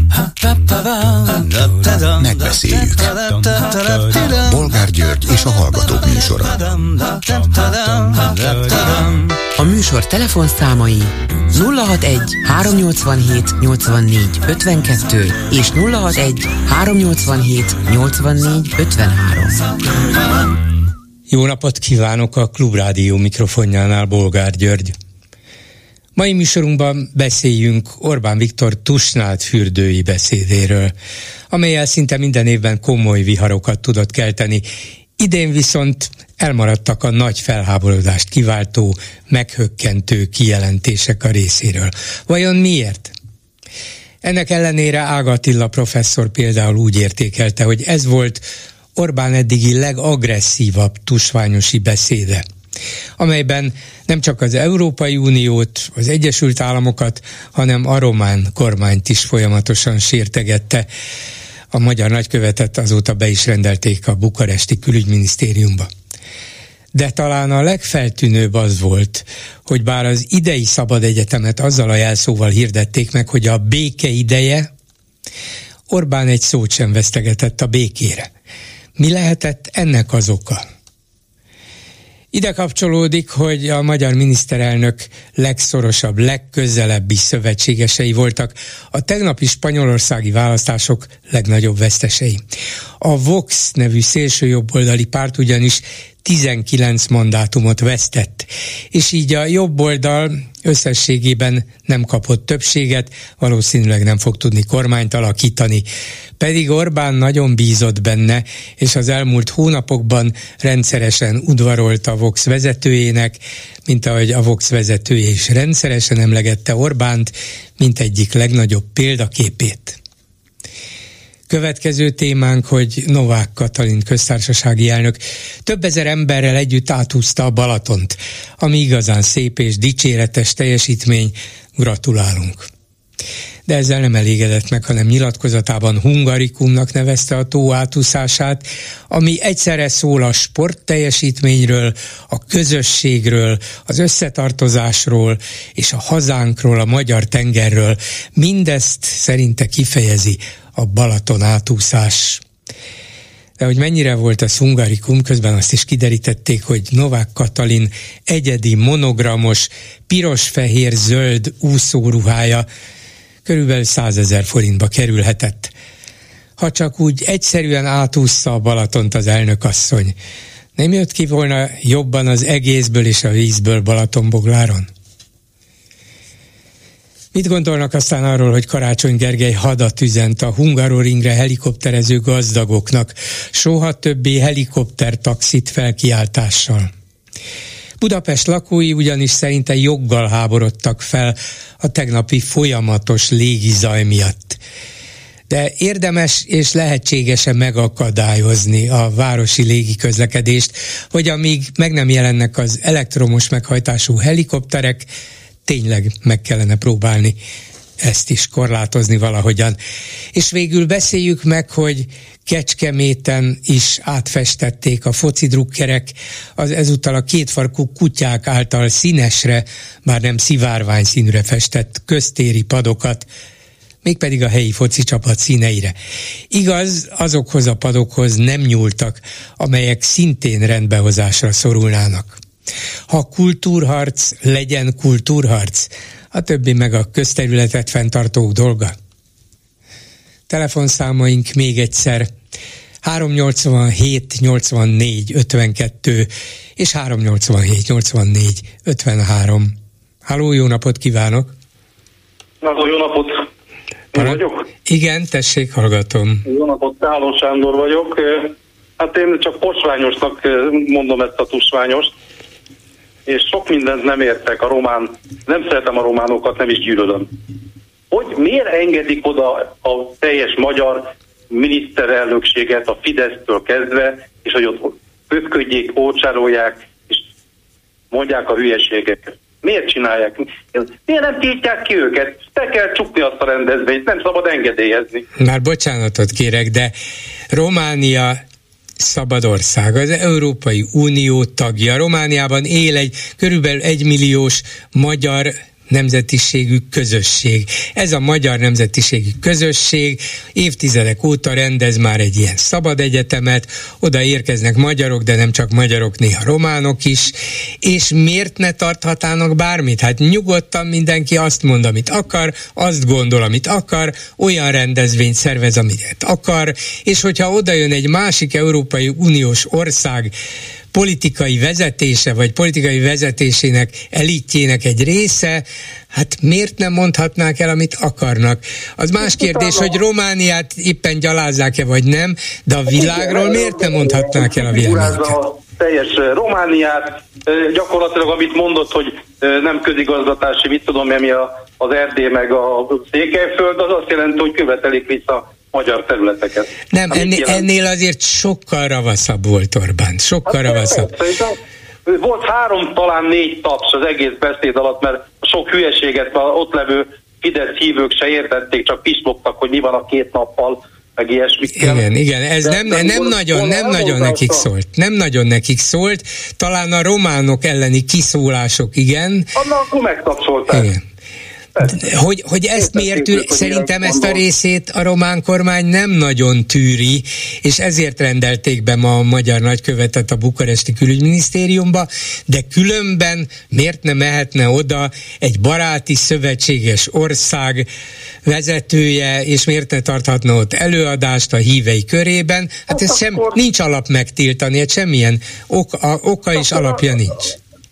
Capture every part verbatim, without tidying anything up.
Megbeszéljük. Bolgár György és a Hallgatók műsora. A műsor telefonszámai nulla hatvanegy háromnyolcvanhét nyolcvannégy ötvenkettő és nulla hatvanegy háromnyolcvanhét nyolcvannégy ötvenhárom. Jó napot kívánok, a Klubrádió mikrofonjánál Bolgár György. Mai műsorunkban beszéljünk Orbán Viktor tusnált fürdői beszédéről, amellyel szinte minden évben komoly viharokat tudott kelteni. Idén viszont elmaradtak a nagy felháborodást kiváltó, meghökkentő kijelentések a részéről. Vajon miért? Ennek ellenére Ága Attila professzor például úgy értékelte, hogy ez volt Orbán eddigi legagresszívabb tusványosi beszéde, amelyben nem csak az Európai Uniót, az Egyesült Államokat, hanem a román kormányt is folyamatosan sértegette. A magyar nagykövetet azóta be is rendelték a bukaresti külügyminisztériumba. De talán a legfeltűnőbb az volt, hogy bár az idei szabad egyetemet azzal a jelszóval hirdették meg, hogy a béke ideje, Orbán egy szót sem vesztegetett a békére. Mi lehetett ennek az oka? Ide kapcsolódik, hogy a magyar miniszterelnök legszorosabb, legközelebbi szövetségesei voltak a tegnapi spanyolországi választások legnagyobb vesztesei. A Vox nevű szélsőjobboldali párt ugyanis tizenkilenc mandátumot vesztett, és így a jobboldal összességében nem kapott többséget, valószínűleg nem fog tudni kormányt alakítani. Pedig Orbán nagyon bízott benne, és az elmúlt hónapokban rendszeresen udvarolt a Vox vezetőjének, mint ahogy a Vox vezetője is rendszeresen emlegette Orbánt, mint egyik legnagyobb példaképét. Következő témánk, hogy Novák Katalin köztársasági elnök több ezer emberrel együtt átúszta a Balatont, ami igazán szép és dicséretes teljesítmény, gratulálunk. De ezzel nem elégedett meg, hanem nyilatkozatában hungarikumnak nevezte a tó átúszását, ami egyszerre szól a sport teljesítményről, a közösségről, az összetartozásról és a hazánkról, a magyar tengerről. Mindezt szerinte kifejezi a Balaton átúszás. De hogy mennyire volt ez hungarikum, közben azt is kiderítették, hogy Novák Katalin egyedi monogramos, piros-fehér-zöld úszóruhája körülbelül százezer forintba kerülhetett. Ha csak úgy egyszerűen átúszta a Balatont az elnökasszony, nem jött ki volna jobban az egészből és a vízből Balatonbogláron? Mit gondolnak aztán arról, hogy Karácsony Gergely hadat üzent a Hungaroringre helikopterező gazdagoknak, soha többé helikoptertaxit felkiáltással? Budapest lakói ugyanis szerinte joggal háborodtak fel a tegnapi folyamatos légizaj miatt. De érdemes és lehetséges-e megakadályozni a városi légiközlekedést, hogy amíg meg nem jelennek az elektromos meghajtású helikopterek, tényleg meg kellene próbálni ezt is korlátozni valahogyan. És végül beszéljük meg, hogy Kecskeméten is átfestették a focidrukkerek az ezúttal a kétfarkú kutyák által színesre, bár nem szivárvány színűre festett köztéri padokat, mégpedig a helyi foci csapat színeire. Igaz, azokhoz a padokhoz nem nyúltak, amelyek szintén rendbehozásra szorulnának. Ha kultúrharc, legyen kultúrharc, a többi meg a közterületet fenntartók dolga. Telefonszámaink még egyszer háromnyolcvanhét nyolcvannégy ötvenkettő és háromnyolcvanhét nyolcvannégy ötvenhárom. Halló, jó napot kívánok! Halló, jó napot! Én vagyok? Igen, tessék, hallgatom. Jó napot, Táló Sándor vagyok. Hát én csak posványosnak mondom ezt a tusványost, és sok mindent nem értek a román, nem szeretem a románokat, nem is gyűlölöm. Hogy miért engedik oda a teljes magyar miniszterelnökséget a Fidesztől kezdve, és hogy ott ötködjék, ócsárolják, és mondják a hülyeségeket. Miért csinálják? Miért nem tiltják ki őket? Te kell csukni azt a rendezvényt, nem szabad engedélyezni. Már bocsánatot kérek, de Románia szabad ország, az Európai Unió tagja. Romániában él egy körülbelül egymilliós magyar nemzetiségű közösség. Ez a magyar nemzetiségű közösség évtizedek óta rendez már egy ilyen szabad egyetemet, oda érkeznek magyarok, de nem csak magyarok, néha románok is, és miért ne tarthatának bármit? Hát nyugodtan mindenki azt mond, amit akar, azt gondol, amit akar, olyan rendezvényt szervez, amit akar, és hogyha oda jön egy másik Európai Uniós ország politikai vezetése, vagy politikai vezetésének, elitjének egy része, hát miért nem mondhatnák el, amit akarnak? Az más kérdés, hogy Romániát éppen gyalázzák-e, vagy nem, de a világról miért nem mondhatnák el a véleményüket? Teljes Romániát, gyakorlatilag amit mondott, hogy nem közigazgatási, mit tudom, mi az Erdély meg a Székelyföld, az azt jelenti, hogy követelik vissza magyar területeket. Nem, ennél, ennél azért sokkal ravaszabb volt Orbán, sokkal hát ravaszabb. Volt három, talán négy taps az egész beszéd alatt, mert sok hülyeséget az ott levő Fidesz hívők se értették, csak pislogtak, hogy mi van a két nappal, meg ilyesmikkel. Igen, igen, ez nem, nem, nem nagyon, nem nagyon nekik szólt. Nem nagyon nekik szólt, talán a románok elleni kiszólások, igen. Annak akkor megtapsolták. Igen. Hogy, hogy ezt miért tűr, szerintem ezt a részét a román kormány nem nagyon tűri, és ezért rendelték be ma a magyar nagykövetet a bukaresti külügyminisztériumba, de különben miért ne mehetne oda egy baráti, szövetséges ország vezetője, és miért ne tarthatna ott előadást a hívei körében? Hát ez sem, nincs alap megtiltani, hát semmilyen oka, oka és alapja nincs.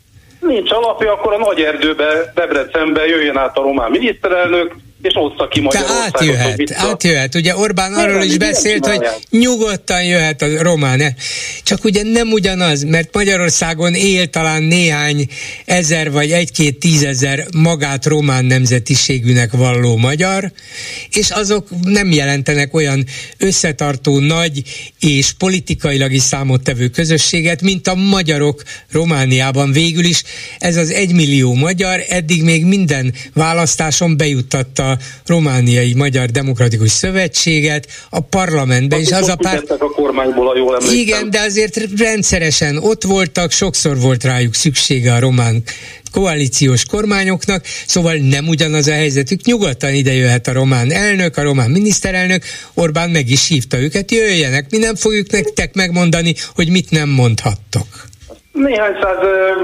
Nincs alapja, akkor a nagy erdőbe, Debrecenbe jöjjön át a román miniszterelnök, és ossza ki Magyarországot. Átjöhet, átjöhet. Ugye Orbán nem, arról is beszélt, hogy nyugodtan jöhet a román. Csak ugye nem ugyanaz, mert Magyarországon él talán néhány ezer vagy egy-két tízezer magát román nemzetiségűnek valló magyar, és azok nem jelentenek olyan összetartó nagy és politikailag is számottevő közösséget, mint a magyarok Romániában. Végül is ez az egymillió magyar eddig még minden választáson bejuttatta a Romániai Magyar Demokratikus Szövetséget a parlamentbe, és az a párt... a kormányból, a jól emlékszem. Igen, de azért rendszeresen ott voltak, sokszor volt rájuk szüksége a román koalíciós kormányoknak, szóval nem ugyanaz a helyzetük. Nyugodtan ide jöhet a román elnök, a román miniszterelnök, Orbán meg is hívta őket, jöjjenek, mi nem fogjuk nektek megmondani, hogy mit nem mondhattok. Néhány száz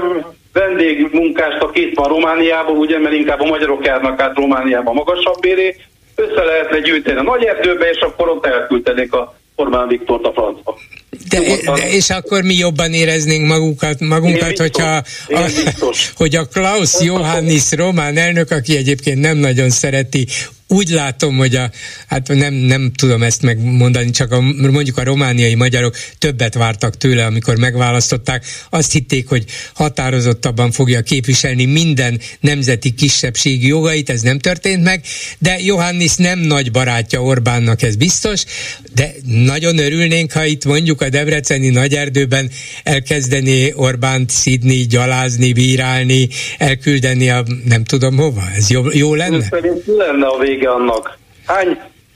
vendégmunkást, aki itt van Romániában, ugye, mert inkább a magyarok járnak át Romániában magasabb béré, össze lehetne gyűjteni a nagy erdőbe, és akkor ott elküldtenék a Orbán Viktort a francba. De, de, és akkor mi jobban éreznénk magunkat, magunkat biztos, hogyha a, hogy a Klaus Johannis román elnök, aki egyébként nem nagyon szereti, úgy látom, hogy a, hát nem, nem tudom ezt megmondani, csak a, mondjuk a romániai magyarok többet vártak tőle, amikor megválasztották. Azt hitték, hogy határozottabban fogja képviselni minden nemzeti kisebbségi jogait, ez nem történt meg, de Johannis nem nagy barátja Orbánnak, ez biztos, de nagyon örülnénk, ha itt mondjuk a debreceni Nagyerdőben elkezdené Orbánt szidni, gyalázni, bírálni, elküldeni a nem tudom hova. Ez jó, jó lenne? Szerint lenne a vége annak. Hány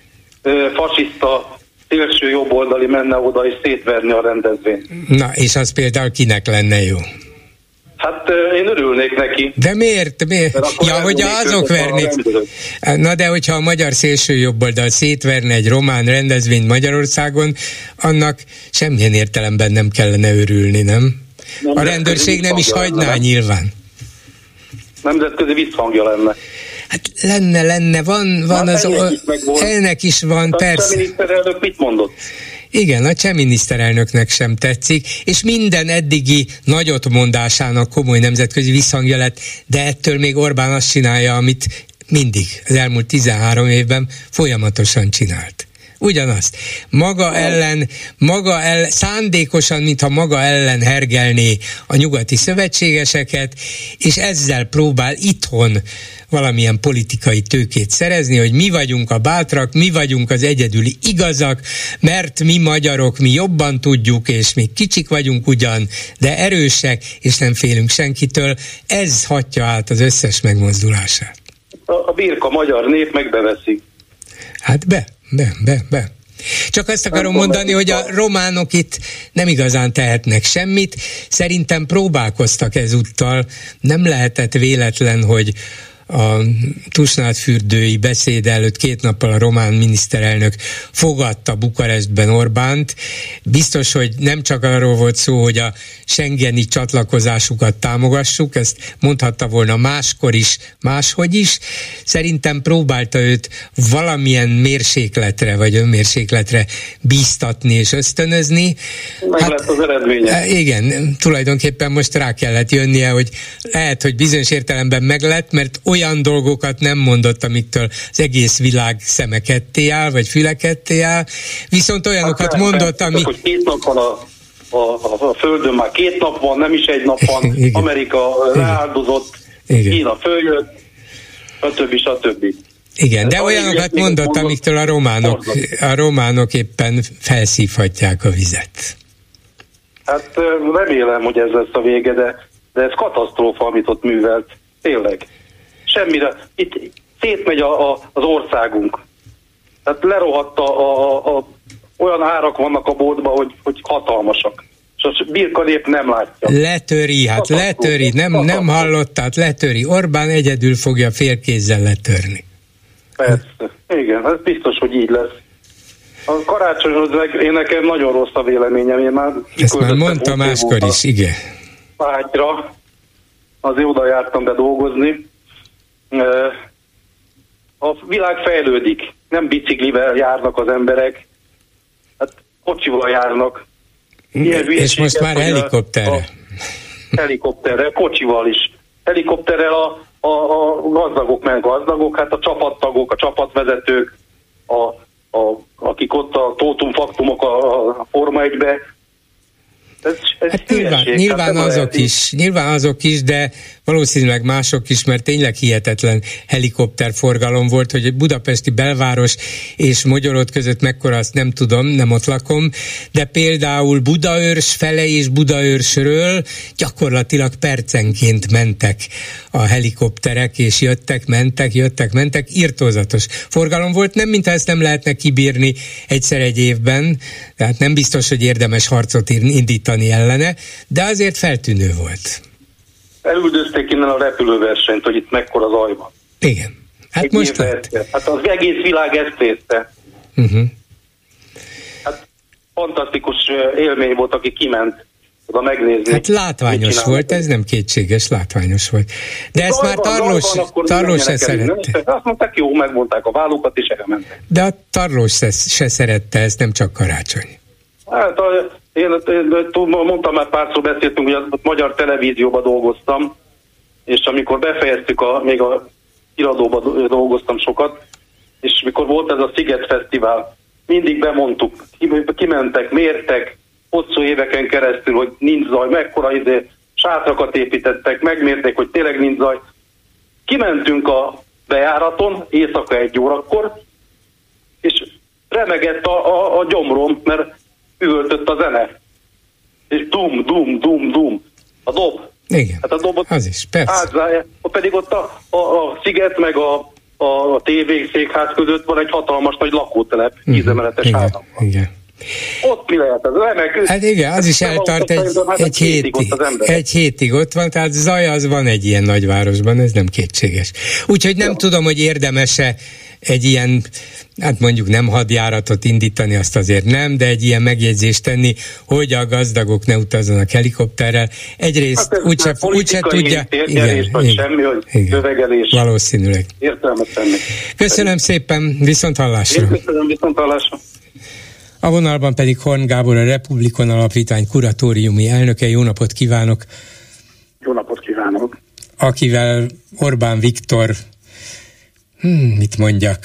ö, fasiszta szélső jobboldali menne oda és szétverni a rendezvényt? Na, és az például kinek lenne jó? Hát ö, én örülnék neki. De miért? miért? Ja, hogy azok vernék. Na, de hogyha a magyar szélső jobboldal szétverne egy román rendezvényt Magyarországon, annak semmilyen értelemben nem kellene örülni, nem? nem a rendőrség nem is hagyná lenne. Nyilván. Nemzetközi visszhangja lenne. Hát lenne, lenne, van, van hát az... O- ennek is van, de persze. A miniszterelnök mit mondott? Igen, a cseh miniszterelnöknek sem tetszik, és minden eddigi nagyot mondásának komoly nemzetközi visszhangja lett, de ettől még Orbán azt csinálja, amit mindig az elmúlt tizenhárom évben folyamatosan csinált. Ugyanazt. Maga ellen, maga ellen, szándékosan, mintha maga ellen hergelné a nyugati szövetségeseket, és ezzel próbál itthon valamilyen politikai tőkét szerezni, hogy mi vagyunk a bátrak, mi vagyunk az egyedüli igazak, mert mi magyarok, mi jobban tudjuk, és mi kicsik vagyunk ugyan, de erősek, és nem félünk senkitől. Ez hatja át az összes megmozdulását. A, a birka magyar nép megbeveszik. Hát be. Be, be, be. Csak azt akarom mondani, hogy a románok itt nem igazán tehetnek semmit. Szerintem próbálkoztak ezúttal. Nem lehetett véletlen, hogy a tusnádfürdői beszéd előtt két nappal a román miniszterelnök fogadta Bukarestben Orbánt. Biztos, hogy nem csak arról volt szó, hogy a schengeni csatlakozásukat támogassuk, ezt mondhatta volna máskor is, máshogy is. Szerintem próbálta őt valamilyen mérsékletre, vagy önmérsékletre bíztatni és ösztönözni. Meg hát, lett az eredménye. Igen, tulajdonképpen most rá kellett jönnie, hogy lehet, hogy bizonyos értelemben meglett, mert olyan dolgokat nem mondott, amiktől az egész világ szeme ketté áll, vagy füle ketté áll, viszont olyanokat hát, mondott, ami... Hogy két nap van a, a, a Földön, már két nap van, nem is egy nap van, igen. Amerika leáldozott, Kína följött, stb. stb. Igen, de olyanokat mondott, amiktől a románok, a románok éppen felszívhatják a vizet. Hát remélem, hogy ez lesz a vége, de, de ez katasztrófa, amit ott művelt. Tényleg. Semmire. Itt szétmegy a, a, az országunk. Tehát lerohadt a, a, a, olyan árak vannak a boltban, hogy, hogy hatalmasak. És a birkanép nem látja. Letöri, hát katasztrófa. letöri. Nem, nem hallottad, letöri. Orbán egyedül fogja félkézzel letörni. Persze. Igen, ez biztos, hogy így lesz. A karácsonyhoz meg én nekem nagyon rossz a véleményem. Én már ezt már mondta máskor is, igen. Vágyra. Azért oda jártam be dolgozni. A világ fejlődik. Nem biciklivel járnak az emberek. Hát kocsival járnak. Ilyen és most már helikopterre. A, a helikopterre, kocsival is. Helikopterrel a, a, a gazdagok meg gazdagok, hát a csapattagok, a csapatvezetők, a, a, akik ott a tótum-faktumok a, a Forma egybe. Ez, ez hát nyilván, nyilván, hát azok is, nyilván azok is, de valószínűleg mások is, mert tényleg hihetetlen helikopterforgalom volt, hogy egy budapesti belváros és Mogyorod között mekkora, azt nem tudom, nem ott lakom, de például Budaörs fele és Budaörsről gyakorlatilag percenként mentek a helikopterek, és jöttek, mentek, jöttek, mentek, irtózatos forgalom volt, nem mintha ezt nem lehetne kibírni egyszer egy évben, tehát nem biztos, hogy érdemes harcot indítani ellene, de azért feltűnő volt. Elüldözték innen a repülőversenyt, hogy itt mekkora zaj van. Igen. Hát egy most hát az egész világ ezt nézte. Uh-huh. Hát fantasztikus élmény volt, aki kiment oda megnézni. Hát látványos volt, ez nem kétséges, látványos volt. De ezt már Tarlós, Tarlós se szerette. Azt mondták, jó, megmondták a vállukat, és elmentek. De a Tarlós se, se szerette, ez nem csak Karácsony. Hát a, én, én mondtam, már párszor beszéltünk, hogy a magyar televízióban dolgoztam, és amikor befejeztük, a, még a iradóban dolgoztam sokat, és mikor volt ez a Sziget Fesztivál, mindig bemondtuk, kimentek, mértek, hosszú éveken keresztül, hogy nincs zaj, mekkora izé, sátrakat építettek, megmérték, hogy tényleg nincs zaj. Kimentünk a bejáraton, éjszaka egy órakor, és remegett a, a, a gyomrom, mert üvöltött a zene. És dum, dum, dum, dum. A dob. Igen, hát a dobot az is, persze. Átzája. Pedig ott a, a, a sziget meg a, a tévé székház között van egy hatalmas nagy lakótelep, uh-huh. tízemeletes házak. Igen. Ott mi lehet? Ez remek. Hát igen, az is eltart egy, egy, hétig, egy hétig ott van, tehát zaj az van egy ilyen nagyvárosban, ez nem kétséges. Úgyhogy nem ja. tudom, hogy érdemes-e egy ilyen, hát mondjuk nem hadjáratot indítani, azt azért nem, de egy ilyen megjegyzést tenni, hogy a gazdagok ne utazzanak helikopterrel. Egyrészt hát úgyse úgy tudja... Igen, vagy igen, semmi, hogy kövegelés. Valószínűleg. Értelmetlenni. Köszönöm szépen, viszont hallásra. Én köszönöm, viszont hallásra. A vonalban pedig Horn Gábor, a Republikon Alapítvány kuratóriumi elnöke. Jó napot kívánok! Jó napot kívánok! Akivel Orbán Viktor, hmm, mit mondjak,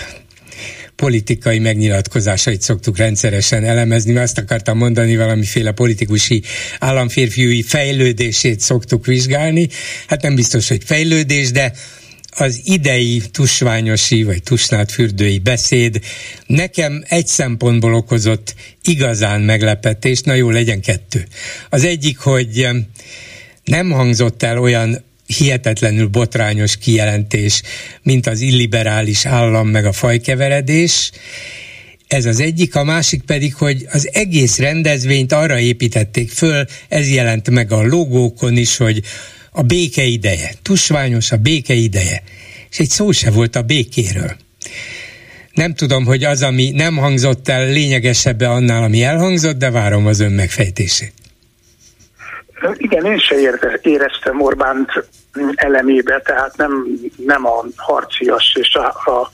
politikai megnyilatkozásait szoktuk rendszeresen elemezni, mert azt akartam mondani, valamiféle politikusi államférfiúi fejlődését szoktuk vizsgálni. Hát nem biztos, hogy fejlődés, de az idei tusványosi vagy tusnádfürdői beszéd nekem egy szempontból okozott igazán meglepetést, na jó, legyen kettő. Az egyik, hogy nem hangzott el olyan hihetetlenül botrányos kijelentés, mint az illiberális állam meg a fajkeveredés. Ez az egyik, a másik pedig, hogy az egész rendezvényt arra építették föl, ez jelent meg a logókon is, hogy a béke ideje, tusványos a béke ideje, és egy szó se volt a békéről. Nem tudom, hogy az, ami nem hangzott el, lényegesebb annál, ami elhangzott, de várom az ön megfejtését. Igen, én se éreztem Orbánt elemébe, tehát nem, nem a harcias és a, a, a,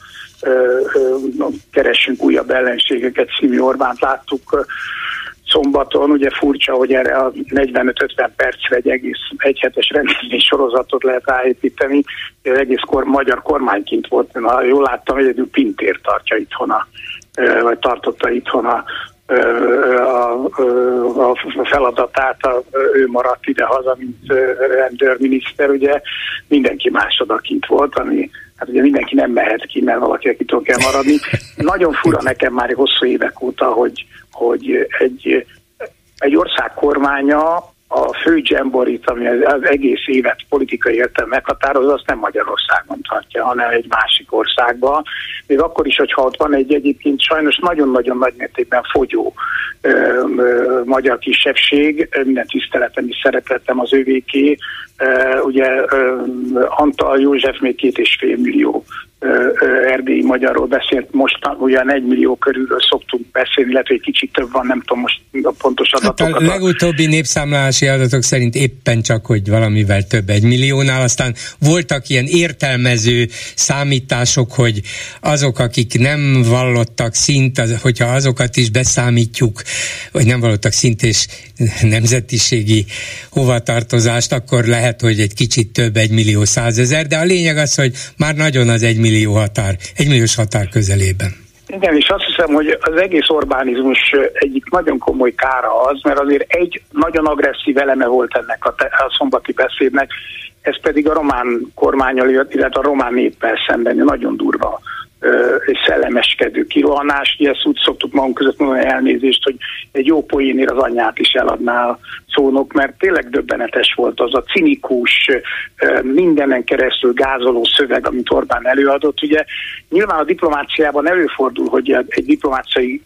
a keressünk újabb ellenségeket című Orbánt láttuk szombaton. Ugye furcsa, hogy erre a negyvenöt-ötven percre egy egész egyhetes rendezvény sorozatot lehet ráépíteni. Az egész kor, magyar kormányként volt. Ha jól láttam, egyedül Pintér tartja itthon a, vagy tartotta itthon a A, a, a feladatát, a, ő maradt ide-haza, mint rendőrminiszter, ugye mindenki másodakint volt, ami, hát ugye mindenki nem mehet ki, mert valaki, akitől kell maradni. Nagyon fura nekem már hosszú évek óta, hogy, hogy egy, egy ország kormánya a fő dzsemborit, ami az egész évet politikai értelme meghatározza, azt nem Magyarországon tartja, hanem egy másik országban. Még akkor is, hogyha ott van egy egyébként sajnos nagyon-nagyon nagy mértékben fogyó ö, ö, magyar kisebbség, minden tiszteletem és szeretettem az övéké, ö, ugye ö, Antal József még két és fél millió erdélyi magyarról beszélt, most ugyan egy millió körülről szoktunk beszélni, illetve egy kicsit több van, nem tudom most a pontos adatokat. Hát a legutóbbi népszámlálási adatok szerint éppen csak, hogy valamivel több egy milliónál, aztán voltak ilyen értelmező számítások, hogy azok, akik nem vallottak szint, az, hogyha azokat is beszámítjuk, vagy nem vallottak szint és nemzetiségi hovatartozást, akkor lehet, hogy egy kicsit több, egy millió százezer, de a lényeg az, hogy már nagyon az egy millió határ, egy milliós határ közelében. Igen, és azt hiszem, hogy az egész Orbánizmus egyik nagyon komoly kára az, mert azért egy nagyon agresszív eleme volt ennek a, te- a szombati beszédnek, ez pedig a román kormánnyal, illetve a román néppel szemben nagyon durva és szellemeskedő kirohanás. Ugye ezt úgy szoktuk magunk között mondani, elnézést, hogy egy jó poénért az anyját is eladná a szónok, mert tényleg döbbenetes volt az a cinikus, mindenen keresztül gázoló szöveg, amit Orbán előadott. Ugye nyilván a diplomáciában előfordul, hogy egy diplomáciai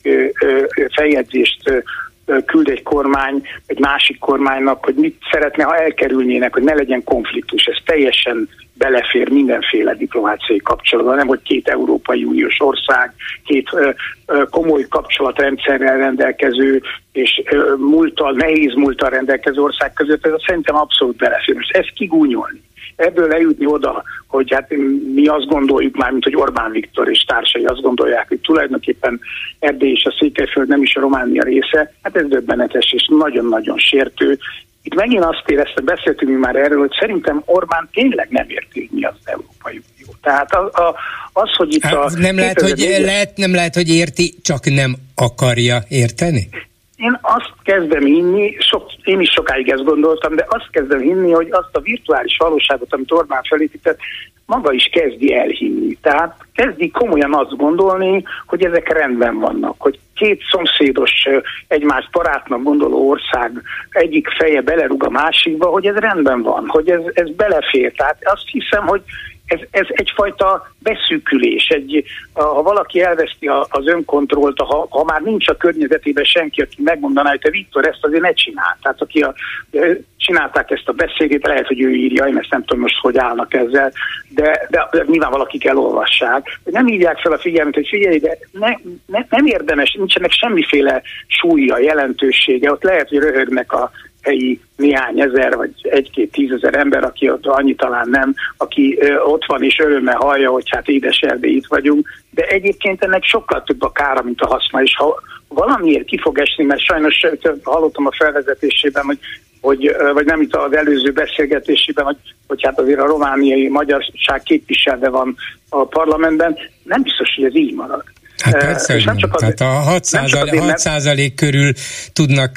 feljegyzést küld egy kormány, egy másik kormánynak, hogy mit szeretne, ha elkerülnének, hogy ne legyen konfliktus. Ez teljesen belefér mindenféle diplomáciai kapcsolatban, nem hogy két Európai Uniós ország, két ö, ö, komoly kapcsolatrendszerrel rendelkező és ö, múlttal, nehéz múlttal rendelkező ország között, ez szerintem abszolút belefér. Most ezt kigúnyolni, ebből lejutni oda, hogy hát mi azt gondoljuk már, mint hogy Orbán Viktor és társai azt gondolják, hogy tulajdonképpen Erdély és a Székelyföld nem is a Románia része, hát ez döbbenetes és nagyon-nagyon sértő. Itt megint azt éreztem, beszéltünk mi már erről, hogy szerintem Orbán tényleg nem érti, hogy mi az Európai Unió. Tehát az, az hogy itt a... Nem lehet, hogy lehet, nem lehet, hogy érti, csak nem akarja érteni? Én azt kezdem hinni, sok, én is sokáig ezt gondoltam, de azt kezdem hinni, hogy azt a virtuális valóságot, amit Orbán felépített, maga is kezdi elhinni. Tehát kezdi komolyan azt gondolni, hogy ezek rendben vannak, hogy két szomszédos, egymást barátnak gondoló ország egyik feje belerúg a másikba, hogy ez rendben van, hogy ez, ez belefér. Tehát azt hiszem, hogy Ez, ez egyfajta beszűkülés. Egy, ha valaki elveszti a, az önkontrollt, ha, ha már nincs a környezetében senki, aki megmondaná, hogy te Viktor, ezt azért ne csinál. Tehát aki a, csinálták ezt a beszédét, lehet, hogy ő írja, én ezt nem tudom most, hogy állnak ezzel, de, de, de nyilván valakik elolvassák. Nem hívják fel a figyelmet, hogy figyelj, de ne, ne, nem érdemes, nincsenek semmiféle súlya, jelentősége, ott lehet, hogy röhögnek a helyi néhány ezer, vagy egy-két tízezer ember, aki ott annyi talán nem, aki ö, ott van és örömmel hallja, hogy hát édes Erdély, itt vagyunk, de egyébként ennek sokkal több a kára, mint a haszna, és ha valamiért ki fog esni, mert sajnos hallottam a felvezetésében, hogy, hogy vagy nem itt az előző beszélgetésében, hogy, hogy hát azért a romániai magyarság képviselve van a parlamentben, nem biztos, hogy ez így marad. Hát persze, és nem csak az, tehát a hat százalék körül tudnak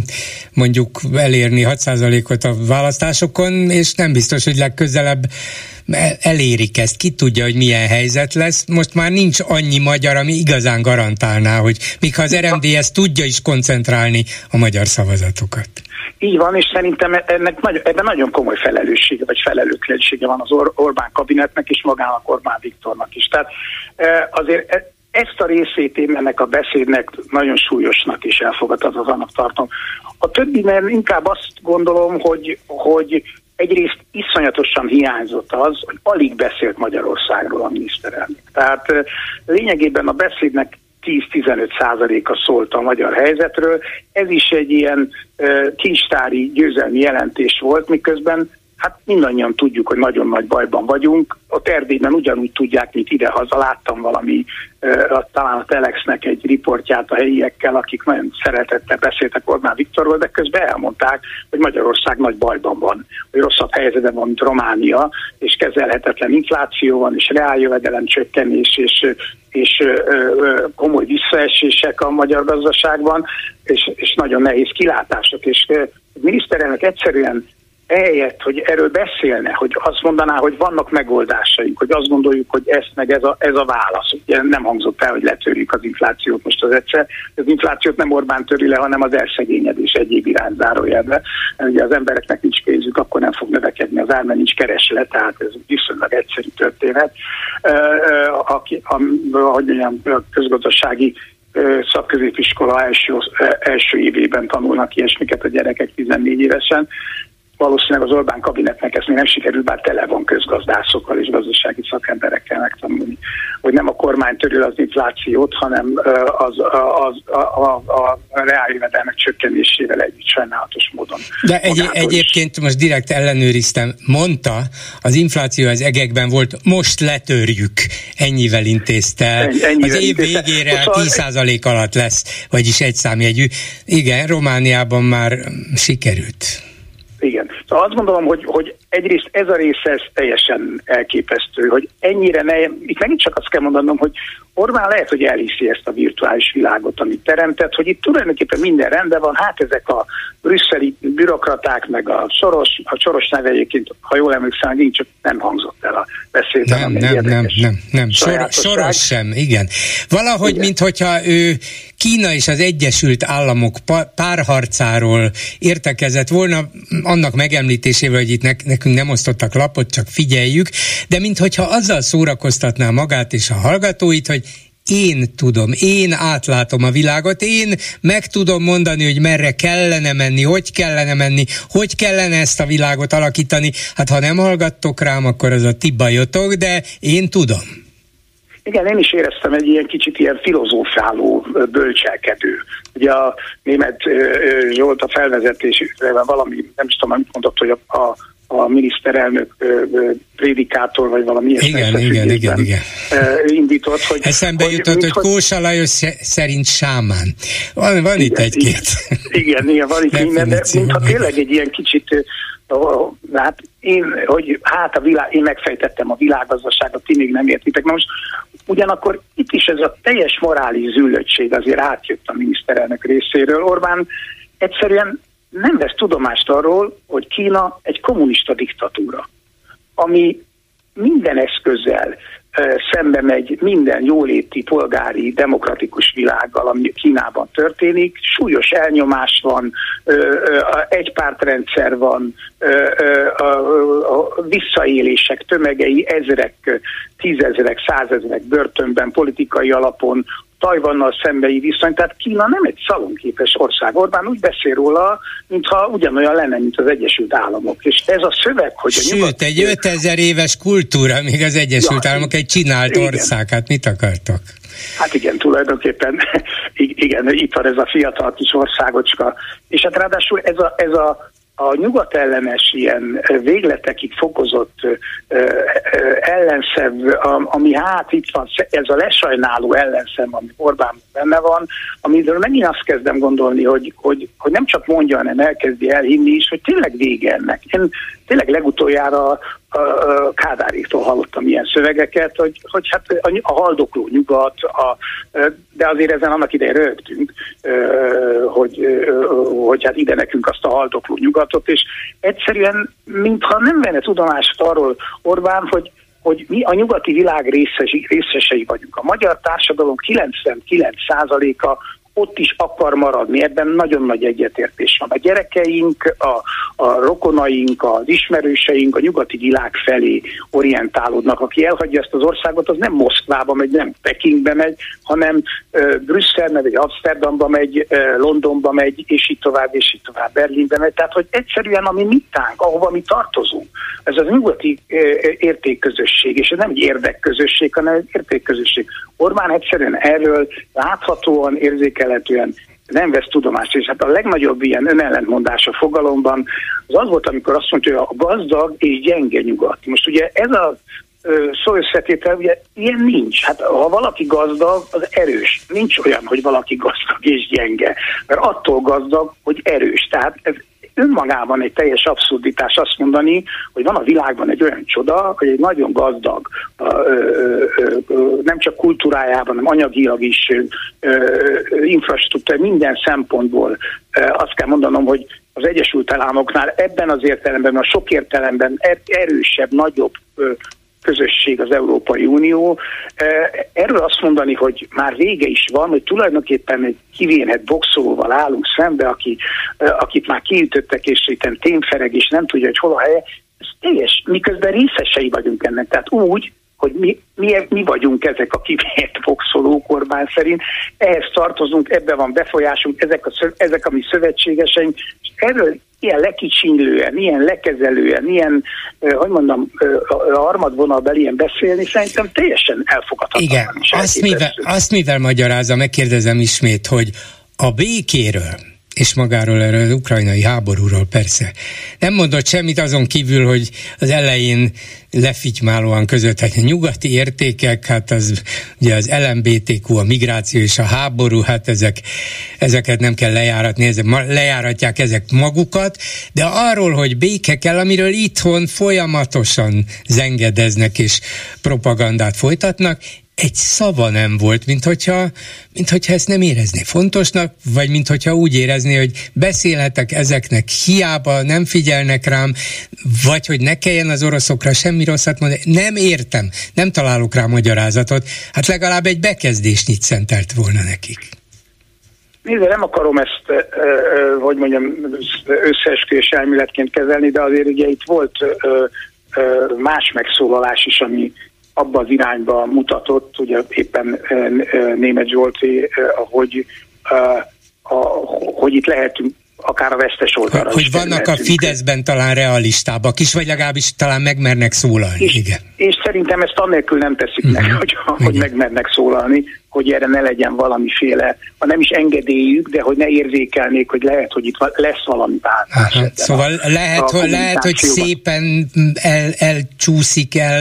mondjuk elérni hat százalékot a választásokon, és nem biztos, hogy legközelebb elérik ezt. Ki tudja, hogy milyen helyzet lesz. Most már nincs annyi magyar, ami igazán garantálná, hogy még ha az er em dé es tudja is koncentrálni a magyar szavazatokat. Így van, és szerintem ennek nagyon, ebben nagyon komoly felelőssége, vagy felelőtlensége van az Or- Orbán kabinetnek és magának Orbán Viktornak is. Tehát azért ezt a részét én ennek a beszédnek nagyon súlyosnak és elfogadhatatlanak tartom. A többiben inkább azt gondolom, hogy, hogy egyrészt iszonyatosan hiányzott az, hogy alig beszélt Magyarországról a miniszterelnök. Tehát lényegében a beszédnek tíz-tizenöt százaléka szólt a magyar helyzetről. Ez is egy ilyen kincstári győzelmi jelentés volt, miközben hát mindannyian tudjuk, hogy nagyon nagy bajban vagyunk. Ott Erdélyben ugyanúgy tudják, mint idehaza. Láttam valami, uh, talán a Telexnek egy riportját a helyiekkel, akik nagyon szeretettel beszéltek Orbán Viktorról, de közben elmondták, hogy Magyarország nagy bajban van, hogy rosszabb helyzetben van, mint Románia, és kezelhetetlen infláció van, és reáljövedelem csökkenés, és, és uh, komoly visszaesések a magyar gazdaságban, és, és nagyon nehéz kilátások. És uh, a miniszterelnök egyszerűen ehelyett, hogy erről beszélne, hogy azt mondaná, hogy vannak megoldásaink, hogy azt gondoljuk, hogy ez meg ez a, ez a válasz. Ugye nem hangzott el, hogy letörjük az inflációt most az egyszer. Az inflációt nem Orbán töri le, hanem az elszegényedés egyéb iránt zárójelbe. Ugye az embereknek nincs pénzük, akkor nem fog növekedni az ár, mert nincs kereslet, tehát ez viszonylag egyszerű történet. Aki, ahogy mondjam, a közgazdasági szakközépiskola első, első évében tanulnak ilyesmiket a gyerekek tizennégy évesen. Valószínűleg az Orbán kabinetnek ezt még nem sikerült, bár tele van közgazdászokkal és gazdasági szakemberekkel megtanulni, hogy nem a kormány törül az inflációt, hanem az, az, a, a, a reáljövedelmek csökkenésével együtt sajnálatos módon. De egy, egyébként most direkt ellenőriztem, mondta, az infláció az egekben volt, most letörjük, ennyivel intézte el. Ennyivel az év intézte. Végére tíz százalék alatt lesz, vagyis egy számjegyű. Igen, Romániában már sikerült. Igen. Szóval azt gondolom, hogy, hogy egyrészt ez a része ez teljesen elképesztő, hogy ennyire ne... Itt megint csak azt kell mondanom, hogy Orbán lehet, hogy elhiszi ezt a virtuális világot, amit teremtett, hogy itt tulajdonképpen minden rendben van, hát ezek a brüsszeli bürokraták, meg a Soros, a Soros neve egyébként, ha jól emlékszem, nincs, csak nem hangzott el a beszédben. Nem, nem, nem, nem, nem. Sor, Soros sem, igen. Valahogy, igen. Minthogyha ő Kína és az Egyesült Államok párharcáról értekezett volna, annak megemlítésével, hogy itt ne, nekünk nem osztottak lapot, csak figyeljük, de minthogyha azzal szórakoztatná magát és a hallgatóit, hogy én tudom, én átlátom a világot, én meg tudom mondani, hogy merre kellene menni, hogy kellene menni, hogy kellene ezt a világot alakítani. Hát ha nem hallgattok rám, akkor az a ti bajotok, de én tudom. Igen, én is éreztem egy ilyen kicsit ilyen filozófáló, bölcselkedő. Ugye a német Zsolt a felvezetésében valami, nem is tudom, amit mondott, hogy a, a a miniszterelnök prédikátor, vagy valami ilyesmi. Igen, igen, igen, igen. Indított, hogy... Eszembe hogy, jutott, hogy, hogy Kósa Lajos szerint sámán. Van, van igen, itt egy-két. Igen, igen, van itt minden, de mintha tényleg egy ilyen kicsit, hát én, hogy hát a világ, én megfejtettem a világgazdaságot, ti még nem értitek. Most ugyanakkor itt is ez a teljes morális zűlöttség azért átjött a miniszterelnök részéről. Orbán egyszerűen nem vesz tudomást arról, hogy Kína egy kommunista diktatúra, ami minden eszközzel uh, szembe megy minden jóléti, polgári, demokratikus világgal, ami Kínában történik. Súlyos elnyomás van, uh, uh, egypártrendszer van, uh, uh, uh, visszaélések tömegei, ezrek, tízezrek, százezrek börtönben, politikai alapon, Tajvannal szembei viszony, tehát Kína nem egy szalonképes ország. Orbán úgy beszél róla, mintha ugyanolyan lenne, mint az Egyesült Államok. És ez a szöveg, hogy a Sőt, nyugat... egy ötezer éves kultúra, még az Egyesült ja, Államok egy csinált igen. ország, hát mit akartok? Hát igen, tulajdonképpen igen, itt van ez a fiatal kis országocska. És hát ráadásul ez a, ez a a nyugatellenes ilyen végletekig fokozott ellenszem, ami hát itt van, ez a lesajnáló ellenszem, ami Orbán benne van, amiről megint azt kezdem gondolni, hogy, hogy, hogy nem csak mondja, hanem elkezdi elhinni is, hogy tényleg vége ennek. Én tényleg legutoljára a, a Kádáréktól hallottam ilyen szövegeket, hogy, hogy hát a, a haldokló nyugat, a, de azért ezen annak idején rögtünk, hogy, hogy hát ide nekünk azt a haldokló nyugatot, és egyszerűen, mintha nem venne tudomást arról Orbán, hogy hogy mi a nyugati világ részesei, részesei vagyunk. A magyar társadalom kilencvenkilenc százaléka ott is akar maradni, ebben nagyon nagy egyetértés van. A gyerekeink, a, a rokonaink, az ismerőseink a nyugati világ felé orientálódnak. Aki elhagyja ezt az országot, az nem Moszkvába megy, nem Pekingbe megy, hanem uh, Brüsszelbe megy, Amsterdamba megy, uh, Londonba megy, és így tovább, és így tovább, Berlinbe megy. Tehát, hogy egyszerűen a mi mitánk, ahova mi tartozunk, ez az nyugati uh, értékközösség, és ez nem egy érdekközösség, hanem egy értékközösség. Orbán egyszerűen erről láthatóan, érzékelhetően nem vesz tudomást, és hát a legnagyobb ilyen önellentmondás a fogalomban az az volt, amikor azt mondja, hogy a gazdag és gyenge nyugat. Most ugye ez a szó összetétel, ugye ilyen nincs. Hát ha valaki gazdag, az erős. Nincs olyan, hogy valaki gazdag és gyenge, mert attól gazdag, hogy erős. Tehát ez önmagában egy teljes abszurditás azt mondani, hogy van a világban egy olyan csoda, hogy egy nagyon gazdag, nem csak kultúrájában, hanem anyagilag is, infrastruktúra, minden szempontból azt kell mondanom, hogy az Egyesült Államoknál ebben az értelemben, a sok értelemben erősebb, nagyobb közösség az Európai Unió. Erről azt mondani, hogy már vége is van, hogy tulajdonképpen egy kivénhet boxolóval állunk szembe, aki, akit már kiütöttek, és itten témfereg, és nem tudja, hogy hol a helye. Ez teljes, miközben részesei vagyunk ennek. Tehát úgy, hogy mi, mi, mi vagyunk ezek a kivéhet boxolók Orbán szerint, ehhez tartozunk, ebben van befolyásunk, ezek a, ezek a mi szövetségeseink, és erről ilyen lekicsinylően, ilyen lekezelően, ilyen, hogy mondom, a harmadvonalban ilyen beszélni, szerintem teljesen elfogadhatatlan. Igen, azt mivel, azt mivel magyarázza, megkérdezem ismét, hogy a békéről, és magáról erről az ukrajnai háborúról persze nem mondott semmit azon kívül, hogy az elején lefitymálóan között, hát a nyugati értékek, hát az ugye az el em bé té kú, a migráció és a háború, hát ezek, ezeket nem kell lejáratni, ezek lejáratják ezek magukat, de arról, hogy béke kell, amiről itthon folyamatosan zengedeznek és propagandát folytatnak, egy szava nem volt, mint hogyha, mint hogyha ezt nem érezné fontosnak, vagy mint hogyha úgy érezné, hogy beszélhetek ezeknek, hiába nem figyelnek rám, vagy hogy ne kelljen az oroszokra semmi rosszat mondani. Nem értem, nem találok rá magyarázatot. Hát legalább egy bekezdésnyit szentelt volna nekik. Nézd, nem akarom ezt, hogy mondjam, összeesküvés elméletként kezelni, de azért ugye itt volt más megszólalás is, ami abba az irányba mutatott, ugye éppen Németh Zsolti, hogy, hogy itt lehetünk akár a vesztes oldalra. Hogy vannak a Fideszben talán realistábbak is, vagy legalábbis talán megmernek szólalni. És, igen. És szerintem ezt annélkül nem teszik meg, uh-huh. hogy, hogy megmernek szólalni, hogy erre ne legyen valamiféle, ha nem is engedélyük, de hogy ne érzékelnék, hogy lehet, hogy itt lesz valami változás. Szóval lehet, hogy, lehet, hogy szépen el, elcsúszik, el,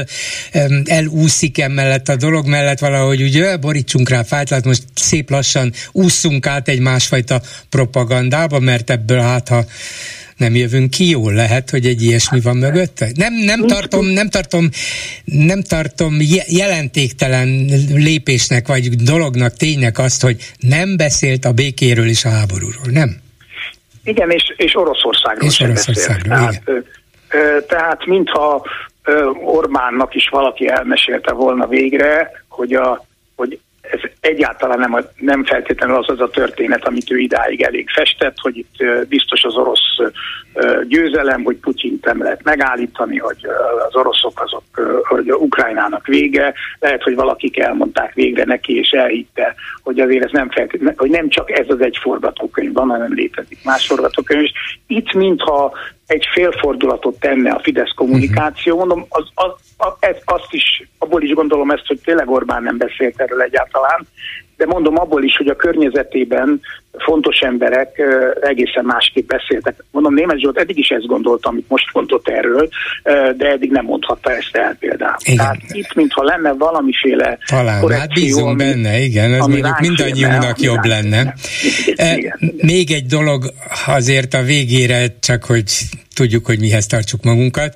elúszik emellett a dolog mellett valahogy úgy borítsunk rá fájtlat, most szép lassan ússzunk át egy másfajta propagandába, mert ebből hát, ha nem jövünk ki jól, lehet, hogy egy ilyesmi van mögötte? Nem, nem tartom, nem tartom, nem tartom jelentéktelen lépésnek, vagy dolognak, ténynek azt, hogy nem beszélt a békéről és a háborúról, nem? Igen, és, és Oroszországról és sem Oroszországról, beszélt. Tehát, ö, tehát mintha ö, Orbánnak is valaki elmesélte volna végre, hogy, a, hogy ez egyáltalán nem, a, nem feltétlenül az az a történet, amit ő idáig elég festett, hogy itt biztos az orosz győzelem, hogy Putyint nem lehet megállítani, hogy az oroszok azok, hogy a Ukrajnának vége. Lehet, hogy valakik elmondták végre neki, és elhitte, hogy azért ez nem feltétlenül, hogy nem csak ez az egy forgatókönyv van, hanem létezik más forgatókönyv. És itt mintha egy félfordulatot tenne a Fidesz kommunikáció, mondom, az, az, az, ez, azt is, abból is gondolom ezt, hogy tényleg Orbán nem beszélt erről egyáltalán, de mondom abból is, hogy a környezetében fontos emberek egészen másképp beszéltek. Mondom, Németh Zsolt eddig is ezt gondolta, amit most mondott erről, de eddig nem mondhatta ezt el például. Igen. Tehát itt, mintha lenne valamiféle talán, korrekció, hát bízunk ami, benne, igen, ez mondjuk mindannyiunknak jobb lenne. lenne. Még egy dolog azért a végére, csak hogy tudjuk, hogy mihez tartsuk magunkat.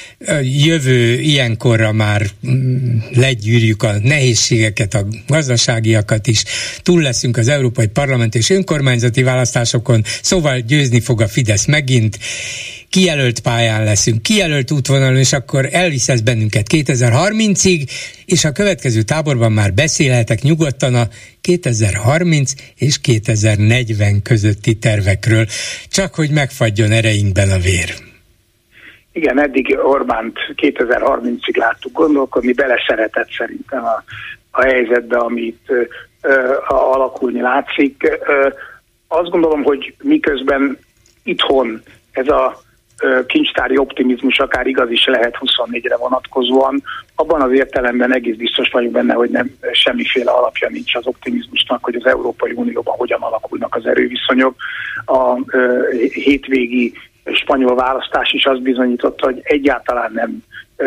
Jövő ilyenkorra már legyűrjük a nehézségeket, a gazdaságiakat is, túl leszünk az Európai Parlament és önkormányzati választásokon, szóval győzni fog a Fidesz megint. kijelölt pályán leszünk, kijelölt útvonalon, és akkor elviszesz bennünket kétezer-harmincig, és a következő táborban már beszélhetek nyugodtan a kétezer-harminc és kétezer-negyven közötti tervekről, csak hogy megfagyjon ereinkben a vér. Igen, eddig Orbánt kétezer-harmincig láttuk gondolkodni, beleszeretett szerintem a, a helyzetbe, amit ö, ö, alakulni látszik. Ö, azt gondolom, hogy miközben itthon ez a ö, kincstári optimizmus akár igaz is lehet huszonnégyre vonatkozóan, abban az értelemben egész biztos vagyok benne, hogy nem semmiféle alapja nincs az optimizmusnak, hogy az Európai Unióban hogyan alakulnak az erőviszonyok. A ö, hétvégi spanyol választás is azt bizonyította, hogy egyáltalán nem, ö,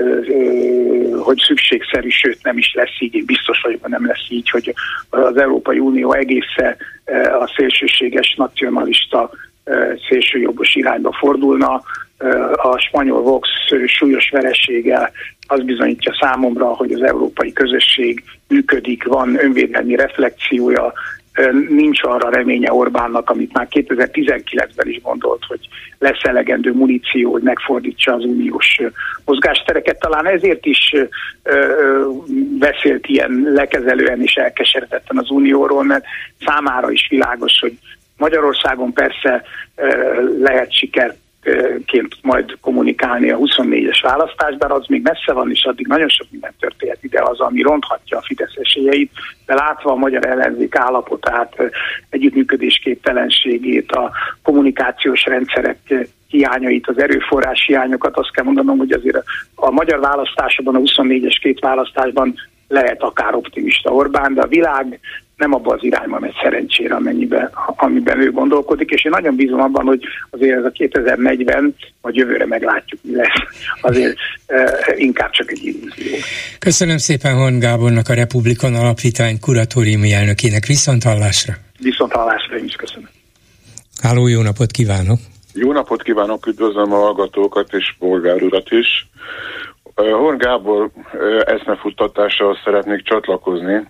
ö, hogy szükségszerű, sőt nem is lesz így, én biztos vagyok, hogy nem lesz így, hogy az Európai Unió egészen a szélsőséges, nacionalista, szélsőjobbos irányba fordulna. A spanyol Vox súlyos vereséggel az bizonyítja számomra, hogy az európai közösség működik, van önvédelmi reflexiója, nincs arra reménye Orbánnak, amit már kétezer-tizenkilencben is gondolt, hogy lesz elegendő muníció, hogy megfordítsa az uniós mozgástereket. Talán ezért is ö, ö, beszélt ilyen lekezelően és elkeseredetten az unióról, mert számára is világos, hogy Magyarországon persze ö, lehet sikert ként majd kommunikálni a huszonnégyes választásban, az még messze van, és addig nagyon sok minden történhet ide az, ami ronthatja a Fidesz esélyeit, de látva a magyar ellenzék állapotát, együttműködésképtelenségét, a kommunikációs rendszerek hiányait, az erőforrás hiányokat, azt kell mondanom, hogy azért a magyar választásban, a huszonnégyes két választásban lehet akár optimista Orbán, de a világ nem abban az irányban megy szerencsére, amennyiben, amiben ő gondolkodik, és én nagyon bízom abban, hogy azért ez a kétezer-negyven, vagy jövőre meglátjuk, mi lesz, azért e, inkább csak egy illúzió. Köszönöm szépen Horn Gábornak, a Republikon Alapítvány kuratóriumi elnökének. Viszonthallásra! Viszonthallásra, én is köszönöm. Háló, jó napot kívánok! Jó napot kívánok, üdvözlöm a hallgatókat és Bolgár urat is. Horn Gábor eszmefuttatással szeretnék csatlakozni,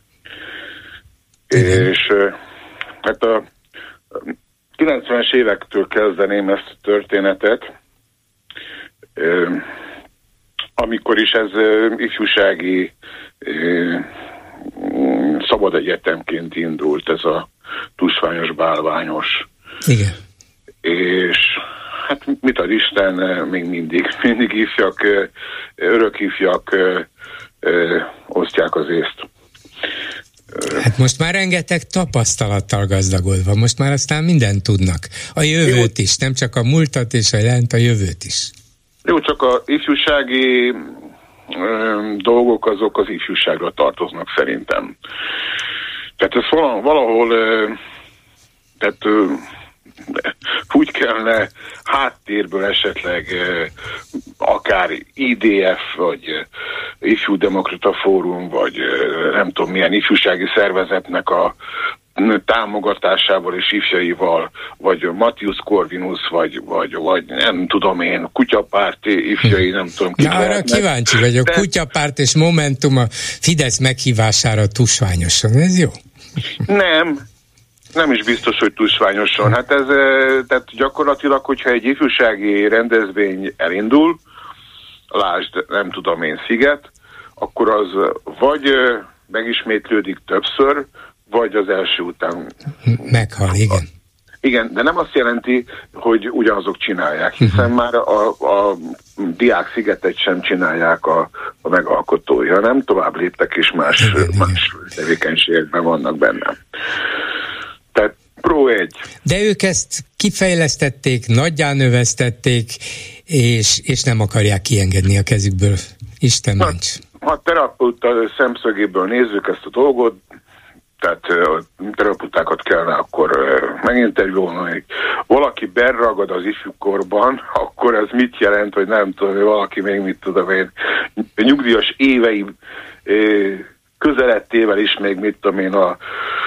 igen. És hát a kilencvenes évektől kezdeném ezt a történetet, amikor is ez ifjúsági szabad egyetemként indult, ez a tusványos, bálványos. Igen. És hát mit ad Isten, még mindig, mindig ifjak, örök ifjak osztják az észt. Hát most már rengeteg tapasztalattal gazdagodva, most már aztán mindent tudnak. A jövőt is, nem csak a múltat és a jelent, a jövőt is. Jó, csak a ifjúsági ö, dolgok azok az ifjúságra tartoznak szerintem. Tehát ez valahol ö, tehát, ö, úgy kellene háttérből esetleg eh, akár I D F, vagy eh, Ifjú Demokrata Fórum, vagy eh, nem tudom milyen ifjúsági szervezetnek a támogatásával és ifjaival, vagy Matthius Corvinus, vagy, vagy, vagy nem tudom én, kutyapárti ifjai, nem tudom ki. Na, arra kíváncsi vagyok, de... kutyapárt és Momentum a Fidesz meghívására tusványosan, ez jó? Nem, nem is biztos, hogy tusványosan. Hát ez, tehát gyakorlatilag, hogyha egy ifjúsági rendezvény elindul, lásd, nem tudom én, Sziget, akkor az vagy megismétlődik többször, vagy az első után meghal, igen. Igen, de nem azt jelenti, hogy ugyanazok csinálják, hiszen uh-huh. már a, a Diák Szigetet sem csinálják a, a megalkotói, hanem tovább léptek és más, igen, más igen. tevékenységekben vannak benne. Tehát Pro egy. De ők ezt kifejlesztették, nagyján növesztették, és, és nem akarják kiengedni a kezükből. Isten ments. Ha a terapeuta szemszögéből nézzük ezt a dolgot, tehát a terapeutákat kellene akkor meginterjúolni. Valaki berragad az ifjúkorban, akkor ez mit jelent, hogy nem tudom, hogy valaki még mit tudom én, nyugdíjas évei közelettével is még mit tudom én a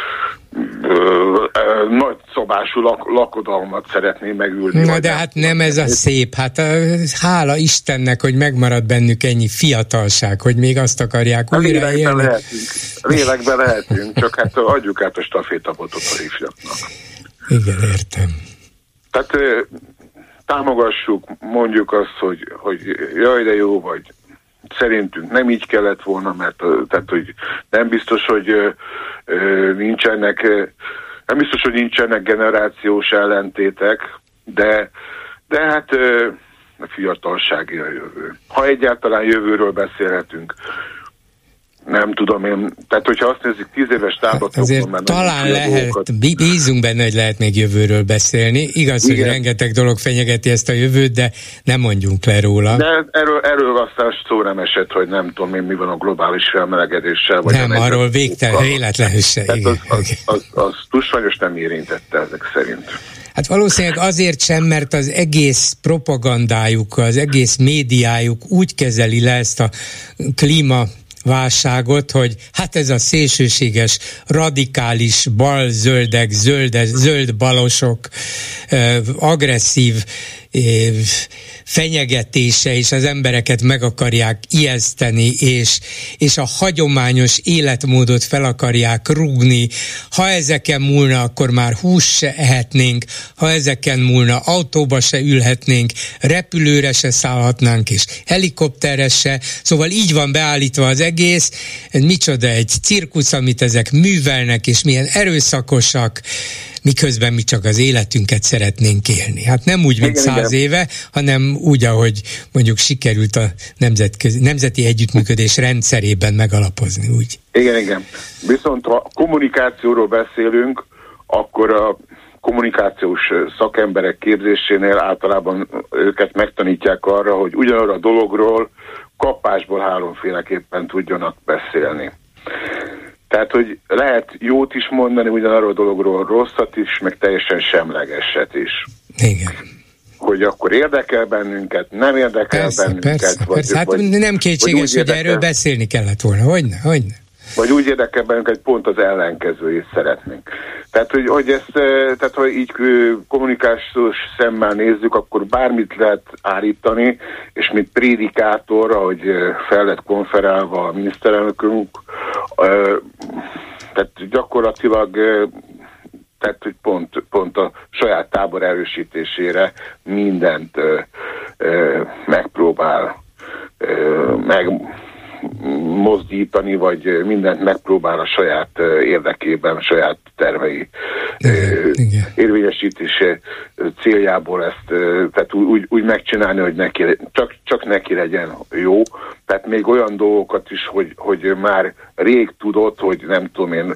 nagy szobású lak- lakodalmat szeretné megülni. Na de hát nem ez a szép, hát hála Istennek, hogy megmarad bennük ennyi fiatalság, hogy még azt akarják újra élni. Lehetünk, lélekben lehetünk, csak hát adjuk át a stafétabotot a ifjaknak. Igen, értem. Tehát támogassuk, mondjuk azt, hogy, hogy jaj, de jó, vagy szerintünk nem így kellett volna, mert tehát, hogy nem biztos, hogy ö, ö, nincsenek, nem biztos, hogy nincsenek generációs ellentétek, de, de hát ö, a fiatalsági a jövő. Ha egyáltalán jövőről beszélhetünk, nem tudom én, tehát hogyha azt nézzük, tíz éves táblacokon... Azért már talán lehet, bízunk benne, hogy lehet még jövőről beszélni. Igaz, igen, hogy rengeteg dolog fenyegeti ezt a jövőt, de nem mondjunk le róla. De erről, erről aztán szó nem esett, hogy nem tudom én, mi van a globális felmelegedéssel. Vagy nem, arról végtelen, véletlenül se. Az, az, az, az, az tusványos nem érintette ezek szerint. Hát valószínűleg azért sem, mert az egész propagandájuk, az egész médiájuk úgy kezeli le ezt a klíma válságot, hogy hát ez a szélsőséges, radikális balzöldek, zöldes, zöld balosok, agresszív fenyegetése, és az embereket meg akarják ijeszteni, és, és a hagyományos életmódot fel akarják rúgni. Ha ezeken múlna, akkor már húst se ehetnénk, ha ezeken múlna, autóba se ülhetnénk, repülőre se szállhatnánk, és helikopterre se. Szóval így van beállítva az egész. Micsoda egy cirkusz, amit ezek művelnek, és milyen erőszakosak, miközben mi csak az életünket szeretnénk élni. Hát nem úgy, mint igen, száz igen. éve, hanem úgy, ahogy mondjuk sikerült a nemzetközi, nemzeti együttműködés rendszerében megalapozni. Úgy. Igen, igen. Viszont ha kommunikációról beszélünk, akkor a kommunikációs szakemberek képzésénél általában őket megtanítják arra, hogy ugyanarra a dologról kapásból háromféleképpen tudjanak beszélni. Tehát, hogy lehet jót is mondani, ugyanarról a dologról rosszat is, meg teljesen semlegeset is. Igen. Hogy akkor érdekel bennünket, nem érdekel persze, bennünket. Persze, vagy, persze. Hát vagy, nem kétséges, hogy érdekel, erről beszélni kellett volna. Hogyne, hogyne. Vagy úgy érdekel bennünket, pont az ellenkezőjét szeretnénk. Tehát, hogy, hogy ezt, tehát, ha így kommunikációs szemmel nézzük, akkor bármit lehet állítani, és mint prédikátor, ahogy fel lett konferálva a miniszterelnökünk, tehát gyakorlatilag tehát, hogy pont, pont a saját tábor erősítésére mindent ö, ö, megpróbál ö, megmozdítani, vagy mindent megpróbál a saját érdekében, a saját tervei igen, igen. érvényesítése céljából ezt tehát úgy, úgy megcsinálni, hogy neki, csak, csak neki legyen jó. Tehát még olyan dolgokat is, hogy, hogy már rég tudott, hogy nem tudom én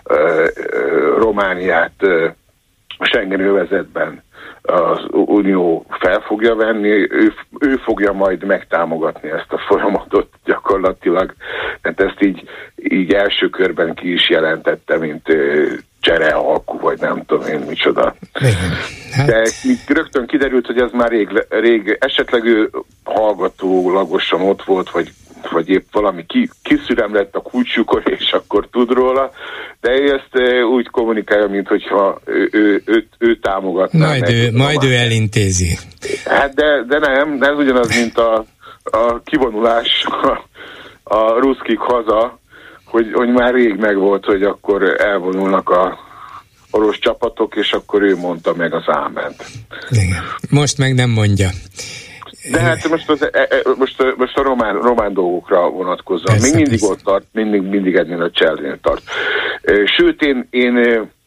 Romániát a Schengen övezetben az Unió fel fogja venni, ő, ő fogja majd megtámogatni ezt a folyamatot gyakorlatilag. Tehát ezt így, így első körben ki is jelentette, mint cserealkú, vagy nem tudom én micsoda. Hát... De rögtön kiderült, hogy ez már rég, rég esetleg ő hallgatólagosan ott volt, vagy vagy épp valami ki, kiszürem lett a kulcsukon, és akkor tud róla, de ő ezt úgy kommunikálja, minthogyha ő, ő, ő, ő támogatná. Majd, ő, majd ő elintézi. Hát de, de nem, ez ugyanaz, mint a, a kivonulás a, a ruszkik haza, hogy, hogy már rég megvolt, hogy akkor elvonulnak a orosz csapatok, és akkor ő mondta meg az áment. Igen. Most meg nem mondja. De hát most, az, most, most a román, román dolgokra vonatkozóan még mindig persze. Ott tart, mindig, mindig ennél a csellénél tart. Sőt, én, én,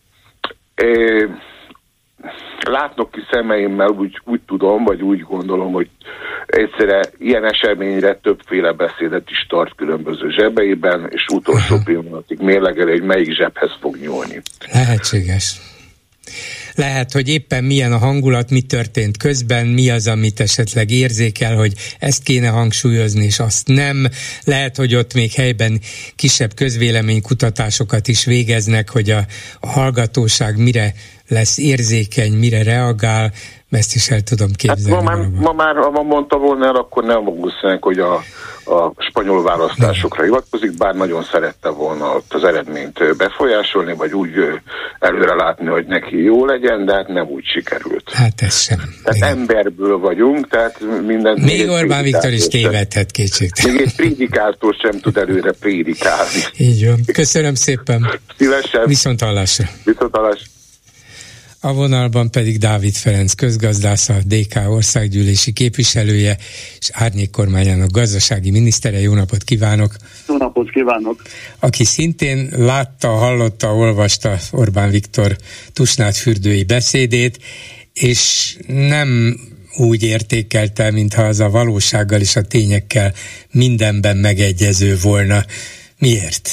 én látnok ki szemeimmel úgy, úgy tudom, vagy úgy gondolom, hogy egyszerre ilyen eseményre többféle beszédet is tart különböző zsebeiben, és utolsó aha. pillanatig mérlegeli, hogy melyik zsebhez fog nyúlni. Lehetséges. Lehet, hogy éppen milyen a hangulat, mi történt közben, mi az, amit esetleg érzékel, hogy ezt kéne hangsúlyozni, és azt nem. Lehet, hogy ott még helyben kisebb közvéleménykutatásokat is végeznek, hogy a, a hallgatóság mire lesz érzékeny, mire reagál, ezt is el tudom képzelni. Hát ma, már, ma már, ha mondta volna el, akkor nem valószínűleg, hogy a, a spanyol választásokra hivatkozik, bár nagyon szerette volna ott az eredményt befolyásolni, vagy úgy előre látni, hogy neki jó legyen, de hát nem úgy sikerült. Hát ez sem. Tehát igen. Emberből vagyunk, tehát mindent... Még, még Orbán Viktor is tévedhet kétségtelen. Még egy prédikátor sem tud előre prédikálni. Így van. Köszönöm szépen. Szívesen. Viszont hallásra. Viszont hallásra. A vonalban pedig Dávid Ferenc közgazdász, a dé ká országgyűlési képviselője, és Árnyék kormányának gazdasági minisztere. Jó napot kívánok! Jó napot kívánok! Aki szintén látta, hallotta, olvasta Orbán Viktor Tusnádfürdői beszédét, és nem úgy értékelte, mintha az a valósággal és a tényekkel mindenben megegyező volna. Miért?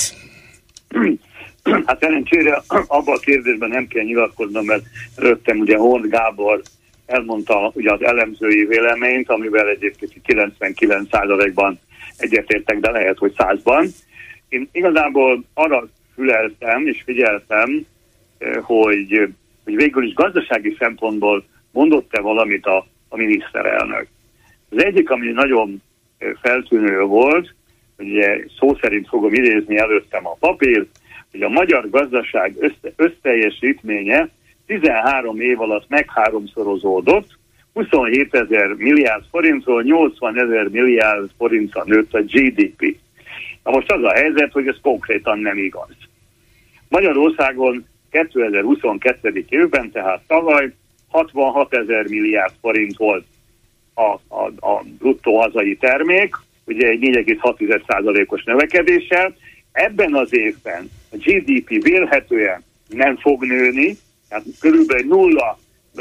Hát szerencsére abban a kérdésben nem kell nyilatkoznom, mert rögtön ugye Horn Gábor elmondta ugye az elemzői véleményt, amivel egyébként kilencvenkilenc százalékban egyetértek, de lehet, hogy százban. Én igazából arra füleltem és figyeltem, hogy, hogy végül is gazdasági szempontból mondott-e valamit a, a miniszterelnök. Az egyik, ami nagyon feltűnő volt, ugye szó szerint fogom idézni előttem a papírt, hogy a magyar gazdaság össze, összteljesítménye tizenhárom év alatt megháromszorozódott, huszonhétezer milliárd forintról nyolcvanezer milliárd forintra nőtt a gé dé pé. Na most az a helyzet, hogy ez konkrétan nem igaz. Magyarországon kétezer-huszonkettő. évben, tehát tavaly hatvanhatezer milliárd forint volt a, a, a bruttó hazai termék, ugye egy négy egész hat százalékos növekedéssel. Ebben az évben a gé dé pé vélhetően nem fog nőni, tehát körülbelül nulla,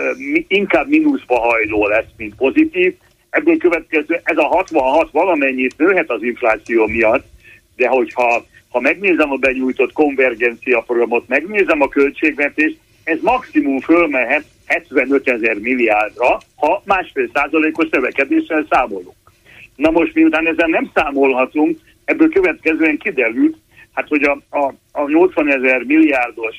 inkább mínuszba hajló lesz, mint pozitív. Ebből következő, ez a hatvanhat valamennyit nőhet az infláció miatt, de hogyha ha megnézem a benyújtott konvergencia programot, megnézem a költségvetést, ez maximum fölmehet hetvenötezer milliárdra, ha másfél százalékos növekedéssel számolunk. Na most miután ezzel nem számolhatunk, ebből következően kiderült, hát hogy a, a, a nyolcvanezer milliárdos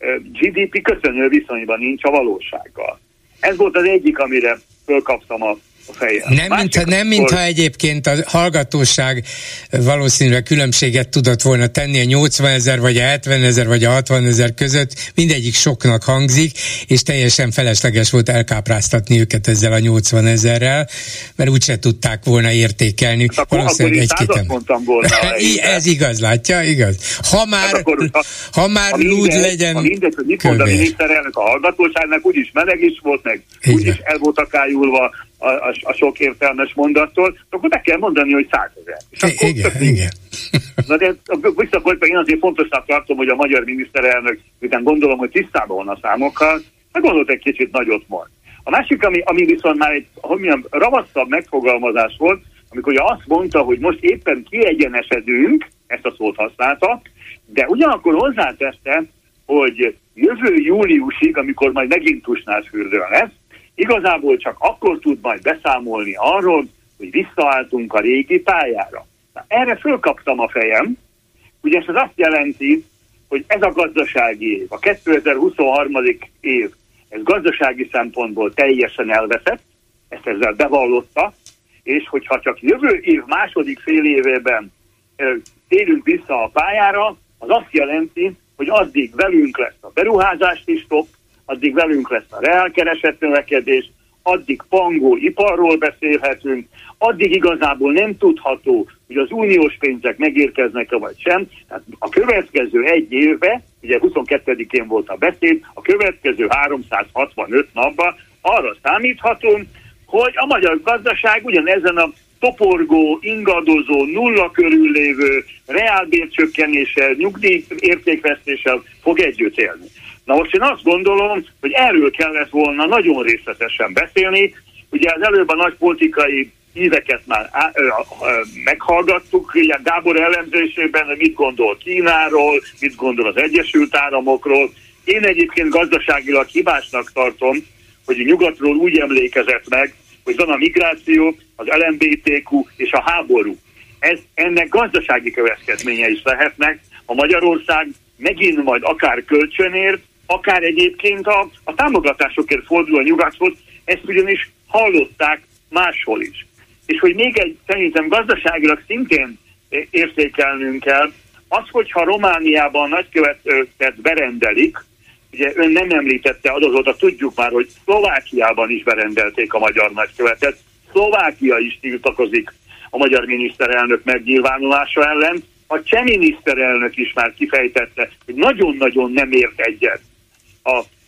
gé dé pé köszönő viszonyban nincs a valósággal. Ez volt az egyik, amire fölkaptam a Nem, mintha, nem mintha egyébként a hallgatóság valószínűleg különbséget tudott volna tenni a nyolcvanezer vagy a hetvenezer vagy a hatvanezer között, mindegyik soknak hangzik, és teljesen felesleges volt elkápráztatni őket ezzel a nyolcvanezerrel, mert úgyse tudták volna értékelni. Akkor, valószínűleg akkor egy százat mondtam volna. Ez igaz, látja, igaz. Ha már, hát akkor, ha, ha már ha lúd minden, legyen ha mindegy, hogy mit mond a miniszterelnök a hallgatóságnak, úgyis meleg is volt, meg úgyis el voltak ájulva A, a, a sok értelmes mondattól, akkor meg kell mondani, hogy százezer. Igen, igen. Na de visszakolt, én azért fontosnak tartom, hogy a magyar miniszterelnök, miután gondolom, hogy tisztában van a számokkal, meg gondolt egy kicsit nagyot mond. A másik, ami, ami viszont már egy, hogy milyen ravaszabb megfogalmazás volt, amikor azt mondta, hogy most éppen kiegyenesedünk, ezt a szót használta, de ugyanakkor hozzátette, hogy jövő júliusig, amikor majd megint Tusnádfürdőn lesz, igazából csak akkor tud majd beszámolni arról, hogy visszaálltunk a régi pályára. Na, erre fölkaptam a fejem, ugye ez azt jelenti, hogy ez a gazdasági év, a kétezer-huszonhárom. év, ez gazdasági szempontból teljesen elveszett, ezt ezzel bevallotta, és hogyha csak jövő év második fél évében ö, térünk vissza a pályára, az azt jelenti, hogy addig velünk lesz a beruházási stopp, addig velünk lesz a reálkeresett növekedés, addig pangó iparról beszélhetünk, addig igazából nem tudható, hogy az uniós pénzek megérkeznek-e vagy sem. Tehát a következő egy évben, ugye huszonkettedikén volt a beszéd, a következő háromszázhatvanöt napban arra számíthatunk, hogy a magyar gazdaság ugyanezen a toporgó, ingadozó, nulla körül lévő reálbércsökkenéssel, nyugdíj értékvesztéssel fog együtt élni. Na most én azt gondolom, hogy erről kellett volna nagyon részletesen beszélni. Ugye az előbb a nagy politikai híveket már á, ö, ö, meghallgattuk, ilyen Gábor elemzésében, hogy mit gondol Kínáról, mit gondol az Egyesült Államokról. Én egyébként gazdaságilag hibásnak tartom, hogy nyugatról úgy emlékezett meg, hogy van a migráció, az el em bé té kú és a háború. Ez, ennek gazdasági következménye is lehetnek, ha Magyarország megint majd akár kölcsönért, akár egyébként a, a támogatásokért fordul a nyugathoz, ezt ugyanis hallották máshol is. És hogy még egy, szerintem gazdaságilag szintén értékelnünk kell, az, hogyha Romániában a nagykövetet berendelik, ugye ön nem említette, azóta tudjuk már, hogy Szlovákiában is berendelték a magyar nagykövetet, Szlovákia is tiltakozik a magyar miniszterelnök megnyilvánulása ellen, a cseh miniszterelnök is már kifejtette, hogy nagyon-nagyon nem ért egyet a,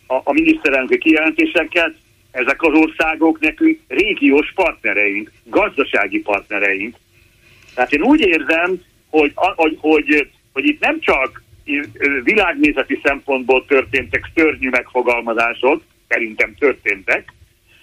a, a miniszterelnöki kijelentésekkel, ezek az országok nekünk régiós partnereink, gazdasági partnereink. Tehát én úgy érzem, hogy, hogy, hogy, hogy itt nem csak világnézeti szempontból történtek szörnyű megfogalmazások, szerintem történtek,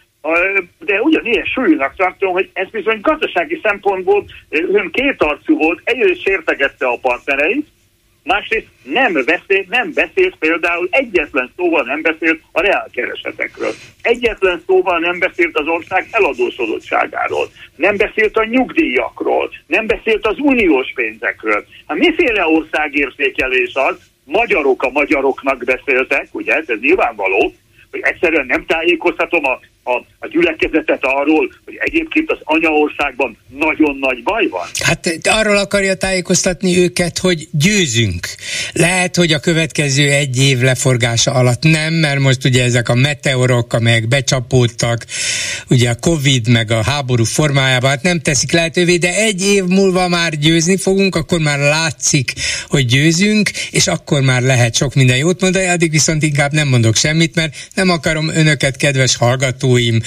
de ugyanilyen súlyúnak tartom, hogy ez bizony gazdasági szempontból ön kétarcú volt, egyrészt sértegette a partnereit, másrészt nem beszélt, nem beszélt például, egyetlen szóval nem beszélt a reálkeresetekről. Egyetlen szóval nem beszélt az ország eladósodottságáról. Nem beszélt a nyugdíjakról. Nem beszélt az uniós pénzekről. Hát miféle országérzékelés az? Magyarok a magyaroknak beszéltek, ugye, ez nyilvánvaló, hogy egyszerűen nem tájékoztatom a, a, a gyülekezetet arról, hogy egyébként az anyaországban nagyon nagy baj van. Hát arról akarja tájékoztatni őket, hogy győzünk. Lehet, hogy a következő egy év leforgása alatt nem, mert most ugye ezek a meteorok, amelyek becsapódtak, ugye a Covid meg a háború formájában, hát nem teszik lehetővé, de egy év múlva már győzni fogunk, akkor már látszik, hogy győzünk, és akkor már lehet sok minden jót mondani, addig viszont inkább nem mondok semmit, mert nem akarom önöket, kedves hallgatóim,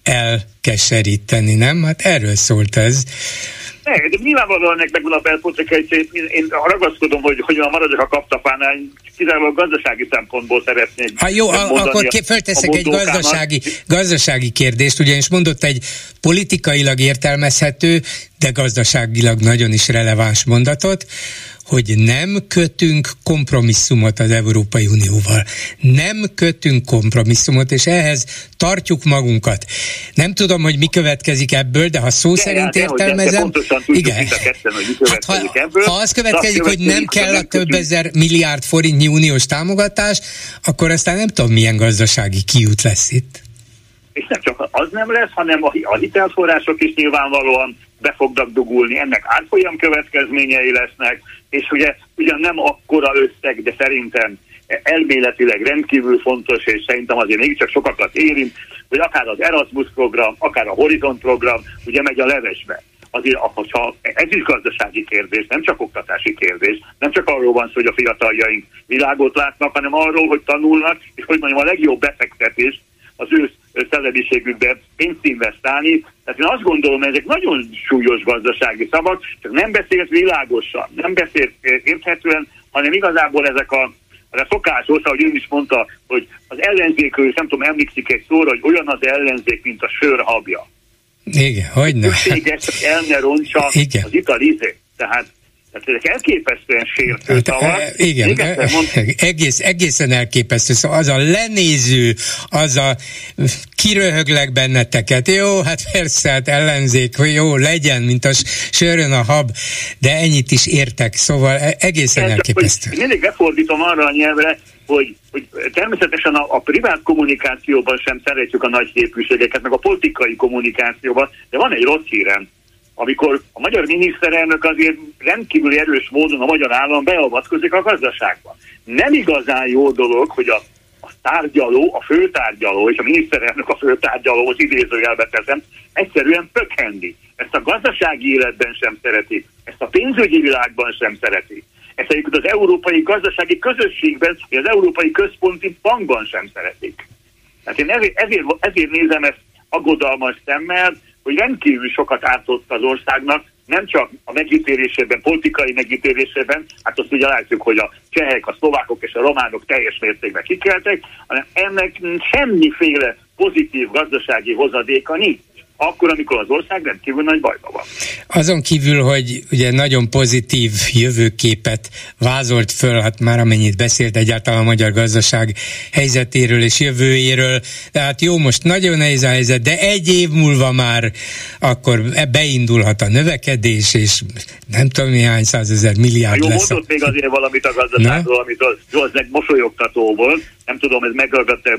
elkeseríteni, nem? Hát erről szólt ez. Ne, de nyilvánvalóan ennek megvan a belpolitikai cél. Én, én ragaszkodom, hogy hogyan maradjak a kaptafánál, kizárólag gazdasági szempontból szeretnék. Ha jó, a, akkor ké, fölteszek egy gazdasági, gazdasági kérdést, ugyanis mondott egy politikailag értelmezhető, de gazdaságilag nagyon is releváns mondatot, hogy nem kötünk kompromisszumot az Európai Unióval. Nem kötünk kompromisszumot, és ehhez tartjuk magunkat. Nem tudom, hogy mi következik ebből, de ha szó de szerint hát, értelmezem... Igen. Ketten, hogy hát, ha, ebből, ha az következik, hogy nem kell a több ezer milliárd forintnyi uniós támogatás, akkor aztán nem tudom, milyen gazdasági kiút lesz itt. És nem csak az nem lesz, hanem a hitelforrások is nyilvánvalóan be fognak dugulni, ennek árfolyam következményei lesznek, és ugye ugyan nem akkora összeg, de szerintem elméletileg rendkívül fontos, és szerintem azért mégiscsak sokakat érint, hogy akár az Erasmus program, akár a Horizon program, ugye megy a levesbe. Azért, hogyha ez is gazdasági kérdés, nem csak oktatási kérdés, nem csak arról van szó, hogy a fiataljaink világot látnak, hanem arról, hogy tanulnak, és hogy mondjam, a legjobb befektetés az ő szellemiségükbe pénzt investálni. Tehát én azt gondolom, hogy ezek nagyon súlyos gazdasági szavak, csak nem beszélt világosan, nem beszélt érthetően, hanem igazából ezek a, a szokásos, ahogy ön is mondta, hogy az ellenzékről, nem tudom, emlékszik egy szóra, hogy olyan az ellenzék, mint a sör habja. Igen, hogyne. Szükséges, el ne roncsa az italizé. Tehát Tehát ezek elképesztően sértő szavak. Igen, egész, egészen elképesztő. Szóval az a lenéző, az a kiröhöglek benneteket. Jó, hát persze, hát ellenzék, jó, legyen, mint a sörön a hab, de ennyit is értek. Szóval egészen elképesztő. Hogy mindig befordítom arra a nyelvre, hogy, hogy természetesen a, a privát kommunikációban sem szeretjük a nagy képviségeket, meg a politikai kommunikációban, de van egy rossz hírem. Amikor a magyar miniszterelnök azért rendkívül erős módon a magyar állam beavatkozik a gazdaságba. Nem igazán jó dolog, hogy a, a tárgyaló, a főtárgyaló és a miniszterelnök a főtárgyaló, az idézőjelbe teszem, egyszerűen pökhendi. Ezt a gazdasági életben sem szereti, ezt a pénzügyi világban sem szereti. Ezt egyébként az európai gazdasági közösségben, vagy az európai központi bankban sem szeretik. Hát én ezért, ezért, ezért nézem ezt aggodalmas szemmel, hogy rendkívül sokat ártott az országnak, nem csak a megítélésében, politikai megítélésében, hát azt ugye látjuk, hogy a csehek, a szlovákok és a románok teljes mértékben kikeltek, hanem ennek semmiféle pozitív gazdasági hozadéka nincs. Akkor, amikor az ország rendkívül nagy bajban van. Azon kívül, hogy ugye nagyon pozitív jövőképet vázolt föl, hát már amennyit beszélt egyáltalán a magyar gazdaság helyzetéről és jövőjéről, de hát jó, most nagyon nehéz a helyzet, de egy év múlva már akkor beindulhat a növekedés, és nem tudom, néhány százezer milliárd jó, lesz. Jó, mondott még azért valamit a gazdaságról, amit az, az mosolyogtató volt, nem tudom, ez meghallgatta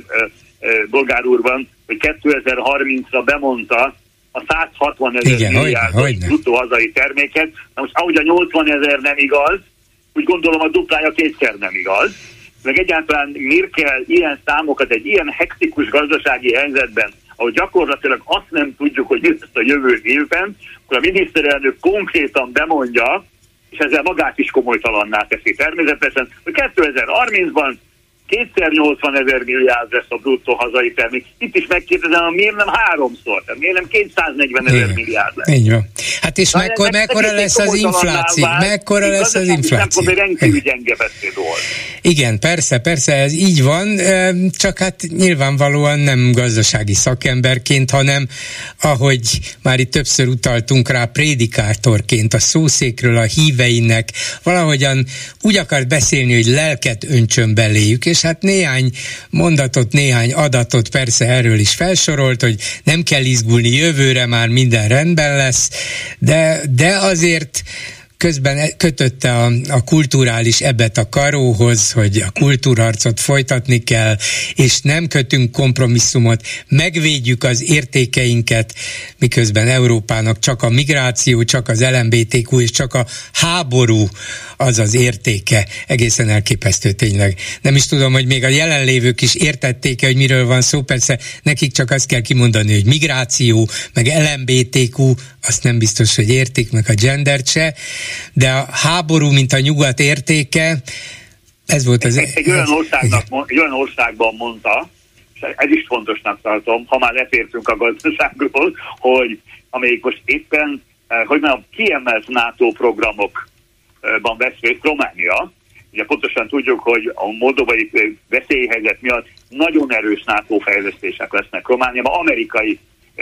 Bolgár úrban, hogy kétezer-harmincra bemondta a száz hatvan ezer milliárdos bruttó hazai terméket. Na most ahogy a nyolcvan ezer nem igaz, úgy gondolom a duplája kétszer nem igaz. Meg egyáltalán miért kell ilyen számokat egy ilyen hektikus gazdasági helyzetben, ahol gyakorlatilag azt nem tudjuk, hogy mi lesz a jövő évben, akkor a miniszterelnök konkrétan bemondja, és ezzel magát is komolytalanná teszi természetesen, hogy kétezer-harmincban kétszer nyolcvanezer milliárd lesz a bruttó hazai termék. Itt is megkérdezem, miért nem háromszor, tehát miért nem kétszáznegyvenezer milliárd lesz. Így van. Hát és mekkora, mekkora lesz az infláció? Mekkora lesz az infláció? Rendkívül gyenge beszéd volt. Igen, persze, persze, ez így van, csak hát nyilvánvalóan nem gazdasági szakemberként, hanem ahogy már itt többször utaltunk rá, prédikátorként a szószékről a híveinek valahogyan úgy akart beszélni, hogy lelket öntsön beléjük, és hát néhány mondatot, néhány adatot persze erről is felsorolt, hogy nem kell izgulni, jövőre már minden rendben lesz, de, de azért közben kötötte a, a kulturális ebet a karóhoz, hogy a kultúrharcot folytatni kell, és nem kötünk kompromisszumot, megvédjük az értékeinket, miközben Európának csak a migráció, csak az el em bé té kú és csak a háború az az értéke. Egészen elképesztő tényleg. Nem is tudom, hogy még a jelenlévők is értették-e, hogy miről van szó, persze nekik csak azt kell kimondani, hogy migráció, meg el em bé té kú, azt nem biztos, hogy értik, meg a gendert se, de a háború, mint a nyugat értéke, ez volt az... Egy, egy, olyan, országnak, egy olyan országban mondta, és ez is fontosnak tartom, ha már letértünk a gazdaságról, hogy amelyik most éppen, hogy már kiemelt NATO programokban vesz részt Románia, ugye pontosan tudjuk, hogy a moldovai veszélyhelyzet miatt nagyon erős NATO fejlesztések lesznek Romániában, amerikai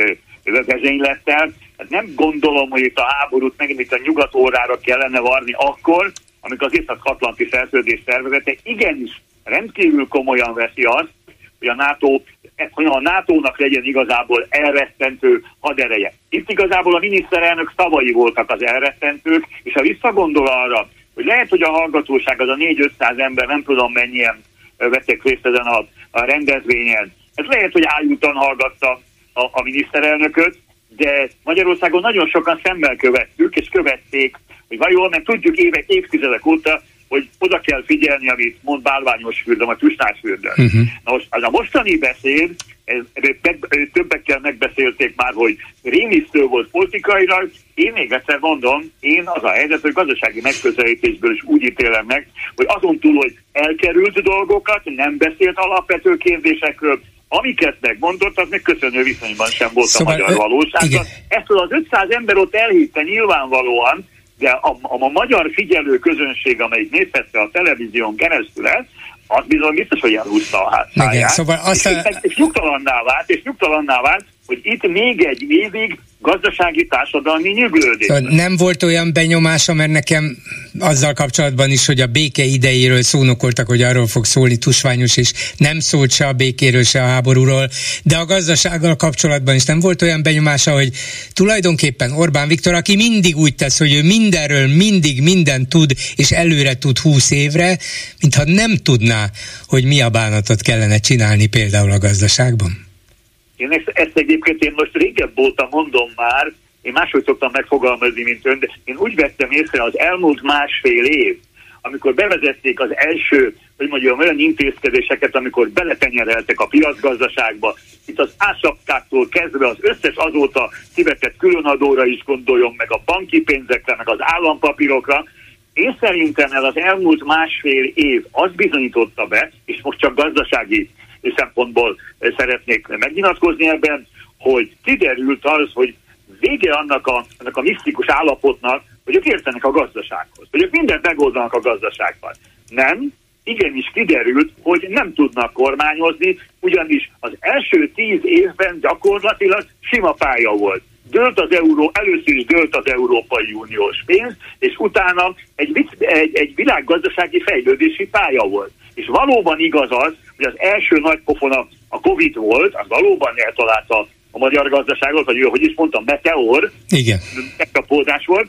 vezénylettel. Hát nem gondolom, hogy itt a háborút megint itt a nyugat órára kellene varni akkor, amikor az Észak-Atlanti Szerződés Szervezete igenis rendkívül komolyan veszi azt, hogy a NATO, hogy a nátónak legyen igazából elrettentő hadereje. Itt igazából a miniszterelnök szavai voltak az elrettentők, és ha visszagondol arra, hogy lehet, hogy a hallgatóság az a négy-ötszáz ember, nem tudom mennyien vettek részt ezen a, a rendezvényen. Ez lehet, hogy ájútan hallgatta a, a miniszterelnököt, de Magyarországon nagyon sokan szemmel követtük, és követték, hogy vajon, mert tudjuk évek, évtizedek óta, hogy oda kell figyelni, amit mond Bálványos fürdőm, a Tusnás fürdőm. Uh-huh. Na most az a mostani beszéd, ez, meg, többekkel megbeszélték már, hogy rémisztő volt politikailag. Én még egyszer mondom, én az a helyzet, hogy gazdasági megközelítésből is úgy ítélem meg, hogy azon túl, hogy elkerült dolgokat, nem beszélt alapvető kérdésekről, amiket megmondott, az meg köszönő viszonyban sem volt szóval, a magyar valóságban. Ezt az ötszáz ember ott elhitte nyilvánvalóan, de a, a, a magyar figyelő közönség, amelyik nézhette a televízión keresztül ezt, az bizony biztos, hogy elhúzta a hátszáját. Szóval és, a... és, és nyugtalanná vált, és nyugtalanná vált, hogy itt még egy évig gazdasági társadalmi nyüglődés. Szóval nem volt olyan benyomása, mert nekem azzal kapcsolatban is, hogy a béke idejéről szónokoltak, hogy arról fog szólni Tusványos, és nem szólt se a békéről, se a háborúról, de a gazdasággal kapcsolatban is nem volt olyan benyomása, hogy tulajdonképpen Orbán Viktor, aki mindig úgy tesz, hogy ő mindenről mindig mindent tud, és előre tud húsz évre, mintha nem tudná, hogy mi a bánatot kellene csinálni például a gazdaságban. Én ezt, ezt egyébként én most régebb óta mondom már, én máshogy szoktam megfogalmazni, mint ön, de én úgy vettem észre az elmúlt másfél év, amikor bevezették az első, hogy mondjam, olyan intézkedéseket, amikor beletenyereltek a piacgazdaságba, itt az ásapkáktól kezdve az összes azóta kivetett különadóra is gondoljon, meg a banki pénzekre, meg az állampapírokra. Én szerintem ez az elmúlt másfél év azt bizonyította be, és most csak gazdasági szempontból szeretnék megnyilatkozni ebben, hogy kiderült az, hogy vége annak a, annak a misztikus állapotnak, hogy ők értenek a gazdasághoz, hogy ők mindent megoldanak a gazdaságban. Nem, igenis kiderült, hogy nem tudnak kormányozni, ugyanis az első tíz évben gyakorlatilag sima pálya volt. Dőlt az euró, először is dőlt az Európai Uniós pénz, és utána egy, egy, egy világgazdasági fejlődési pálya volt. És valóban igaz az, hogy az első nagy pofona a Covid volt, az valóban eltalálta a magyar gazdaságot, vagy hogy is mondtam, meteor, igen, megkapódás volt.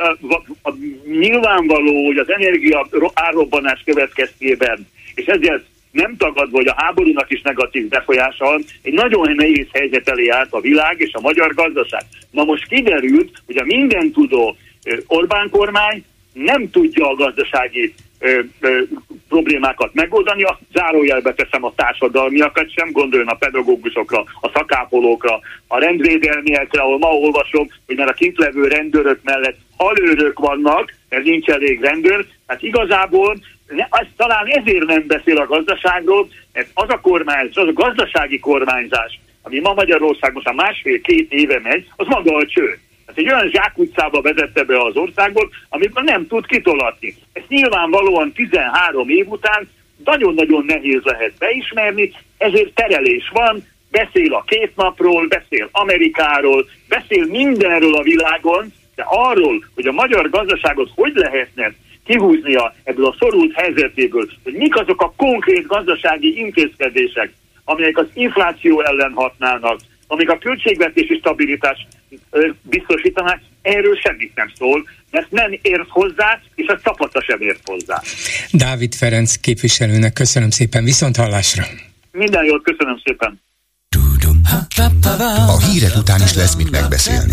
Nyilvánvaló, hogy az energia árrobbanás következtében, és ezért nem tagadva, hogy a háborúnak is negatív befolyása, egy nagyon nehéz helyzet elé állt a világ és a magyar gazdaság. Na most kiderült, hogy a mindentudó Orbán kormány nem tudja a gazdasági ö, ö, problémákat megoldani, a zárójelbe teszem a társadalmiakat sem, gondoljon a pedagógusokra, a szakápolókra, a rendvédelmiekre, ahol ma olvasom, hogy már a kint levő rendőrök mellett halőrök vannak, mert nincs elég rendőr, hát igazából az talán ezért nem beszél a gazdaságról, mert az a kormányzás, az a gazdasági kormányzás, ami ma Magyarország most a másfél-két éve megy, az maga a csőd. Hát egy olyan zsákutcába vezette be az országból, amikor nem tud kitolatni. Ezt nyilvánvalóan tizenhárom év után nagyon-nagyon nehéz lehet beismerni, ezért terelés van, beszél a két napról, beszél Amerikáról, beszél mindenről a világon, de arról, hogy a magyar gazdaságot hogy lehetne kihúznia ebből a szorult helyzetéből, hogy mik azok a konkrét gazdasági intézkedések, amelyek az infláció ellen hatnának, amik a költségvetési stabilitást biztosítanák, erről semmit nem szól, mert nem ért hozzá, és a csapata sem ért hozzá. Dávid Ferenc képviselőnek köszönöm szépen, viszont hallásra. Minden jót, köszönöm szépen. A hírek után is lesz mit megbeszélni.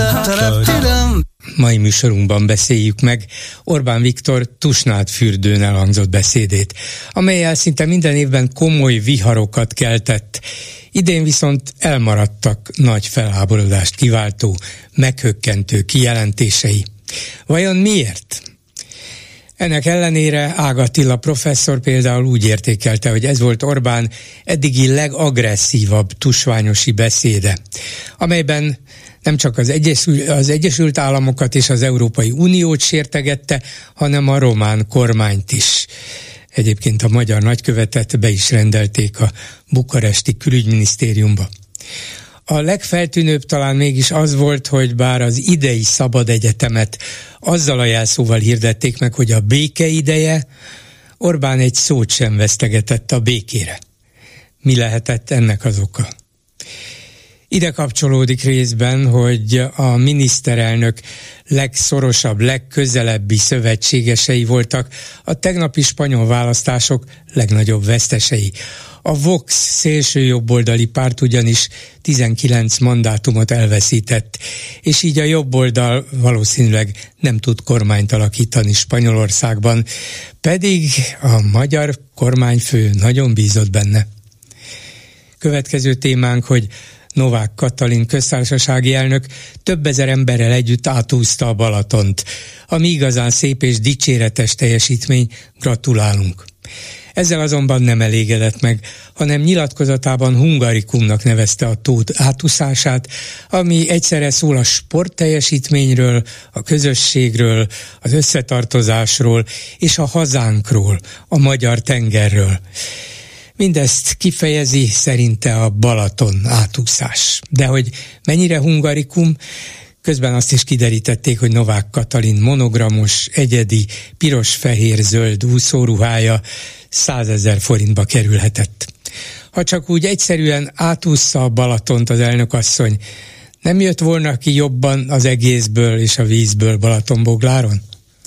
Mai műsorunkban beszéljük meg Orbán Viktor Tusnádfürdőn elhangzott beszédét, amellyel szinte minden évben komoly viharokat keltett. Idén viszont elmaradtak nagy felháborodást kiváltó, meghökkentő kijelentései. Vajon miért? Ennek ellenére Ág Attila professzor például úgy értékelte, hogy ez volt Orbán eddigi legagresszívabb tusványosi beszéde, amelyben nem csak az Egyesült, az Egyesült Államokat és az Európai Uniót sértegette, hanem a román kormányt is. Egyébként a magyar nagykövetet be is rendelték a bukaresti külügyminisztériumba. A legfeltűnőbb talán mégis az volt, hogy bár az idei szabad egyetemet azzal a jelszóval hirdették meg, hogy a béke ideje, Orbán egy szót sem vesztegetett a békére. Mi lehetett ennek az oka? Ide kapcsolódik részben, hogy a miniszterelnök legszorosabb, legközelebbi szövetségesei voltak a tegnapi spanyol választások legnagyobb vesztesei. A Vox szélsőjobboldali párt ugyanis tizenkilenc mandátumot elveszített, és így a jobboldal valószínűleg nem tud kormányt alakítani Spanyolországban, pedig a magyar kormányfő nagyon bízott benne. Következő témánk, hogy Novák Katalin köztársasági elnök több ezer emberrel együtt átúszta a Balatont. Ami igazán szép és dicséretes teljesítmény, gratulálunk. Ezzel azonban nem elégedett meg, hanem nyilatkozatában hungarikumnak nevezte a tó átúszását, ami egyszerre szól a sportteljesítményről, a közösségről, az összetartozásról és a hazánkról, a magyar tengerről. Mindezt kifejezi szerinte a Balaton átúszás. De hogy mennyire hungarikum, közben azt is kiderítették, hogy Novák Katalin monogramos, egyedi, piros-fehér-zöld úszóruhája százezer forintba kerülhetett. Ha csak úgy egyszerűen átúszza a Balatont az elnökasszony, nem jött volna ki jobban az egészből és a vízből Balatonbogláron?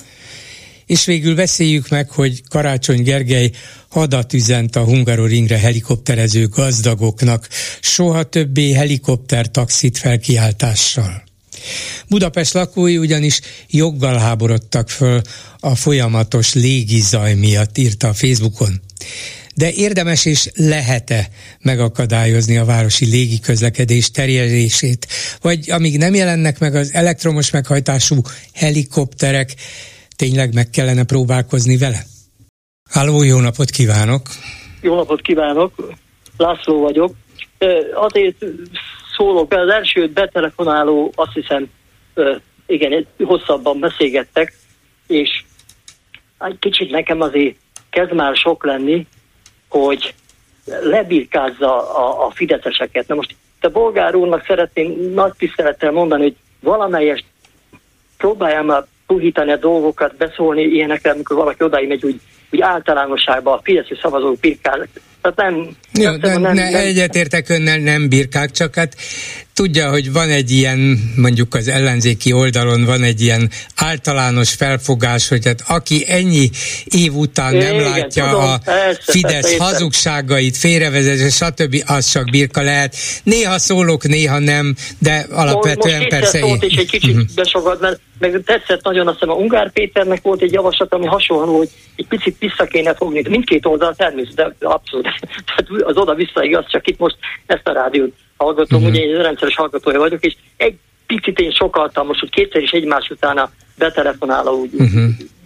És végül beszéljük meg, hogy Karácsony Gergely hadat üzent a Hungaroringre helikopterező gazdagoknak, soha többé helikoptertaxit felkiáltással. Budapest lakói ugyanis joggal háborodtak föl a folyamatos légizaj miatt, írta a Facebookon. De érdemes és lehet-e megakadályozni a városi légiközlekedés terjedését, vagy amíg nem jelennek meg az elektromos meghajtású helikopterek, tényleg meg kellene próbálkozni vele? Halló, jó napot kívánok! Jó napot kívánok! László vagyok. Azért szólok be, az első betelefonáló, azt hiszem, igen, hosszabban beszélgettek, és egy kicsit nekem azért kezd már sok lenni, hogy lebirkázza a, a fideszeseket. Na most a Bolgár úrnak szeretném nagy tisztelettel mondani, hogy valamelyest próbáljál már puhítani a dolgokat, beszólni ilyenekre, amikor valaki odaig megy úgy, úgy általánosságban a fideszes szavazók birkálnak. Tehát nem... Jó, nem, de nem, ne, nem, egyetértek önnel, nem birkák, csak hát tudja, hogy van egy ilyen, mondjuk az ellenzéki oldalon van egy ilyen általános felfogás, hogy hát aki ennyi év után nem igen, látja tudom, a persze, Fidesz persze, hazugságait, félrevezetését, stb., az csak birka lehet. Néha szólok, néha nem, de alapvetően most persze... Most szólt, és egy kicsit uh-huh. besogad, mert meg tetszett nagyon, azt hiszem a Ungár Péternek volt egy javaslat, ami hasonló, hogy egy picit vissza kéne fogni. Mindkét oldal természetesen, de abszolút. Tehát az oda-vissza igaz, csak itt most ezt a rádiót hallgatom, uh-huh. ugye én rendszeres hallgatója vagyok, és egy picit én sokaltam most, hogy kétszer is egymás után a betelefonáló úgy. Uh-huh.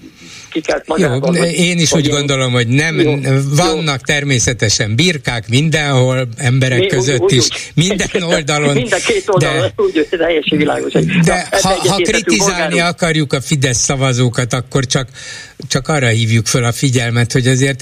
ki kellett magában. Jó, én is úgy gondolom, hogy nem, jó, vannak jó. természetesen birkák mindenhol, emberek Mi, között úgy, is, úgy, minden úgy, oldalon. Minden két oldalon, de, úgy, teljesen világos. De na, ha, ha kritizálni akarjuk a Fidesz szavazókat, akkor csak, csak arra hívjuk föl a figyelmet, hogy azért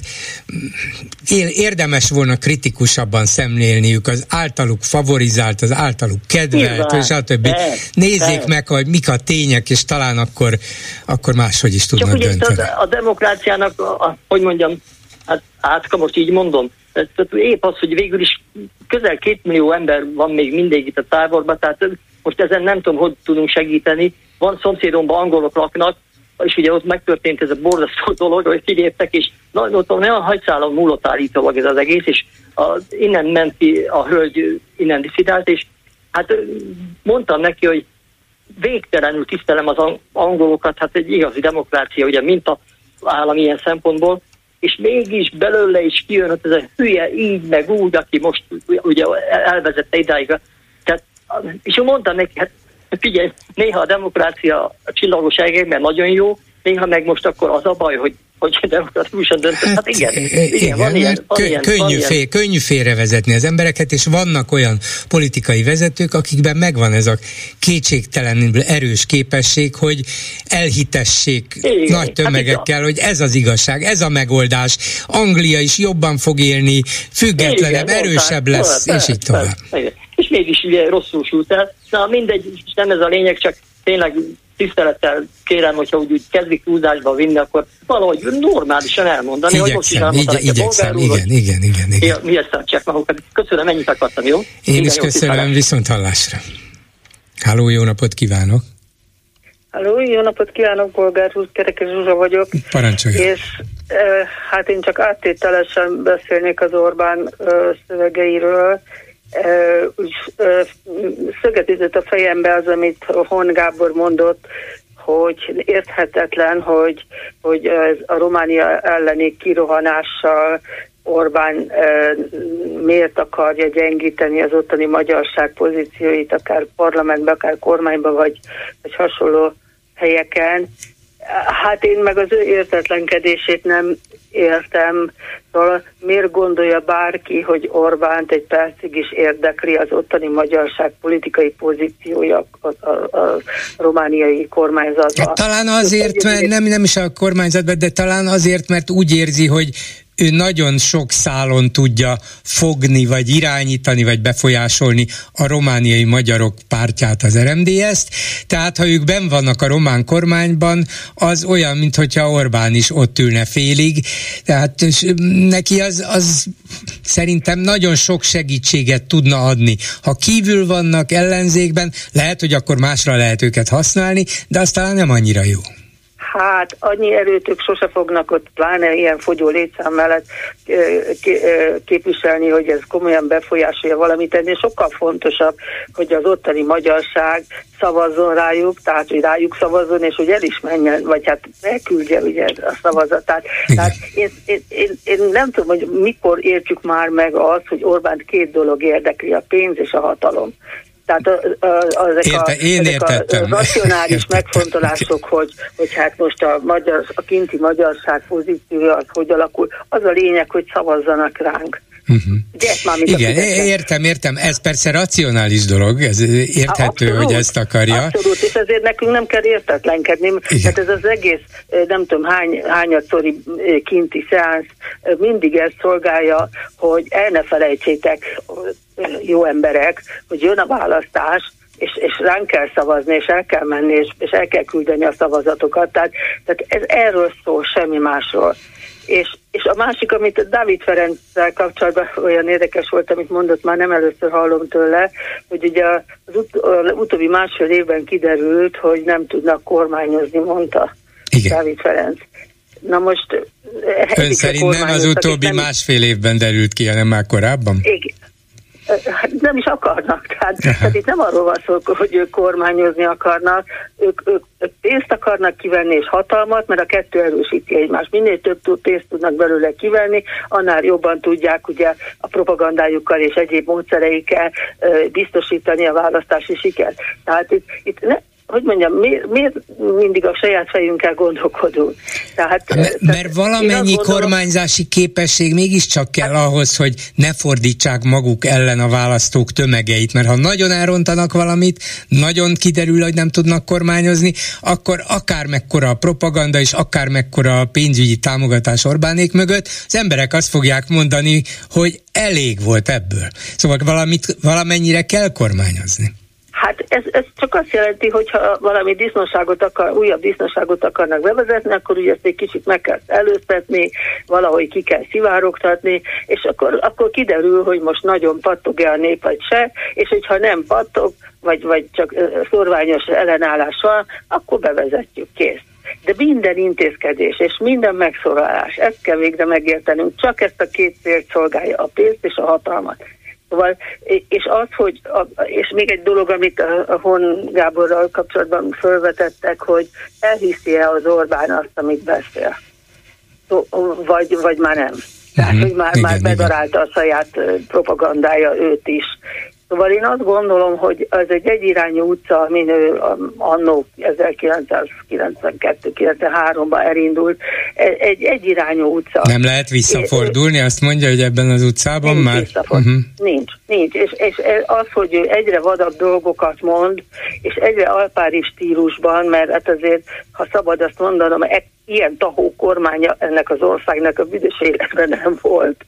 érdemes volna kritikusabban szemlélniük az általuk favorizált, az általuk kedvelt, és stb. Nézzék de. meg, hogy mik a tények, és talán akkor, akkor máshogy is tudnak dönteni. A, a demokráciának, a, a, hogy mondjam, hát, hát most így mondom, tehát épp az, hogy végül is közel két millió ember van még mindig itt a táborban, tehát most ezen nem tudom, hogy tudunk segíteni. Van szomszédomban angolok laknak, és ugye ott megtörtént ez a borzasztó dolog, hogy kiléptek, és ott olyan hajszálon múlott állítólag ez az egész, és a, innen ment ki a hölgy, innen diszidált, és hát mondtam neki, hogy végtelenül tisztelem az angolokat, hát egy igazi demokrácia, ugye minta állam ilyen szempontból, és mégis belőle is kijön ott ez a hülye így, meg úgy, aki most ugye elvezette idáig. Tehát, és mondtam neki, hát figyelj, néha a demokrácia a csillagos egekben nagyon jó, néha meg most akkor az a baj, hogy hogy demokratikusan döntött. Hát igen, igen, igen, van ilyen, van kö, ilyen, könnyű, van fél, ilyen. könnyű félrevezetni az embereket, és vannak olyan politikai vezetők, akikben megvan ez a kétségtelenül erős képesség, hogy elhitessék igen, nagy tömegekkel, hát hogy ez az igazság, ez a megoldás. Anglia is jobban fog élni, függetlenebb, igen, erősebb mondták, lesz, persze, és így tovább. Persze, és mégis ugye rosszul sült el. Na mindegy, nem ez a lényeg, csak tényleg tisztelettel kérem, hogyha úgy, úgy kezdik túlzásba vinni, akkor valahogy normálisan elmondani, igyekszem, hogy most is elmondanak. Igye, igyekszem, igen, igen, igen, igen. Mi ezt tartsák magukat. Köszönöm, ennyit akartam, jó? Én Minden is köszönöm, viszont hallásra. Háló, jó napot kívánok! Háló, jó napot kívánok, Bolgár Kerekes Zsuzsa vagyok. Parancsolja. És e, hát én csak áttételesen beszélnék az Orbán e, szövegeiről. Uh, úgy uh, szöget ütött a fejembe az, amit Hon Gábor mondott, hogy érthetetlen, hogy, hogy a Románia elleni kirohanással Orbán uh, miért akarja gyengíteni az ottani magyarság pozícióit, akár parlamentben, akár kormányban, vagy, vagy hasonló helyeken. Hát én meg az ő értetlenkedését nem értem, szóval miért gondolja bárki, hogy Orbánt egy percig is érdekli az ottani magyarság politikai pozíciója a, a, a romániai kormányzatban. Hát, talán azért, mert nem, nem is a kormányzatban, de talán azért, mert úgy érzi, hogy ő nagyon sok szálon tudja fogni, vagy irányítani, vagy befolyásolni a romániai magyarok pártját, az er em dé es-t. Tehát, ha ők benn vannak a román kormányban, az olyan, mintha Orbán is ott ülne félig. Tehát neki az, az szerintem nagyon sok segítséget tudna adni. Ha kívül vannak ellenzékben, lehet, hogy akkor másra lehet őket használni, de aztán nem annyira jó. Hát annyi erőt ők sose fognak ott, pláne ilyen fogyó létszám mellett képviselni, hogy ez komolyan befolyásolja valamit. Ennél sokkal fontosabb, hogy az ottani magyarság szavazzon rájuk, tehát hogy rájuk szavazzon, és hogy el is menjen, vagy hát elküldje ugye a szavazatát. Tehát én, én, én, én nem tudom, hogy mikor értjük már meg azt, hogy Orbánt két dolog érdekli, a pénz és a hatalom. Tehát a, a, a, ezek, Érte, a, én ezek a racionális értettem. megfontolások, hogy, hogy hát most a, magyar, a kinti magyarság pozíciója az hogy alakul, az a lényeg, hogy szavazzanak ránk. Uh-huh. Ugye, már igen, értem, értem, ez persze racionális dolog, ez érthető, abszolút, hogy ezt akarja. Abszolút, és ezért nekünk nem kell értetlenkedni, mert ez az egész, nem tudom, hány, hányadszori kinti szeánsz mindig ezt szolgálja, hogy el ne felejtsétek, jó emberek, hogy jön a választás, és, és ránk kell szavazni, és el kell menni, és, és el kell küldeni a szavazatokat. Tehát, tehát ez erről szól, semmi másról. És, és a másik, amit Dávid Ferenccel kapcsolatban olyan érdekes volt, amit mondott, már nem először hallom tőle, hogy ugye az ut- az utóbbi másfél évben kiderült, hogy nem tudnak kormányozni, mondta igen. Dávid Ferenc. Na most... Ön szerint nem az utóbbi nem másfél évben derült ki, hanem már korábban? Igen. Nem is akarnak, tehát, tehát itt nem arról van szó, hogy ők kormányozni akarnak, ők, ők, ők pénzt akarnak kivenni és hatalmat, mert a kettő erősíti egymást. Minél több pénzt tudnak belőle kivenni, annál jobban tudják ugye a propagandájukkal és egyéb módszereikkel biztosítani a választási sikert. Tehát itt, itt ne, hogy mondjam, miért, miért mindig a saját fejünkkel gondolkodunk? Tehát, mert, mert valamennyi gondolom, kormányzási képesség mégiscsak kell hát, ahhoz, hogy ne fordítsák maguk ellen a választók tömegeit, mert ha nagyon elrontanak valamit, nagyon kiderül, hogy nem tudnak kormányozni, akkor akár mekkora a propaganda és akár mekkora a pénzügyi támogatás Orbánék mögött, az emberek azt fogják mondani, hogy elég volt ebből. Szóval valamit, valamennyire kell kormányozni. Hát ez, ez csak azt jelenti, hogy ha valami disznóságot akar, újabb disznóságot akarnak bevezetni, akkor ugye ezt egy kicsit meg kell előztetni, valahogy ki kell szivárogtatni, és akkor, akkor kiderül, hogy most nagyon pattog-e a nép, vagy se, és hogyha nem pattog, vagy, vagy csak szorványos ellenállás van, akkor bevezetjük, kész. De minden intézkedés és minden megszólalás, ezt kell végre megértenünk, csak ezt a két célt szolgálja, a pénzt és a hatalmat. Szóval, és az, hogy, és még egy dolog, amit a Hon Gáborral kapcsolatban felvetettek, hogy elhiszi-e az Orbán azt, amit beszél. Vagy, vagy már nem. Tehát, uh-huh. hogy már, igen, már bedarálta a saját propagandája őt is. Szóval én azt gondolom, hogy ez egy egyirányú utca, amin ő annó ezerkilencszázkilencvenkettő kilencvenháromban elindult, egy egyirányú utca. Nem lehet visszafordulni, azt mondja, hogy ebben az utcában nincs már... Uh-huh. Nincs, nincs. És, és az, hogy ő egyre vadabb dolgokat mond, és egyre alpári stílusban, mert hát azért, ha szabad azt mondanom, ilyen tahó kormánya ennek az országnak a büdös életben nem volt.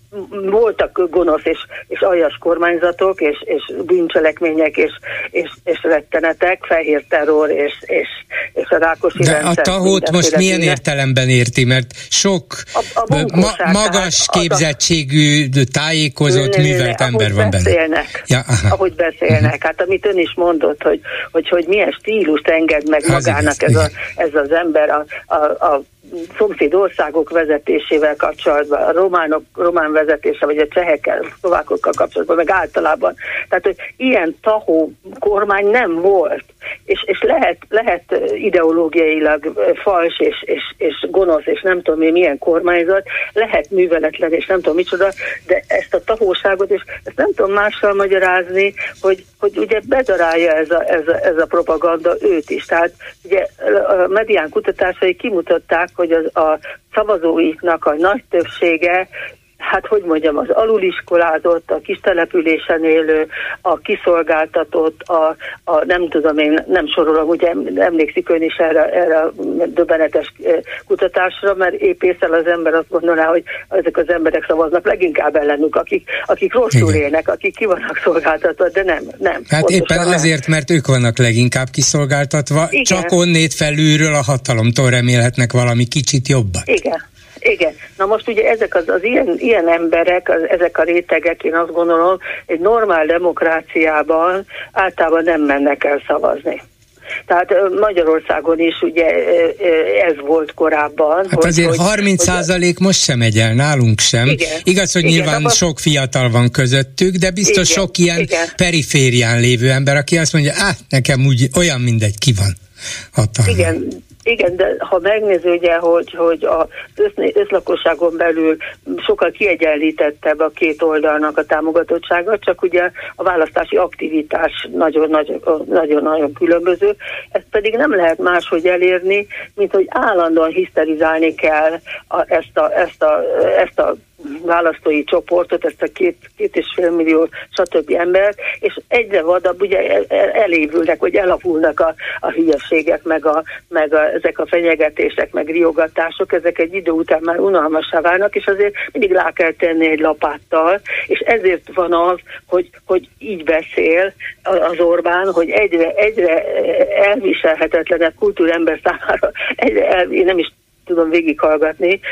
Voltak gonosz és, és aljas kormányzatok, és, és bűncselekmények, és, és, és rettenetek, fehér terror, és, és, és a Rákosi de rendszer. De a tahót most milyen bűne. Értelemben érti? Mert sok a, a ma, magas képzettségű, tájékozott, ne, ne, művelt ne, ember van benne. Ja, ahogy beszélnek. Uh-huh. Hát amit ön is mondott, hogy, hogy, hogy milyen stílust enged meg az magának igaz, ez, a, ez az ember a, a, a szomszéd országok vezetésével kapcsolatban, a románok, román vezetése, vagy a csehekkel, szlovákokkal kapcsolatban, meg általában. Tehát, hogy ilyen tahó kormány nem volt. És, és lehet, lehet ideológiailag fals, és, és, és gonosz, és nem tudom én milyen kormányzat, lehet műveletlen, és nem tudom micsoda, de ezt a tahóságot, és ezt nem tudom mással magyarázni, hogy, hogy ugye bedarálja ez a, ez, a, ez a propaganda őt is. Tehát ugye a Medián kutatásai kimutatták, hogy az, a szavazóiknak a nagy többsége, hát hogy mondjam, az aluliskolázott, a kis településen élő, a kiszolgáltatott, a, a nem tudom én, nem sorolom, ugye emlékszik ön is erre, erre a döbbenetes kutatásra, mert épp észre az ember azt gondolná, hogy ezek az emberek szavaznak leginkább ellenük, akik, akik rosszul élnek, akik ki vannak szolgáltatva, de nem, nem. Hát éppen nem. Azért, mert ők vannak leginkább kiszolgáltatva, igen. Csak onnét felülről a hatalomtól remélhetnek valami kicsit jobban. Igen. Igen. Na most ugye ezek az, az ilyen, ilyen emberek, az, ezek a rétegek, én azt gondolom, egy normál demokráciában általában nem mennek el szavazni. Tehát Magyarországon is ugye ez volt korábban. Hát hogy, azért hogy, harminc százalék hogy, most sem megy el, nálunk sem. Igen, Igaz, hogy igen, nyilván abban... sok fiatal van közöttük, de biztos igen, sok ilyen igen. periférián lévő ember, aki azt mondja, á, nekem úgy olyan mindegy, ki van hatalma. Igen. Igen, de ha megnéző ugye, hogy, hogy az összlakosságon belül sokkal kiegyenlítettebb a két oldalnak a támogatottsága, csak ugye a választási aktivitás nagyon-nagyon különböző. Ezt pedig nem lehet máshogy elérni, mint hogy állandóan hiszterizálni kell a, ezt, a, ezt, a, ezt a választói csoportot, ezt a két, két és fél millió stb. Embert, és egyre vadabb, ugye elévülnek, vagy elavulnak a, a hülyeségek, meg, a, meg a, ezek a fenyegetések, meg riogatások, ezek egy idő után már unalmassá válnak, és azért mindig rá kell tenni egy lapáttal, és ezért van az, hogy, hogy így beszél az Orbán, hogy egyre, egyre elviselhetetlenebb kultúrember számára, egyre el, nem is tudom végighallgatni,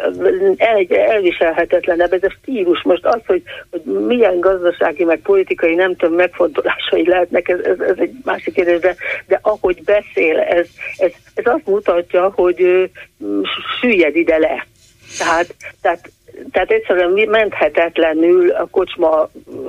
el, elviselhetetlenebb ez a stílus. Most az, hogy, hogy milyen gazdasági, meg politikai, nem tudom, megfontolásai lehetnek, ez, ez, ez egy másik kérdés, de, de ahogy beszél, ez, ez, ez azt mutatja, hogy süllyed ide le. Tehát, tehát tehát egyszerűen menthetetlenül a kocsma,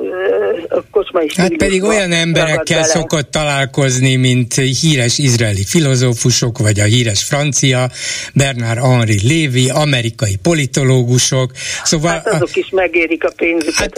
a kocsmai stílusba. Hát pedig olyan emberekkel szokott találkozni, mint híres izraeli filozófusok, vagy a híres francia Bernard-Henri Lévy, amerikai politológusok. Szóval hát azok a, is megérik a pénzüket.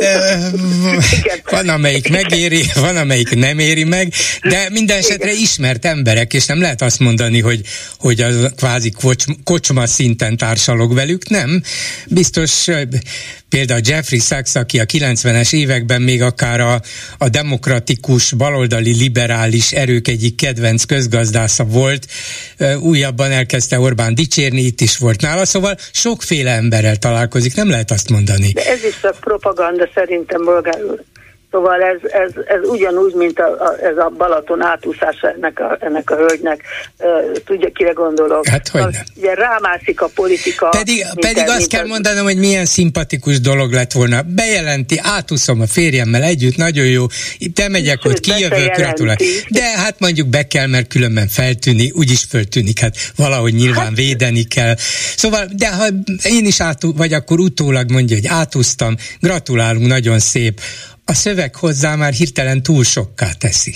Hát, van, amelyik megéri, van, amelyik nem éri meg, de minden esetre ismert emberek, és nem lehet azt mondani, hogy, hogy az kvázi kocsma, kocsma szinten társalog velük, nem. Biztos például Jeffrey Sachs, aki a kilencvenes években még akár a, a demokratikus, baloldali, liberális erők egyik kedvenc közgazdásza volt, újabban elkezdte Orbán dicsérni, itt is volt nála, szóval sokféle emberrel találkozik, nem lehet azt mondani. De ez is csak propaganda szerintem, Bolgár úr. Szóval ez, ez, ez ugyanúgy, mint a, a, ez a Balaton átúszása ennek a, ennek a hölgynek. Uh, tudja, kire gondolok? Hát hogy nem. Ugye rámászik a politika. Pedig, pedig el, azt kell az... mondanom, hogy milyen szimpatikus dolog lett volna. Bejelenti, átúszom a férjemmel együtt, nagyon jó, te megyek Sőt, ott, kijövök, gratulálok. De hát mondjuk be kell, mert különben feltűnik, úgyis föltűnik, hát valahogy nyilván hát... védeni kell. Szóval, de ha én is átú, vagy akkor utólag mondja, hogy átúztam, gratulálunk, nagyon szép. A szöveg hozzá már hirtelen túl sokká teszi.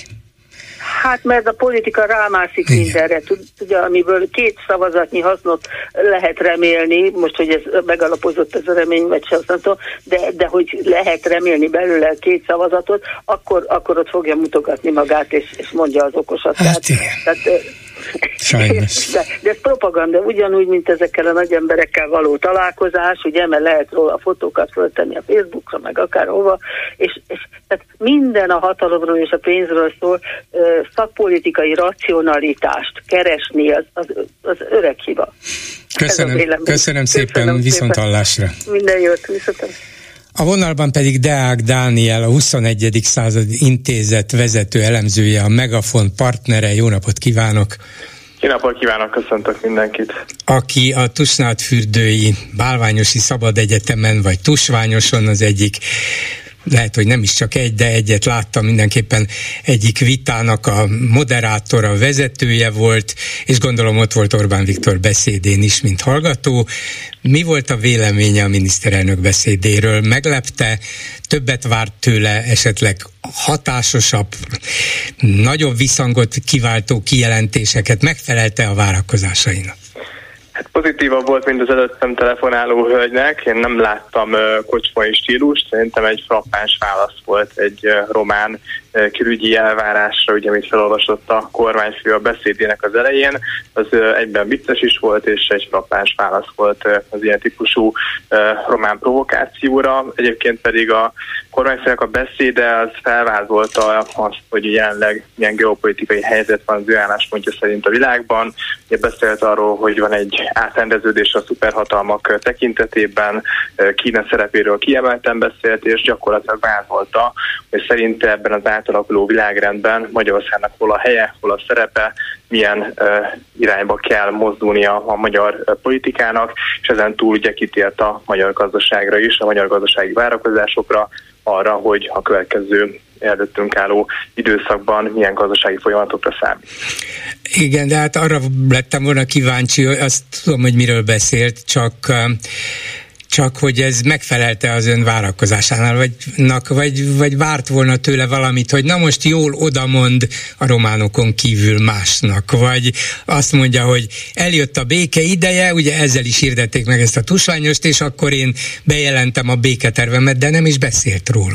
Hát mert a politika rámászik Igen. mindenre, ugye, amiből két szavazatnyi hasznot lehet remélni, most, hogy ez megalapozott ez a remény, vagy sem, nem tudom, de, de hogy lehet remélni belőle két szavazatot, akkor, akkor ott fogja mutogatni magát, és, és mondja az okosat. Hát tehát, tehát, Sajnos. De, de ez propaganda, ugyanúgy, mint ezekkel a nagy emberekkel való találkozás, ugye, mert lehet róla fotókat föltenni a Facebookra, meg akárhova, és, és tehát minden a hatalomról és a pénzről szól, szakpolitikai racionalitást keresni, az, az, az öreg hiba. Köszönöm, köszönöm szépen, köszönöm viszonthallásra. Minden jót, viszonthallásra. A vonalban pedig Deák Dániel, a huszonegyedik századi intézet vezető elemzője, a Megafon partnere. Jó napot kívánok! Jó napot kívánok, köszöntök mindenkit! Aki a Tusnádfürdői Bálványosi Szabad Egyetemen, vagy Tusványoson az egyik, lehet, hogy nem is csak egy, de egyet láttam, mindenképpen egyik vitának a moderátora, vezetője volt, és gondolom ott volt Orbán Viktor beszédén is, mint hallgató. Mi volt a véleménye a miniszterelnök beszédéről? Meglepte? Többet várt tőle, esetleg hatásosabb, nagyobb visszhangot kiváltó kijelentéseket? Megfelelte a várakozásainak? Hát pozitívabb volt, mint az előttem telefonáló hölgynek. Én nem láttam uh, kocsmai stílust, szerintem egy frappáns válasz volt egy uh, román uh, külügyi elvárásra, ugye, amit felolvasott a kormányfő a beszédének az elején. Az uh, egyben vicces is volt, és egy frappáns válasz volt uh, az ilyen típusú uh, román provokációra. Egyébként pedig a kormányfőnek a beszéde az felvázolta azt, hogy jelenleg milyen geopolitikai helyzet van az ő álláspontja szerint a világban. Ugye beszélt arról, hogy van egy átrendeződés a szuperhatalmak tekintetében, Kína szerepéről kiemelten beszélt, és gyakorlatilag vázolta, hogy szerint ebben az átalakuló világrendben Magyarországnak hol a helye, hol a szerepe, milyen uh, irányba kell mozdulnia a magyar uh, politikának, és ezen túl ugye kitért a magyar gazdaságra is, a magyar gazdasági várakozásokra, arra, hogy a következő előttünk álló időszakban milyen gazdasági folyamatokra számít. Igen, de hát arra lettem volna kíváncsi, azt tudom, hogy miről beszélt, csak, csak hogy ez megfelelte az ön várakozásánál, vagy, vagy, vagy várt volna tőle valamit, hogy na most jól odamond a románokon kívül másnak, vagy azt mondja, hogy eljött a béke ideje, ugye ezzel is hirdették meg ezt a tusványost, és akkor én bejelentem a béketervemet, de nem is beszélt róla.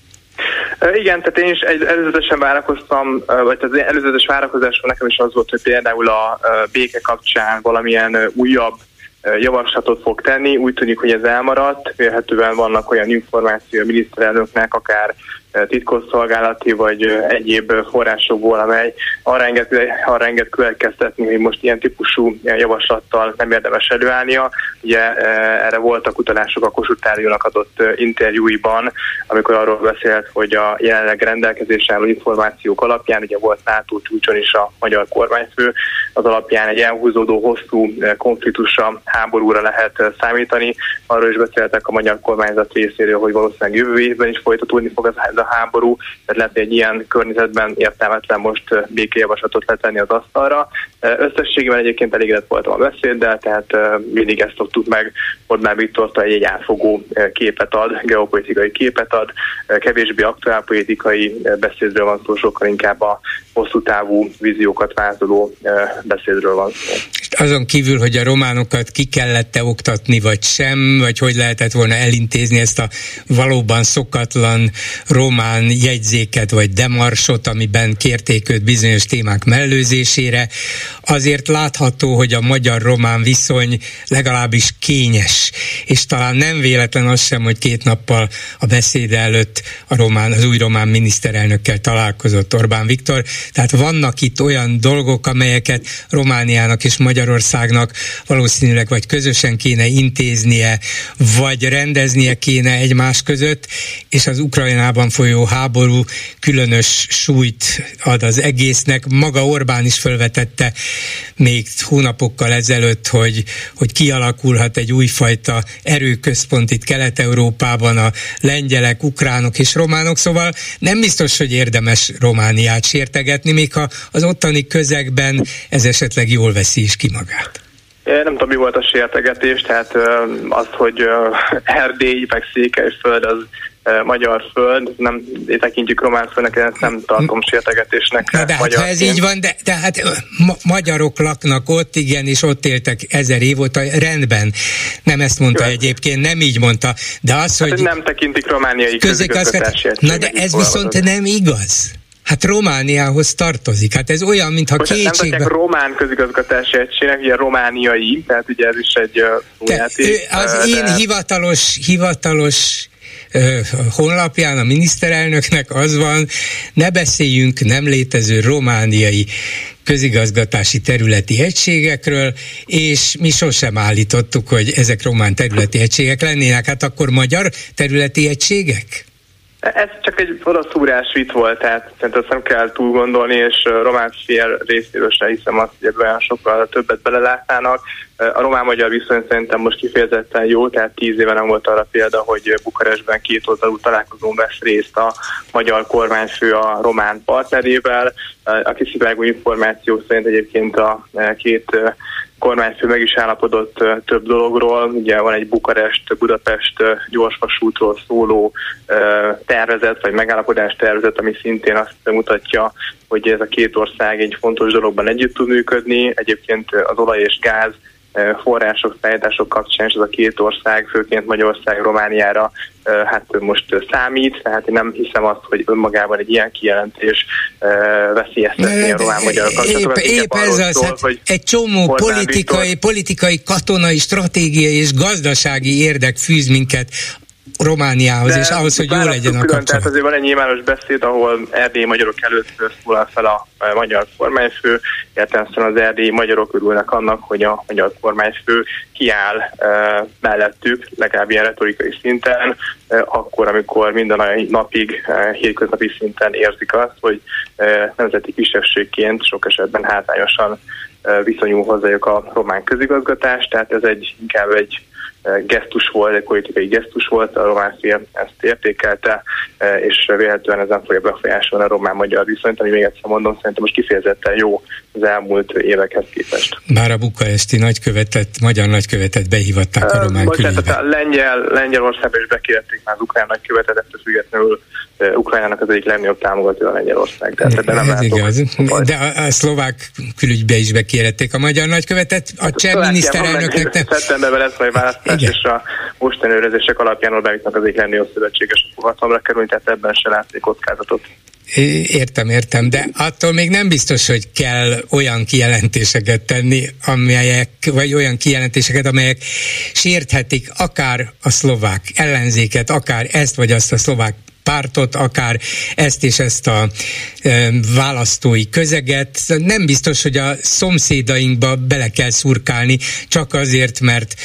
Igen, tehát én is előzetesen várakoztam, vagy az előzetes várakozásom nekem is az volt, hogy például a béke kapcsán valamilyen újabb javaslatot fog tenni. Úgy tűnik, hogy ez elmaradt. Vélhetően vannak olyan információ a miniszterelnöknek, akár titkosszolgálati vagy egyéb forrásokból, amely arra enged, arra enged következtetni, hogy most ilyen típusú javaslattal nem érdemes előállnia. Ugye erre voltak utalások a Kossuth Rádiónak adott interjúiban, amikor arról beszélt, hogy a jelenleg rendelkezésre álló információk alapján, ugye volt NATO csúcson is a magyar kormányfő, az alapján egy elhúzódó hosszú konfliktusra háborúra lehet számítani. Arról is beszéltek a magyar kormányzat részéről, hogy valószínűleg jövő évben is folytatódni fog ez a háború, tehát lehet egy ilyen környezetben értelmetlen most békéjavaslatot letenni az asztalra. Összességében egyébként elégedett voltam a beszéddel, tehát mindig ezt szoktuk meg, Orbán Viktortól egy, egy átfogó képet ad, geopolitikai képet ad, kevésbé aktuálpolitikai beszédről van szó, sokkal inkább a hosszú távú víziókat vázoló beszédről van szó. Azon kívül, hogy a románokat ki kellett-e oktatni, vagy sem, vagy hogy lehetett volna elintézni ezt a valóban szokatlan román jegyzéket, vagy demarsot, amiben kérték őt bizonyos témák mellőzésére, azért látható, hogy a magyar-román viszony legalábbis kényes, és talán nem véletlen az sem, hogy két nappal a beszéde előtt a román, az új román miniszterelnökkel találkozott Orbán Viktor, tehát vannak itt olyan dolgok, amelyeket Romániának és Magyarországnak valószínűleg vagy közösen kéne intéznie, vagy rendeznie kéne egymás között, és az Ukrajnában folyó háború különös súlyt ad az egésznek. Maga Orbán is felvetette még hónapokkal ezelőtt, hogy, hogy kialakulhat egy újfajta erőközpont itt Kelet-Európában, a lengyelek, ukránok és románok, szóval nem biztos, hogy érdemes Romániát sértegetni, még ha az ottani közegben ez esetleg jól veszi is ki magát. Nem tudom, mi volt a sértegetés, tehát az, hogy Erdély, meg Székelyföld, az magyar föld, nem tekintjük román földnek, ezt nem tartom sértegetésnek. Na de hát, ha ez így van, de, de hát ma- magyarok laknak ott, igen, és ott éltek ezer év óta, rendben. Nem ezt mondta Jó. egyébként, nem így mondta, de az, hát, hogy... nem tekintik romániai közigazgatási egységnek. Na de ez viszont nem igaz. Hát Romániához tartozik. Hát ez olyan, mintha kétségbe... Nem tudják román közigazgatási egységnek, ugye romániai, tehát ugye ez is egy szójáték. Az de... én hivatalos, hivatalos honlapján a miniszterelnöknek az van, ne beszéljünk nem létező romániai közigazgatási területi egységekről, és mi sosem állítottuk, hogy ezek román területi egységek lennének. Hát akkor magyar területi egységek? Ez csak egy odaszúrás vit volt, tehát szerintem azt nem kell túl gondolni, és román fél részéről sem hiszem azt, hogy ebben olyan sokkal többet belelátnának. A román-magyar viszony szerintem most kifejezetten jó, tehát tíz éve nem volt arra példa, hogy Bukarestben két oldalú találkozón vesz részt a magyar kormányfő a román partnerével. A kiszivárgó információ szerint egyébként a két kormányfő meg is állapodott több dologról. Ugye van egy Bukarest-Budapest gyorsvasútról szóló tervezet, vagy megállapodás tervezet, ami szintén azt mutatja, hogy ez a két ország egy fontos dologban együtt tud működni. Egyébként az olaj és gáz források, szállítások kapcsán is az a két ország, főként Magyarország, Romániára hát most számít, tehát én nem hiszem azt, hogy önmagában egy ilyen kijelentés veszélyeztetné a román-magyar kapcsolatokat. Épp, épp ez az, szól, hát egy csomó politikai, politikai, katonai, stratégiai és gazdasági érdek fűz minket Romániához, de és ahhoz, hogy jó legyen a kapcsolat. Tehát azért van egy nyilvános beszéd, ahol erdélyi magyarok előtt szólal fel a magyar kormánymfő, értelemszerűen az erdélyi magyarok örülnek annak, hogy a magyar kormányfő kiáll uh, mellettük, legalább ilyen retorikai szinten, uh, akkor, amikor minden napig, uh, hétköznapi szinten érzik azt, hogy uh, nemzeti kisebbségként sok esetben hátrányosan uh, viszonyul hozzájuk a román közigazgatás, tehát ez egy inkább egy gesztus volt, egy politikai gesztus volt, a román fél ezt értékelte, és véletlenül ezen fogja befolyásolni a román-magyar viszonyt, ami még egyszer mondom, szerintem most kifejezetten jó az elmúlt évekhez képest. Bár a bukaresti nagykövetet, magyar nagykövetet behívatták a román külügybe. Tehát a Lengyel, Lengyelországban is bekérték már az ukrán nagykövetet, ettől függetlenül Ukrajnának az egyik legnagyobb támogató a Lengyelország. De, de nem ez igaz. De a, a szlovák külügybe is bekérték a magyar nagykövetet, a cseh miniszterelnöknek nem... Szeptemberben lesz majd választás, és a mostani őrezések alapján Orbánnak az egyik legnagyobb szövetséges a hatalomra kerülni, tehát ebben se látszik kockázatot. Értem, értem, de attól még nem biztos, hogy kell olyan kijelentéseket tenni, amelyek, vagy olyan kijelentéseket, amelyek sérthetik akár a szlovák ellenzéket, akár ezt vagy azt a szlovák pártot, akár ezt és ezt a e, választói közeget. Nem biztos, hogy a szomszédainkba bele kell szurkálni, csak azért, mert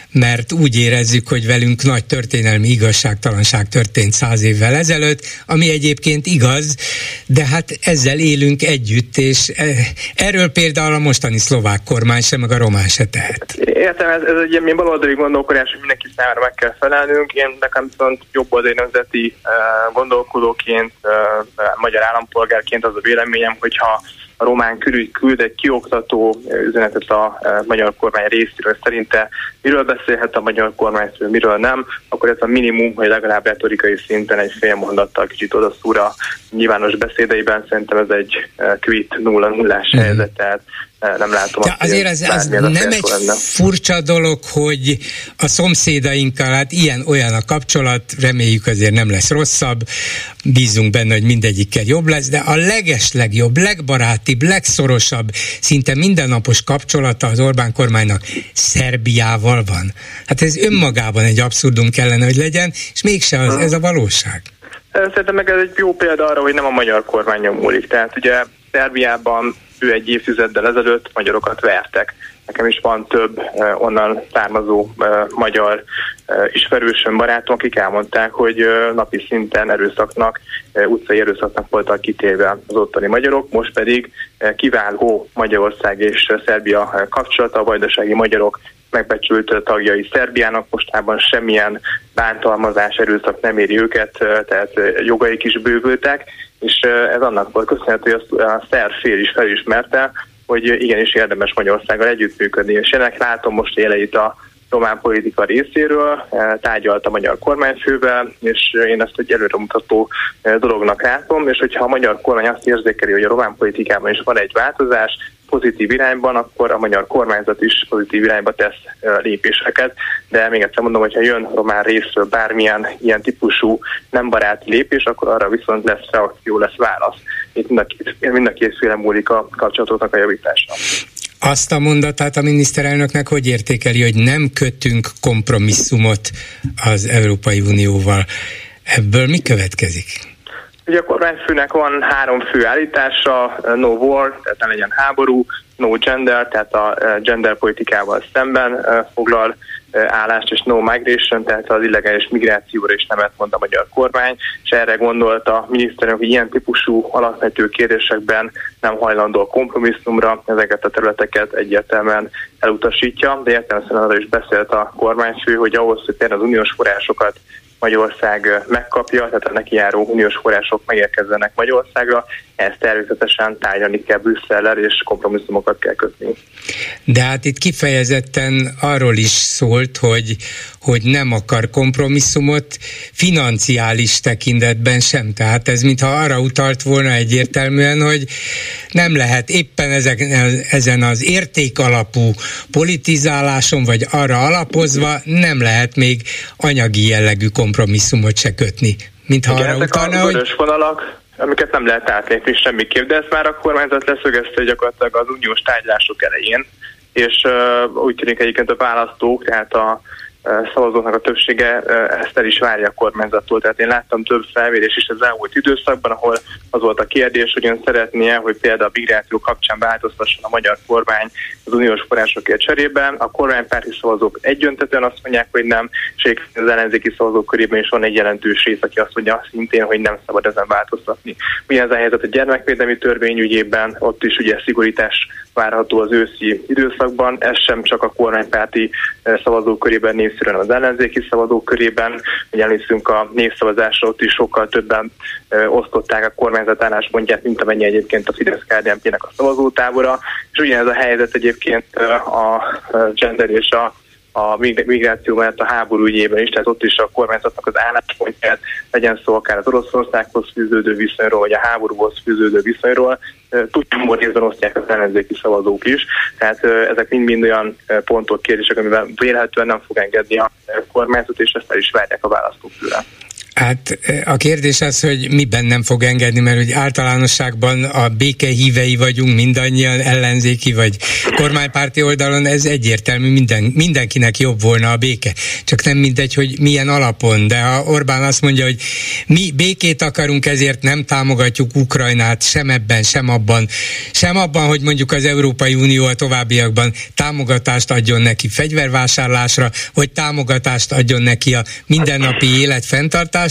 mert úgy érezzük, hogy velünk nagy történelmi igazságtalanság történt száz évvel ezelőtt, ami egyébként igaz, de hát ezzel élünk együtt, és erről például a mostani szlovák kormány sem, meg a román se tehet. Értem, ez, ez egy ilyen baloldali gondolkodás, hogy mindenki számára meg kell felelnünk. Én nekem viszont jobboldali nemzeti uh, gondolkodóként, uh, magyar állampolgárként az a véleményem, hogyha a román külügy küld egy kioktató üzenetet a magyar kormány részéről, szerinte miről beszélhet a magyar kormány, miről nem, akkor ez a minimum, hogy legalább retorikai szinten egy fél mondattal kicsit odaszúr a nyilvános beszédeiben, szerintem ez egy quit nulla nullás mm. helyzet, tehát nem látom. Ja, azért ez, ez nem egy lenne. Furcsa dolog, hogy a szomszédainkkal, hát ilyen-olyan a kapcsolat, reméljük azért nem lesz rosszabb, bízunk benne, hogy mindegyikkel jobb lesz, de a legeslegjobb, legbarátibb, legszorosabb, szinte mindennapos kapcsolata az Orbán kormánynak Szerbiával van. Hát ez önmagában egy abszurdum kellene, hogy legyen, és mégse az, ez a valóság. Szerintem meg ez egy jó példa arra, hogy nem a magyar kormányon múlik. Tehát ugye Szerbiában ő egy évtizeddel ezelőtt magyarokat vertek. Nekem is van több uh, onnan származó uh, magyar uh, ismerősöm, barátom, akik elmondták, hogy uh, napi szinten erőszaknak, uh, utcai erőszaknak voltak kitéve az ottani magyarok, most pedig uh, kiváló Magyarország és uh, Szerbia uh, kapcsolata, a vajdasági magyarok megbecsült uh, tagjai Szerbiának, mostában semmilyen bántalmazás, erőszak nem éri őket, uh, tehát uh, jogaik is bővültek, és uh, ez annak volt köszönhető, hogy a, a szerb fél is felismerte, hogy igenis érdemes Magyarországgal együttműködni. És ennek látom most éleit a román politika részéről, tárgyalt a magyar kormányfővel, és én ezt egy előremutató dolognak látom, és hogyha a magyar kormány azt érzékeli, hogy a román politikában is van egy változás, pozitív irányban, akkor a magyar kormányzat is pozitív irányba tesz lépéseket, de még egyszer mondom, hogyha jön román részről bármilyen ilyen típusú nem baráti lépés, akkor arra viszont lesz reakció, lesz válasz. Itt mind a két, mind a két féle múlik a kapcsolatoknak a javítása. Azt a mondatát a miniszterelnöknek hogy értékeli, hogy nem kötünk kompromisszumot az Európai Unióval? Ebből mi következik? Ugye a kormányfőnek van három fő állítása, no war, tehát ne legyen háború, no gender, tehát a gender politikával szemben foglal állást, és no migration, tehát az illegális migrációra is nemet mond a magyar kormány, és erre gondolt a miniszterelnök, hogy ilyen típusú alapvető kérdésekben nem hajlandó a kompromisszumra, ezeket a területeket egyértelműen elutasítja, de értelemszerűen arra is beszélt a kormányfő, hogy ahhoz, hogy az uniós forrásokat Magyarország megkapja, tehát a neki járó uniós források megérkezzenek Magyarországra, ezt természetesen tárgyalni kell Brüsszellel, és kompromisszumokat kell kötni. De hát itt kifejezetten arról is szólt, hogy, hogy nem akar kompromisszumot financiális tekintetben sem. Tehát ez mintha arra utalt volna egyértelműen, hogy nem lehet éppen ezek, ezen az értékalapú politizáláson, vagy arra alapozva nem lehet még anyagi jellegű kompromisszumot se kötni. Mintha igen, arra ezek utalna, a hogy... vörös vonalak, amiket nem lehet átlépni semmiképp, de ezt már a kormányzat leszögezte gyakorlatilag az uniós tárgyalások elején, és uh, úgy tűnik egyébként a választók, tehát a uh, szavazóknak a többsége uh, ezt el is várja a kormányzattól. Tehát én láttam több felmérés is az elmúlt időszakban, ahol az volt a kérdés, hogy ön szeretnie, hogy például a migráció kapcsán változtasson a magyar kormány az uniós forrásokért cserében. A kormánypárti szavazók egyöntetően azt mondják, hogy nem, és az ellenzéki szavazók körében is van egy jelentős rész, aki azt mondja szintén, hogy nem szabad ezen változtatni. Ugyanez a helyzet a gyermekvédelmi törvény ügyében, ott is ugye szigorítás várható az őszi időszakban, ez sem csak a kormánypárti szavazók körében népszerű, hanem az ellenzéki szavazók körében. Ugye emlékszünk a népszavazásra, ott is sokkal többen ö, osztották a kormányzat álláspontját, mint amennyi egyébként a Fidesz-ká dé en pé-nek a szavazótábora. És ugyanez a helyzet egyébként a gender és a a migráció mellett a háború ügyében is, tehát ott is a kormányzatnak az álláspontját, legyen szó akár az Oroszországhoz fűződő viszonyról, vagy a háborúhoz fűződő viszonyról, tudjuk, részben osztják az ellenzéki szavazók is, tehát ezek mind-mind olyan pontok, kérdések, amivel vélhetően nem fog engedni a kormányzat, és ezt el is várják a választók tőle. Hát a kérdés az, hogy miben nem fog engedni, mert úgy általánosságban a béke hívei vagyunk, mindannyian ellenzéki vagy kormánypárti oldalon, ez egyértelmű, minden, mindenkinek jobb volna a béke. Csak nem mindegy, hogy milyen alapon, de ha Orbán azt mondja, hogy mi békét akarunk, ezért nem támogatjuk Ukrajnát sem ebben, sem abban, sem abban, hogy mondjuk az Európai Unió a továbbiakban támogatást adjon neki fegyvervásárlásra, vagy támogatást adjon neki a mindennapi élet fenntartására,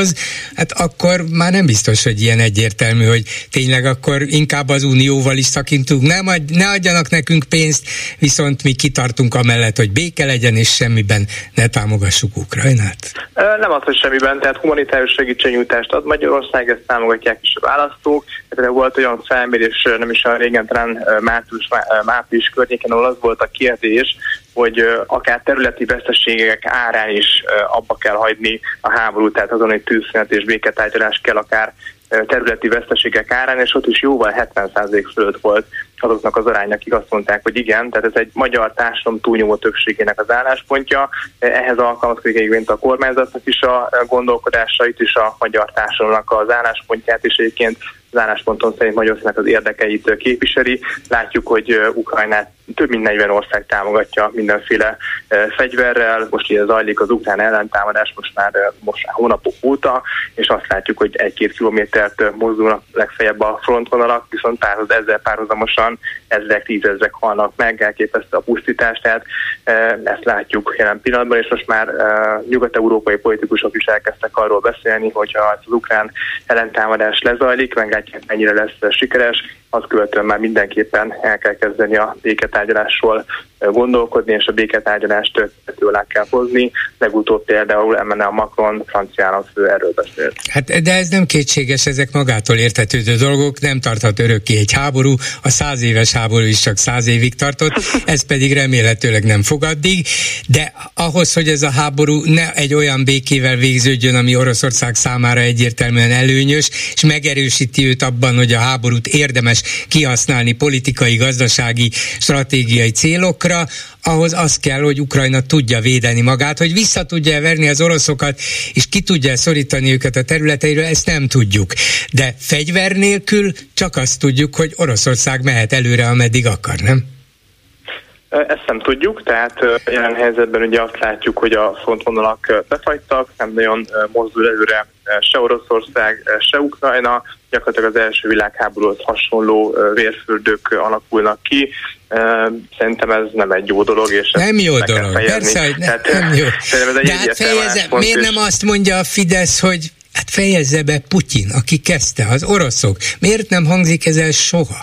hát akkor már nem biztos, hogy ilyen egyértelmű, hogy tényleg akkor inkább az Unióval is szakintunk, ne, ne adjanak nekünk pénzt, viszont mi kitartunk amellett, hogy béke legyen, és semmiben ne támogassuk Ukrajnát. Nem az, hogy semmiben, tehát humanitárius segítségnyújtást ad Magyarország, ezt támogatják is a választók. Tehát volt olyan felmérés, nem is olyan régen, talán március, március környéken, ahol az volt a kérdés, hogy akár területi veszteségek árán is abba kell hagyni a háborút, tehát azon, hogy tűzszünet és béketárgyalás kell akár területi veszteségek árán, és ott is jóval hetven százalék fölött volt azoknak az arány, akik azt mondták, hogy igen, tehát ez egy magyar társadalom túlnyomó többségének az álláspontja. Ehhez alkalmazkodik egyébként a kormányzatnak is a gondolkodásait, is a magyar társadalomnak az álláspontját, és egyébként az állásponton szerint Magyarországnak az érdekeit képviseli. Látjuk, hogy Ukrajnát több mint negyven ország támogatja mindenféle fegyverrel. Most ugye zajlik az ukrán ellentámadás most már, most már hónapok óta, és azt látjuk, hogy egy-két kilométert mozdulnak legfeljebb a frontvonalak, viszont párhoz, ezzel párhuzamosan ezrek, tízezrek halnak meg, elképesztő a pusztítás, tehát ezt látjuk jelen pillanatban, és most már nyugat-európai politikusok is elkezdtek arról beszélni, hogyha az ukrán ellentámadás lezajlik, meglátják, mennyire lesz sikeres, azt követően már mindenképpen el kell kezdeni a béketárgyalásról gondolkodni, és a béketárgyalást tető alá kell hozni. Legutóbb például Emmanuel Macron, francia államfő erről beszélt. Hát, de ez nem kétséges, ezek magától értetődő dolgok, nem tarthat örökké egy háború, a száz éves háború is csak száz évig tartott, ez pedig remélhetőleg nem fog addig, de ahhoz, hogy ez a háború ne egy olyan békével végződjön, ami Oroszország számára egyértelműen előnyös, és megerősíti őt abban, hogy a háborút érdemes kihasználni politikai, gazdasági, stratégiai célokra, ahhoz az kell, hogy Ukrajna tudja védeni magát, hogy vissza tudja verni az oroszokat, és ki tudja szorítani őket a területeiről, ezt nem tudjuk. De fegyver nélkül csak azt tudjuk, hogy Oroszország mehet előre, ameddig akar, nem? Ezt nem tudjuk, tehát jelen helyzetben ugye azt látjuk, hogy a frontvonalak befagytak, nem nagyon mozdul előre se Oroszország, se Ukrajna, gyakorlatilag az első világháborúhoz hasonló vérfürdők alakulnak ki. Szerintem ez nem egy jó dolog, és nem jó dolog, persze, hogy ne, nem jó. De hát fejezze, miért nem azt mondja a Fidesz, hogy hát fejezze be Putyin, aki kezdte, az oroszok. Miért nem hangzik ez el soha?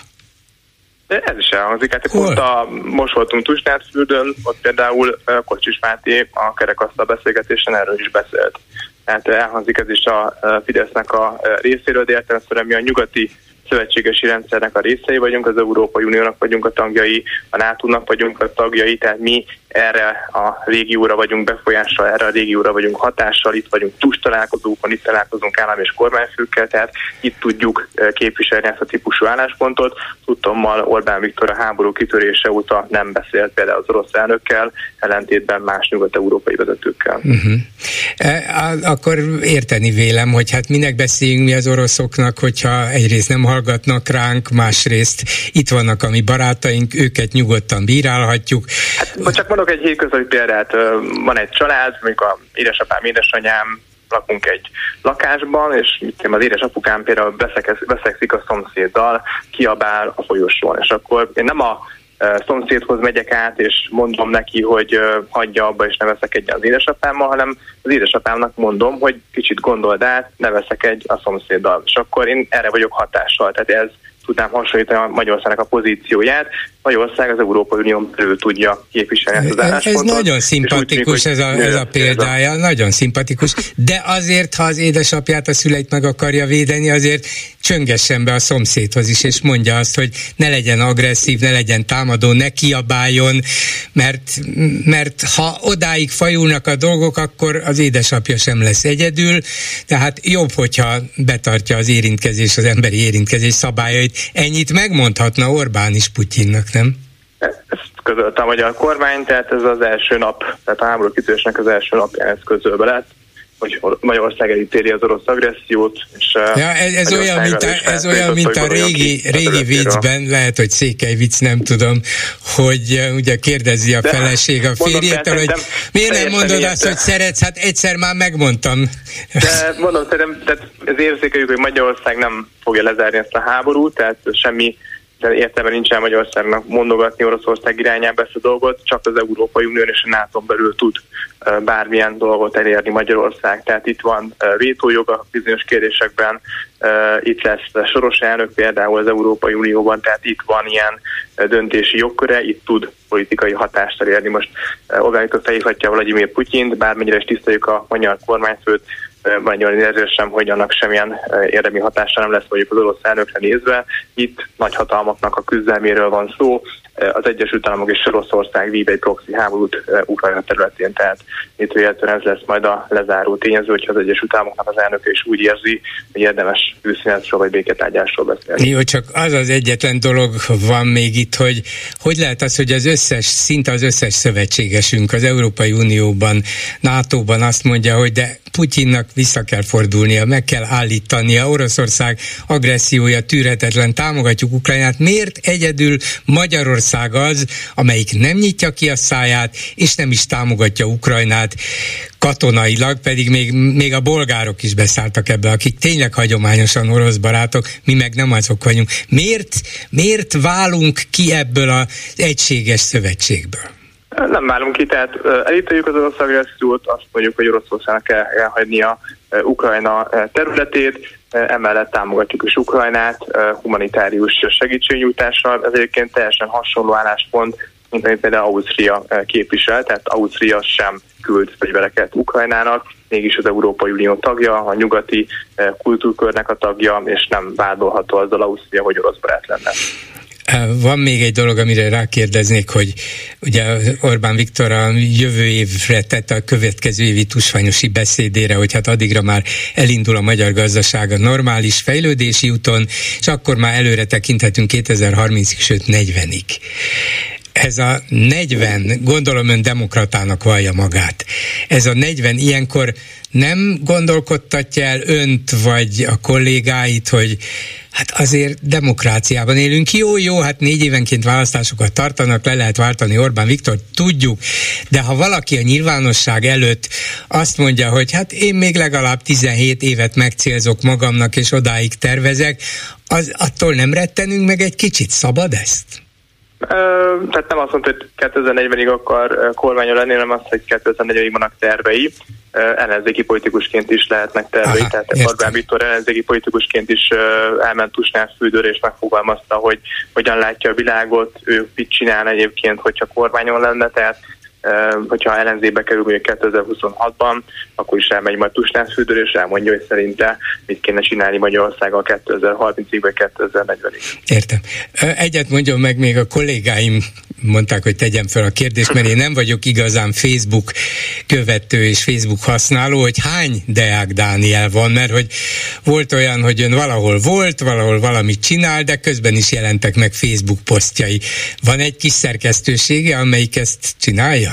De ez is elhangzik. Hát pont a, most voltunk Tusnádfürdőn, ott például Kocsis Máté a kerekasztal beszélgetésen erről is beszélt. Tehát elhangzik ez is a Fidesznek a részéről, de értelemszerűen mi a nyugati szövetségesi rendszernek a részei vagyunk, az Európai Uniónak vagyunk a tagjai, a nátónak vagyunk a tagjai, tehát mi erre a régióra vagyunk befolyással, erre a régióra vagyunk hatással, itt vagyunk tus találkozókon, itt találkozunk állam és kormányfőkkel, tehát itt tudjuk képviselni ezt a típusú álláspontot. Tudtommal Orbán Viktor a háború kitörése óta nem beszélt például az orosz elnökkel, ellentétben más nyugat-európai vezetőkkel. Uh-huh. E, akkor érteni vélem, hogy hát minek beszéljünk mi az oroszoknak, hogyha egyrészt nem hallgatnak ránk, másrészt itt vannak a mi barátaink, őket nyugodtan bírálhatjuk. Hát, csak mondok egy hétköznapi példát, van egy család, mondjuk a édesapám, édesanyám, lakunk egy lakásban, és az édesapukám például veszekszik a szomszéddal, kiabál a folyosón, és akkor én nem a szomszédhoz megyek át, és mondom neki, hogy hagyja abba, és ne veszekedj az édesapámmal, hanem az édesapámnak mondom, hogy kicsit gondold át, ne veszekedj a szomszéddal. És akkor én erre vagyok hatással, tehát ez tudnám hasonlítani a Magyarországnak a pozícióját. Magyarország az Európai Unión belül tudja képviselni ezt az álláspontot. Ez nagyon szimpatikus, ez a, ez a példája, ez a... nagyon szimpatikus, de azért, ha az édesapját, a szüleit meg akarja védeni, azért csöngessen be a szomszédhoz is, és mondja azt, hogy ne legyen agresszív, ne legyen támadó, ne kiabáljon, mert, mert ha odáig fajulnak a dolgok, akkor az édesapja sem lesz egyedül, tehát jobb, hogyha betartja az érintkezés, az emberi érintkezés szabályait. Ennyit megmondhatna Orbán is Putyinnak, nem? Ezt közölte a magyar kormány, tehát ez az első nap, tehát a háború kitörésnek az első napján ez közölbe lett, hogy Magyarország elítéli az orosz agressziót. És ja, ez, ez olyan, mint a, ez olyan, mint a régi, régi viccben, lehet, hogy székely vicc, nem tudom, hogy ugye kérdezi a feleség a férjétől, hogy miért nem mondod azt, hogy szeretsz, hát egyszer már megmondtam. De mondom, szerintem ez érzékeljük, hogy Magyarország nem fogja lezárni ezt a háborút, tehát semmi de értelme nincsen Magyarországnak mondogatni Oroszország irányába ezt a dolgot, csak az Európai Unió és a nátón belül tud bármilyen dolgot elérni Magyarország. Tehát itt van vétójoga bizonyos kérdésekben, itt lesz soros elnök például az Európai Unióban, tehát itt van ilyen döntési jogköre, itt tud politikai hatást elérni. Most Orbán Viktor felhívhatja Vladimir Putyint, bármennyire is tiszteljük a magyar kormányfőt, nagyon érzésem, hogy annak semmilyen érdemi hatása nem lesz mondjuk az orosz elnökre nézve. Itt nagy hatalmaknak a küzdelméről van szó. Az Egyesült Államok és Oroszország vív egy proxy háborút Ukrajna területén, tehát itt véletlenül ez lesz majd a lezáró tényező, hogyha az Egyesült Államoknak az elnöke is úgy érzi, hogy érdemes tűzszünetről vagy béketárgyásról beszélni. Jó, csak az az egyetlen dolog van még itt, hogy hogy lehet az, hogy az összes, szinte az összes szövetségesünk az Európai Unióban, nátóban azt mondja, hogy de Putyinnak vissza kell fordulnia, meg kell állítania, Oroszország agressziója tűrhetetlen, támogatjuk Ukrajnát. Miért egyedül Magyarország az, amelyik nem nyitja ki a száját, és nem is támogatja Ukrajnát katonailag, pedig még, még a bolgárok is beszálltak ebbe, akik tényleg hagyományosan orosz barátok, mi meg nem azok vagyunk. Miért, miért válunk ki ebből az egységes szövetségből? Nem válunk ki, tehát elítéljük az orosz agressziót, azt mondjuk, hogy Oroszországnak kell elhagynia Ukrajna területét, emellett támogatjuk is Ukrajnát humanitárius segítségnyújtással. Ez egyébként teljesen hasonló álláspont, mint amit például Ausztria képvisel, tehát Ausztria sem küld fegyvereket Ukrajnának, mégis az Európai Unió tagja, a nyugati kultúrkörnek a tagja, és nem vádolható azzal Ausztria, hogy orosz barát lenne. Van még egy dolog, amire rákérdeznék, hogy ugye Orbán Viktor a jövő évre tette a következő évi tusványosi beszédére, hogy hát addigra már elindul a magyar gazdaság a normális fejlődési úton, és akkor már előre tekinthetünk kétezer-harmincig, sőt negyvenig. Ez a negyven, gondolom ön demokratának vallja magát, ez a negyven ilyenkor nem gondolkodtatja el önt vagy a kollégáit, hogy hát azért demokráciában élünk, jó, jó, hát négy évenként választásokat tartanak, le lehet váltani Orbán Viktor, tudjuk, de ha valaki a nyilvánosság előtt azt mondja, hogy hát én még legalább tizenhét évet megcélzok magamnak, és odáig tervezek, az attól nem rettenünk meg egy kicsit, szabad ezt? Uh, tehát nem azt mondta, hogy kétezer-negyvenig akar kormányon lenni, hanem azt, hogy kétezer-negyvenig vannak tervei. Uh, ellenzéki politikusként is lehetnek tervei. Aha, tehát Orbán Viktor ellenzéki politikusként is uh, elment Tusnádfürdőre, és megfogalmazta, hogy hogyan látja a világot, ő mit csinál egyébként, hogyha kormányon lenne, tehát Uh, hogyha ellenzékbe kerül mondjuk kétezer-huszonhatban, akkor is elmegy majd Tusnádfürdőre, és elmondja, hogy szerinte mit kéne csinálni Magyarországgal kétezer-harmincig vagy kétezer-negyvenig. Értem. Egyet mondjon meg, még a kollégáim mondták, hogy tegyem fel a kérdést, mert én nem vagyok igazán Facebook követő és Facebook használó, hogy hány Deák Dániel van, mert hogy volt olyan, hogy ön valahol volt, valahol valamit csinál, de közben is jelentek meg Facebook posztjai. Van egy kis szerkesztősége, amelyik ezt csinálja?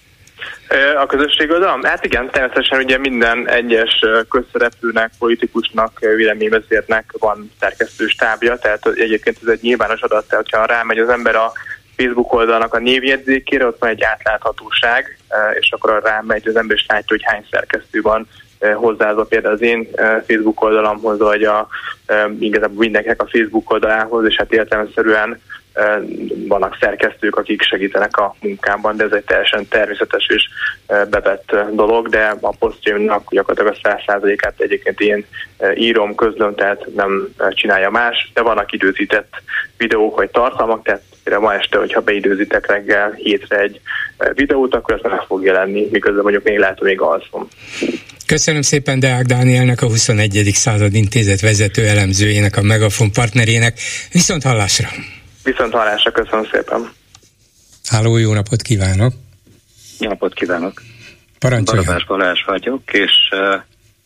A közösség oldalon? Hát igen, természetesen ugye minden egyes közszereplőnek, politikusnak, véleményvezérnek van szerkesztő stábja, tehát egyébként ez egy nyilvános adat, tehát ha rámegy az ember a Facebook oldalnak a névjegyzékére, ott van egy átláthatóság, és akkor rámegy az ember, és látja, hogy hány szerkesztő van hozzáadva például az én Facebook oldalamhoz, vagy a, igazából mindenkinek a Facebook oldalához, és hát értelemszerűen vannak szerkesztők, akik segítenek a munkámban, de ez egy teljesen természetes és bevett dolog, de a posztjaimnak gyakorlatilag a száz százalékát egyébként én írom, közlöm, tehát nem csinálja más, de vannak időzített videók vagy tartalmak, tehát ma este, hogyha beidőzitek reggel hétre egy videót, akkor ezt meg fog jelenni, miközben mondjuk még lehet, még alszom. Köszönöm szépen Deák Dánielnek, a huszonegyedik század intézet vezető elemzőjének, a Megafon partnerének. Viszont hallásra! Viszont hallásra, köszönöm szépen! Háló, jó napot kívánok! Jó napot kívánok! Parancsoljon! Barabás Balázs vagyok, és uh,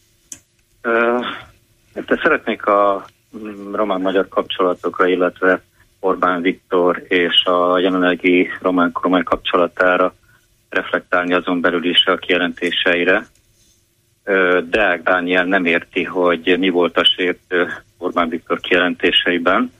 uh, de szeretnék a román-magyar kapcsolatokra, illetve Orbán Viktor és a jelenlegi román kormány kapcsolatára reflektálni, azon belül is a kijelentéseire. Deák Dániel nem érti, hogy mi volt a sértő Orbán Viktor kijelentéseiben.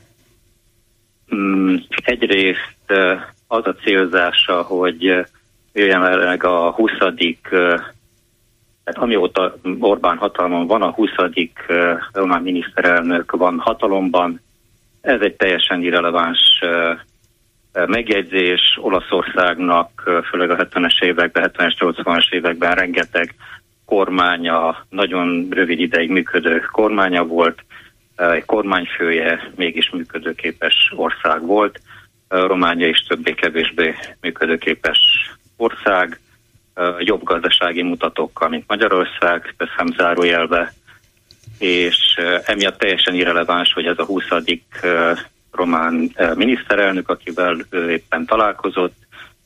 Egyrészt az a célzása, hogy jelenleg a huszadik, tehát amióta Orbán hatalmon van, a huszadik román miniszterelnök van hatalomban. Ez egy teljesen irreleváns megjegyzés. Olaszországnak, főleg a hetvenes években, hetvenes, nyolcvanas években rengeteg kormánya, nagyon rövid ideig működő kormánya volt, egy kormányfője mégis működőképes ország volt, Románia is többé-kevésbé működőképes ország, jobb gazdasági mutatókkal, mint Magyarország, teszem zárójelbe, és emiatt teljesen irreleváns, hogy ez a huszadik román miniszterelnök, akivel ő éppen találkozott.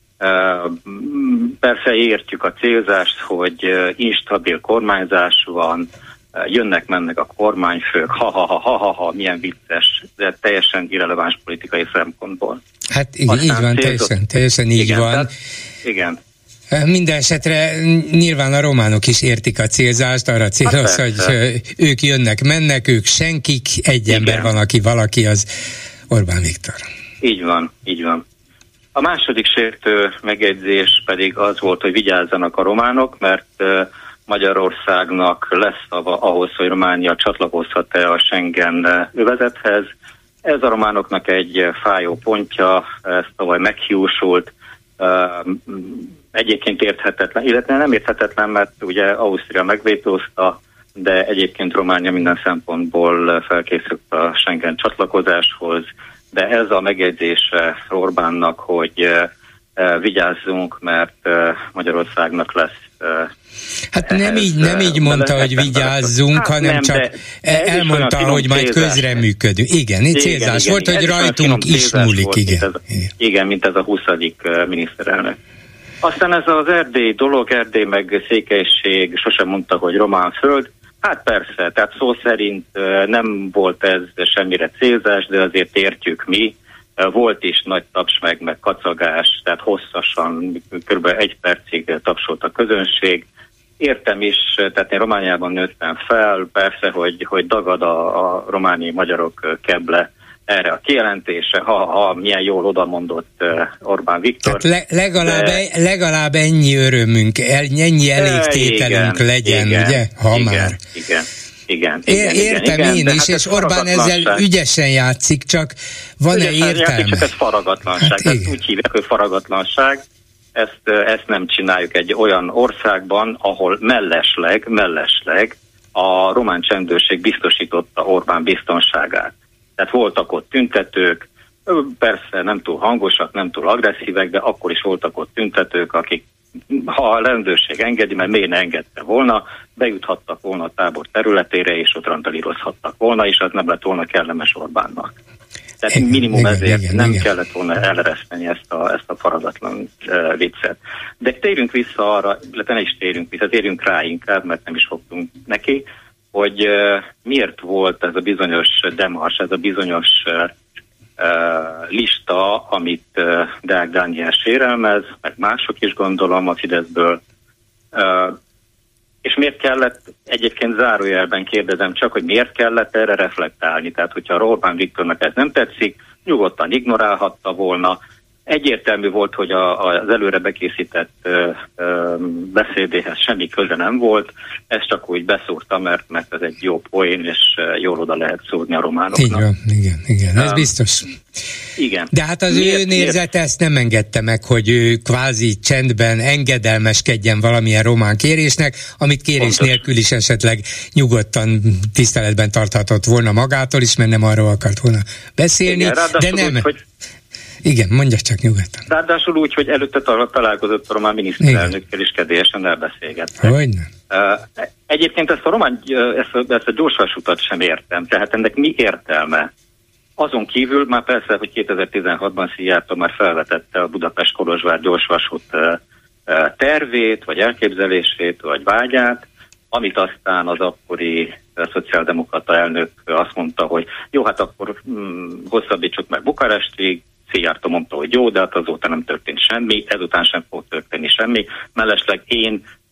Persze értjük a célzást, hogy instabil kormányzás van, jönnek-mennek a kormányfők, ha-ha-ha-ha-ha, milyen vicces, de teljesen irreleváns politikai szempontból. Hát így, így van, célzott, teljesen, teljesen így igen, van. Tehát, igen. Minden esetre nyilván a románok is értik a célzást, arra céloz, hát hogy ők jönnek-mennek, ők senkik, egy igen. ember van, aki valaki, az Orbán Viktor. Így van, így van. A második sértő megjegyzés pedig az volt, hogy vigyázzanak a románok, mert Magyarországnak lesz szava ahhoz, hogy Románia csatlakozhat-e a Schengen övezethez. Ez a románoknak egy fájó pontja, ez tavaly meghiúsult, egyébként érthetetlen, illetve nem érthetetlen, mert ugye Ausztria megvétózta, de egyébként Románia minden szempontból felkészült a Schengen csatlakozáshoz, de ez a megjegyzése Orbánnak, hogy vigyázzunk, mert Magyarországnak lesz. Hát nem így, nem így mondta, hogy vigyázzunk, hát hanem nem, csak elmondta, hogy majd közreműködünk. Igen, itt célzás igen, volt, igen, hogy rajtunk is múlik. Igen. Mint ez, igen, mint ez a huszadik miniszterelnök. Aztán ez az Erdély dolog, Erdély meg székelység sosem mondta, hogy román föld. Hát persze, tehát szó szerint nem volt ez semmire célzás, de azért értjük mi. Volt is nagy taps meg, meg kacagás, tehát hosszasan, kb. egy percig tapsolt a közönség. Értem is, tehát én Romániában nőttem fel, persze, hogy, hogy dagad a, a romániai magyarok keble erre a kijelentése, ha, ha milyen jól odamondott Orbán Viktor. Tehát le, legalább, de... legalább ennyi örömünk, ennyi elégtételünk igen, legyen, igen, ugye? Ha igen, már. Igen. Igen, é, igen, értem igen, én igen, is, hát és Orbán ezzel ügyesen játszik, csak van-e értelme? Játszik, csak ez faragatlanság. Hát ezt úgy hívják, hogy faragatlanság. Ezt, ezt nem csináljuk egy olyan országban, ahol mellesleg, mellesleg a román csendőrség biztosította Orbán biztonságát. Tehát voltak ott tüntetők, persze nem túl hangosak, nem túl agresszívek, de akkor is voltak ott tüntetők, akik, ha a rendőrség engedi, mert miért ne engedte volna, bejuthattak volna a tábor területére, és ott randalírozhattak volna, és az nem lett volna kellemes Orbánnak. Tehát igen, minimum igen, ezért igen, nem igen. kellett volna elereszteni ezt a, ezt a faradatlan uh, viccet. De térjünk vissza arra, illetve ne is térjünk vissza, térjünk rá inkább, mert nem is fogtunk neki, hogy uh, miért volt ez a bizonyos demars, ez a bizonyos uh, uh, lista, amit uh, Deák Dániel sérelmez, meg mások is gondolom a Fideszből. Uh, és miért kellett, egyébként zárójelben kérdezem csak, hogy miért kellett erre reflektálni. Tehát, hogyha Orbán Viktornak ez nem tetszik, nyugodtan ignorálhatta volna. Egyértelmű volt, hogy a, az előre bekészített ö, ö, beszédéhez semmi köze nem volt. Ezt csak úgy beszúrta, mert, mert ez egy jó poén, és jól oda lehet szúrni a románoknak. Így van, igen, igen, ez um, biztos. Igen. De hát az miért, ő nérzete ezt nem engedte meg, hogy ő kvázi csendben engedelmeskedjen valamilyen román kérésnek, amit kérés Pontos. nélkül is esetleg nyugodtan tiszteletben tarthatott volna magától is, mert nem arról akart volna beszélni, igen, de nem... Úgy, hogy igen, mondja csak nyugodtan. Ráadásul úgy, hogy előtte találkozott a román miniszterelnökkel is kedélyesen elbeszélgettek. Hogyne. Uh, egyébként ezt a román, ezt a, ezt a gyorsvasutat sem értem, tehát ennek mi értelme? Azon kívül már persze, hogy kétezer-tizenhatban Szijjártó már felvetette a Budapest-Kolozsvár gyorsvasút uh, uh, tervét, vagy elképzelését, vagy vágyát, amit aztán az akkori uh, szociáldemokrata elnök azt mondta, hogy jó, hát akkor um, hosszabbítsuk meg Bukarestig. Szijjártó mondta, hogy jó, de hát azóta nem történt semmi, ezután sem fog történni semmi. Mellesleg én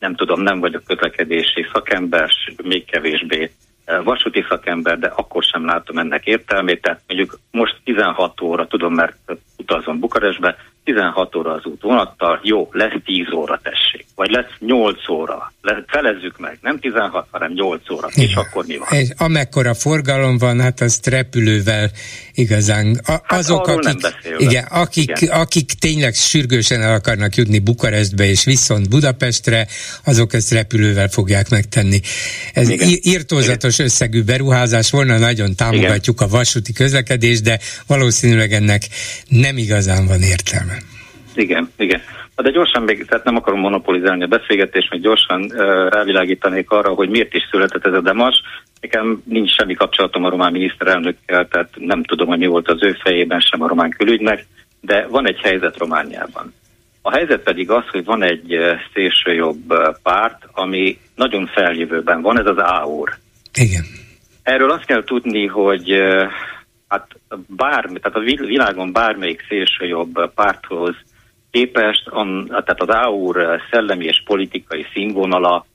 nem tudom, nem vagyok közlekedési szakember, még kevésbé vasúti szakember, de akkor sem látom ennek értelmét. Tehát mondjuk most tizenhat óra, tudom, mert utazom Bukarestbe, tizenhat óra az út vonattal, jó, lesz tíz óra, tessék. Vagy lesz nyolc óra. Felezzük meg, nem tizenhat, hanem nyolc óra. Igen. És akkor mi van? És amekkora forgalom van, hát azt repülővel igazán. A, hát azok, akik, igen, akik, igen. akik tényleg sürgősen el akarnak jutni Bukarestbe és viszont Budapestre, azok ezt repülővel fogják megtenni. Ez igen. irtózatos igen. összegű beruházás volna, nagyon támogatjuk igen. a vasúti közlekedést, de valószínűleg ennek nem igazán van értelme. Igen, igen. De gyorsan még, tehát nem akarom monopolizálni a beszélgetést, meg gyorsan uh, rávilágítanék arra, hogy miért is született ez a demarss. Nekem nincs semmi kapcsolatom a román miniszterelnökkel, tehát nem tudom, hogy mi volt az ő fejében, sem a román külügynek, de van egy helyzet Romániában. A helyzet pedig az, hogy van egy uh, szélsőjobb uh, párt, ami nagyon feljövőben van, ez az á u er. Igen. Erről azt kell tudni, hogy uh, hát bármi, tehát a világon bármelyik szélsőjobb párthoz képest, tehát az á u er szellemi és politikai színvonala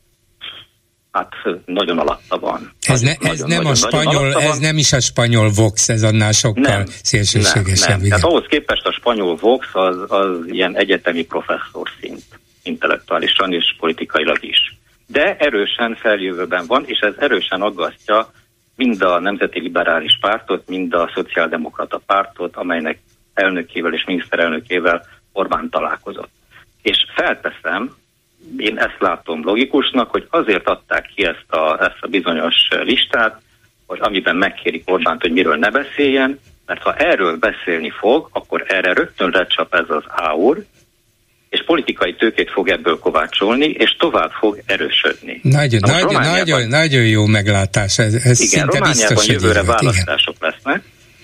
hát nagyon alatta van. Ez, ne, ez nagyon, nem nagyon, a spanyol, ez nem is a spanyol Vox, ez annál sokkal nem, szélsőségesebb. Nem, nem. Tehát ahhoz képest a spanyol Vox az, az ilyen egyetemi professzor szint, intellektuálisan és politikailag is. De erősen feljövőben van, és ez erősen aggasztja mind a Nemzeti Liberális Pártot, mind a Szociáldemokrata Pártot, amelynek elnökével és miniszterelnökével Orbán találkozott. És felteszem, én ezt látom logikusnak, hogy azért adták ki ezt a, ezt a bizonyos listát, hogy amiben megkérik Orbánt, hogy miről ne beszéljen, mert ha erről beszélni fog, akkor erre rögtön lecsap ez az á u er, és politikai tőkét fog ebből kovácsolni, és tovább fog erősödni. Nagyon, nagyon, nagyon, nagyon jó meglátás, ez, ez igen, szinte Romániában biztos, jövőre választások igen. lesznek,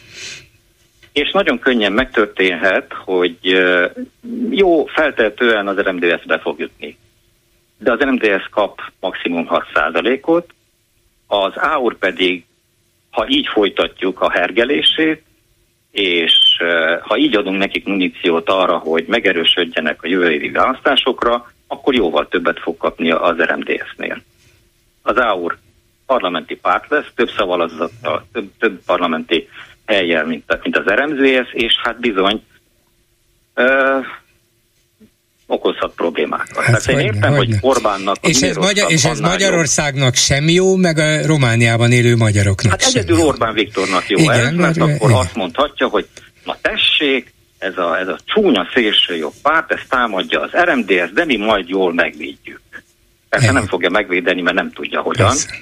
és nagyon könnyen megtörténhet, hogy jó, feltehetően az er em dé es be fog jutni. De az er em dé es kap maximum hat százalékot, az á u er pedig, ha így folytatjuk a hergelését, és ha így adunk nekik muníciót arra, hogy megerősödjenek a jövő évi választásokra, akkor jóval többet fog kapni az er em dé es-nél. Az á u er parlamenti párt lesz, több szavazattal, több, több parlamenti helyen, mint, mint az er em dé es, és hát bizony ö, okozhat problémákat. Hát Tehát én értem, hogy Orbánnak... És ez, Magyar, és ez Magyarországnak sem jó, meg a Romániában élő magyaroknak hát sem egyedül jó. Orbán Viktornak jó igen, ez, mert mert akkor igen. azt mondhatja, hogy na tessék, ez a, ez a csúnya szélsőjobb párt, ez támadja az er em dé es, de mi majd jól megvédjük. Persze nem fogja megvédeni, mert nem tudja hogyan. Persze.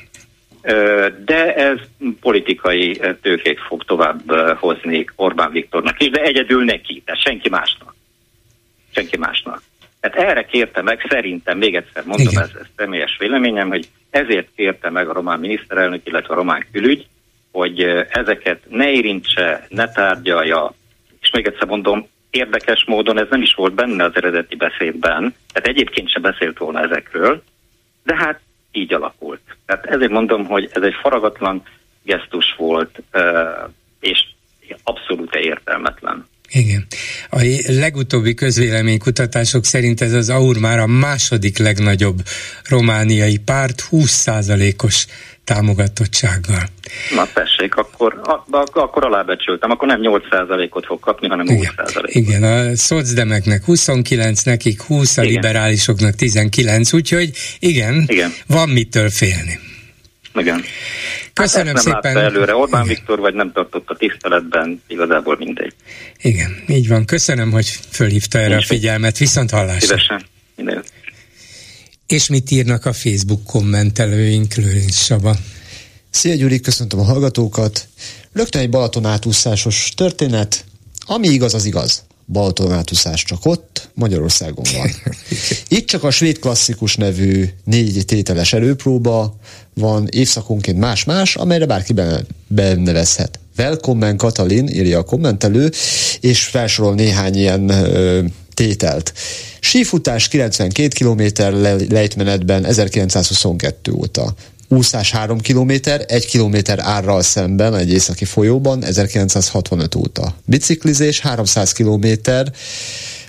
De ez politikai tőkét fog tovább hozni Orbán Viktornak is, de egyedül neki, tehát senki másnak. Senki másnak. Tehát erre kérte meg, szerintem, még egyszer mondom, ez, ez személyes véleményem, hogy ezért kérte meg a román miniszterelnök, illetve a román külügy, hogy ezeket ne érintse, ne tárgyalja, és még egyszer mondom, érdekes módon ez nem is volt benne az eredeti beszédben, tehát egyébként sem beszélt volna ezekről, de hát így alakult. Tehát ezért mondom, hogy ez egy faragatlan gesztus volt, és abszolút értelmetlen. Igen. A legutóbbi közvéleménykutatások szerint ez az á u er már a második legnagyobb romániai párt húsz százalékos támogatottsággal. Na tessék, akkor, akkor alábecsültem, akkor nem nyolc százalékot fog kapni, hanem húsz százalékot. Igen, a szocdemeknek huszonkilenc, nekik húsz, a igen. liberálisoknak tizenkilenc, úgyhogy igen, igen, van mitől félni. Igen. Köszönöm hát nem szépen. Nem előre Orbán igen. Viktor, vagy nem tartott a tiszteletben, igazából mindegy. Igen, így van. Köszönöm, hogy fölhívta erre Nincs a figyelmet. Viszont hallásra. Szívesen. Minden. És mit írnak a Facebook kommentelőink, Lőrinc Saba? Szia Gyuri, köszöntöm a hallgatókat. Rögtön egy Balaton átúszásos történet. Ami igaz, az igaz. Balaton átúszás csak ott, Magyarországon van. Itt csak a Svéd Klasszikus nevű négy tételes előpróba van, évszakonként más-más, amelyre bárki benevezhet. Velkommen Katalin, írja a kommentelő, és felsorol néhány ilyen ö, tételt. Sífutás kilencvenkét kilométer lejtmenetben ezerkilencszázhuszonkettő óta. Úszás három kilométer, egy kilométer árral szemben egy északi folyóban ezerkilencszázhatvanöt óta. Biciklizés háromszáz kilométer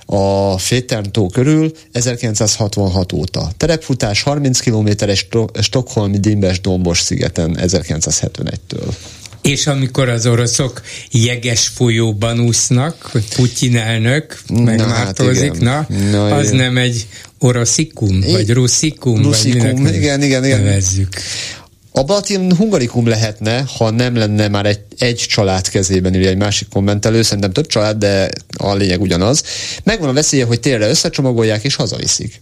a Féterntó körül ezerkilencszázhatvanhat óta. Terepfutás harminc kilométeres stockholmi Dimbes dombos szigeten ezerkilencszázhetvenegytől. És amikor az oroszok jeges folyóban úsznak, hogy Putyin elnök megmártózik, hát na, na, az igen. Nem egy oroszikum, I- vagy russzikum, russzikum, vagy minek igen, igen, igen. nevezzük. A Balaton hungarikum lehetne, ha nem lenne már egy, egy család kezében, ugye egy másik kommentelő, szerintem több család, de a lényeg ugyanaz. Megvan a veszélye, hogy térre összecsomagolják és hazaviszik.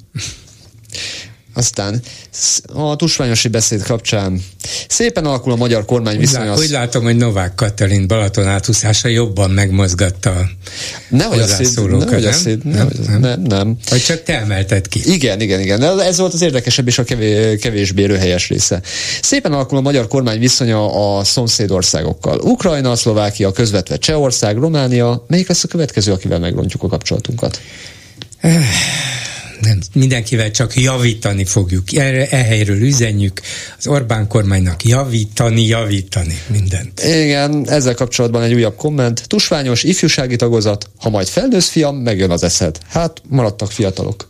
Aztán a tusványosi beszéd kapcsán szépen alakul a magyar kormány viszonya. Úgy látom, hogy Novák Katalin Balaton átúszása jobban megmozgatta a nehogy hozzászólókat, nehogy nem? Széd, nem? Nem, nem, nem. Vagy csak te emelted ki. Igen, igen, igen. Ez volt az érdekesebb és a kevés, kevésbé röhelyes része. Szépen alakul a magyar kormány viszonya a szomszédországokkal. Ukrajna, Szlovákia, közvetve Csehország, Románia. Melyik lesz a következő, akivel megrontjuk a kapcsolatunkat? Nem, mindenkivel csak javítani fogjuk. Erre, ehelyről üzenjük az Orbán kormánynak javítani, javítani mindent. Igen, ezzel kapcsolatban egy újabb komment. Tusványos, ifjúsági tagozat, ha majd felnősz, fiam, megjön az eszed. Hát, maradtak fiatalok.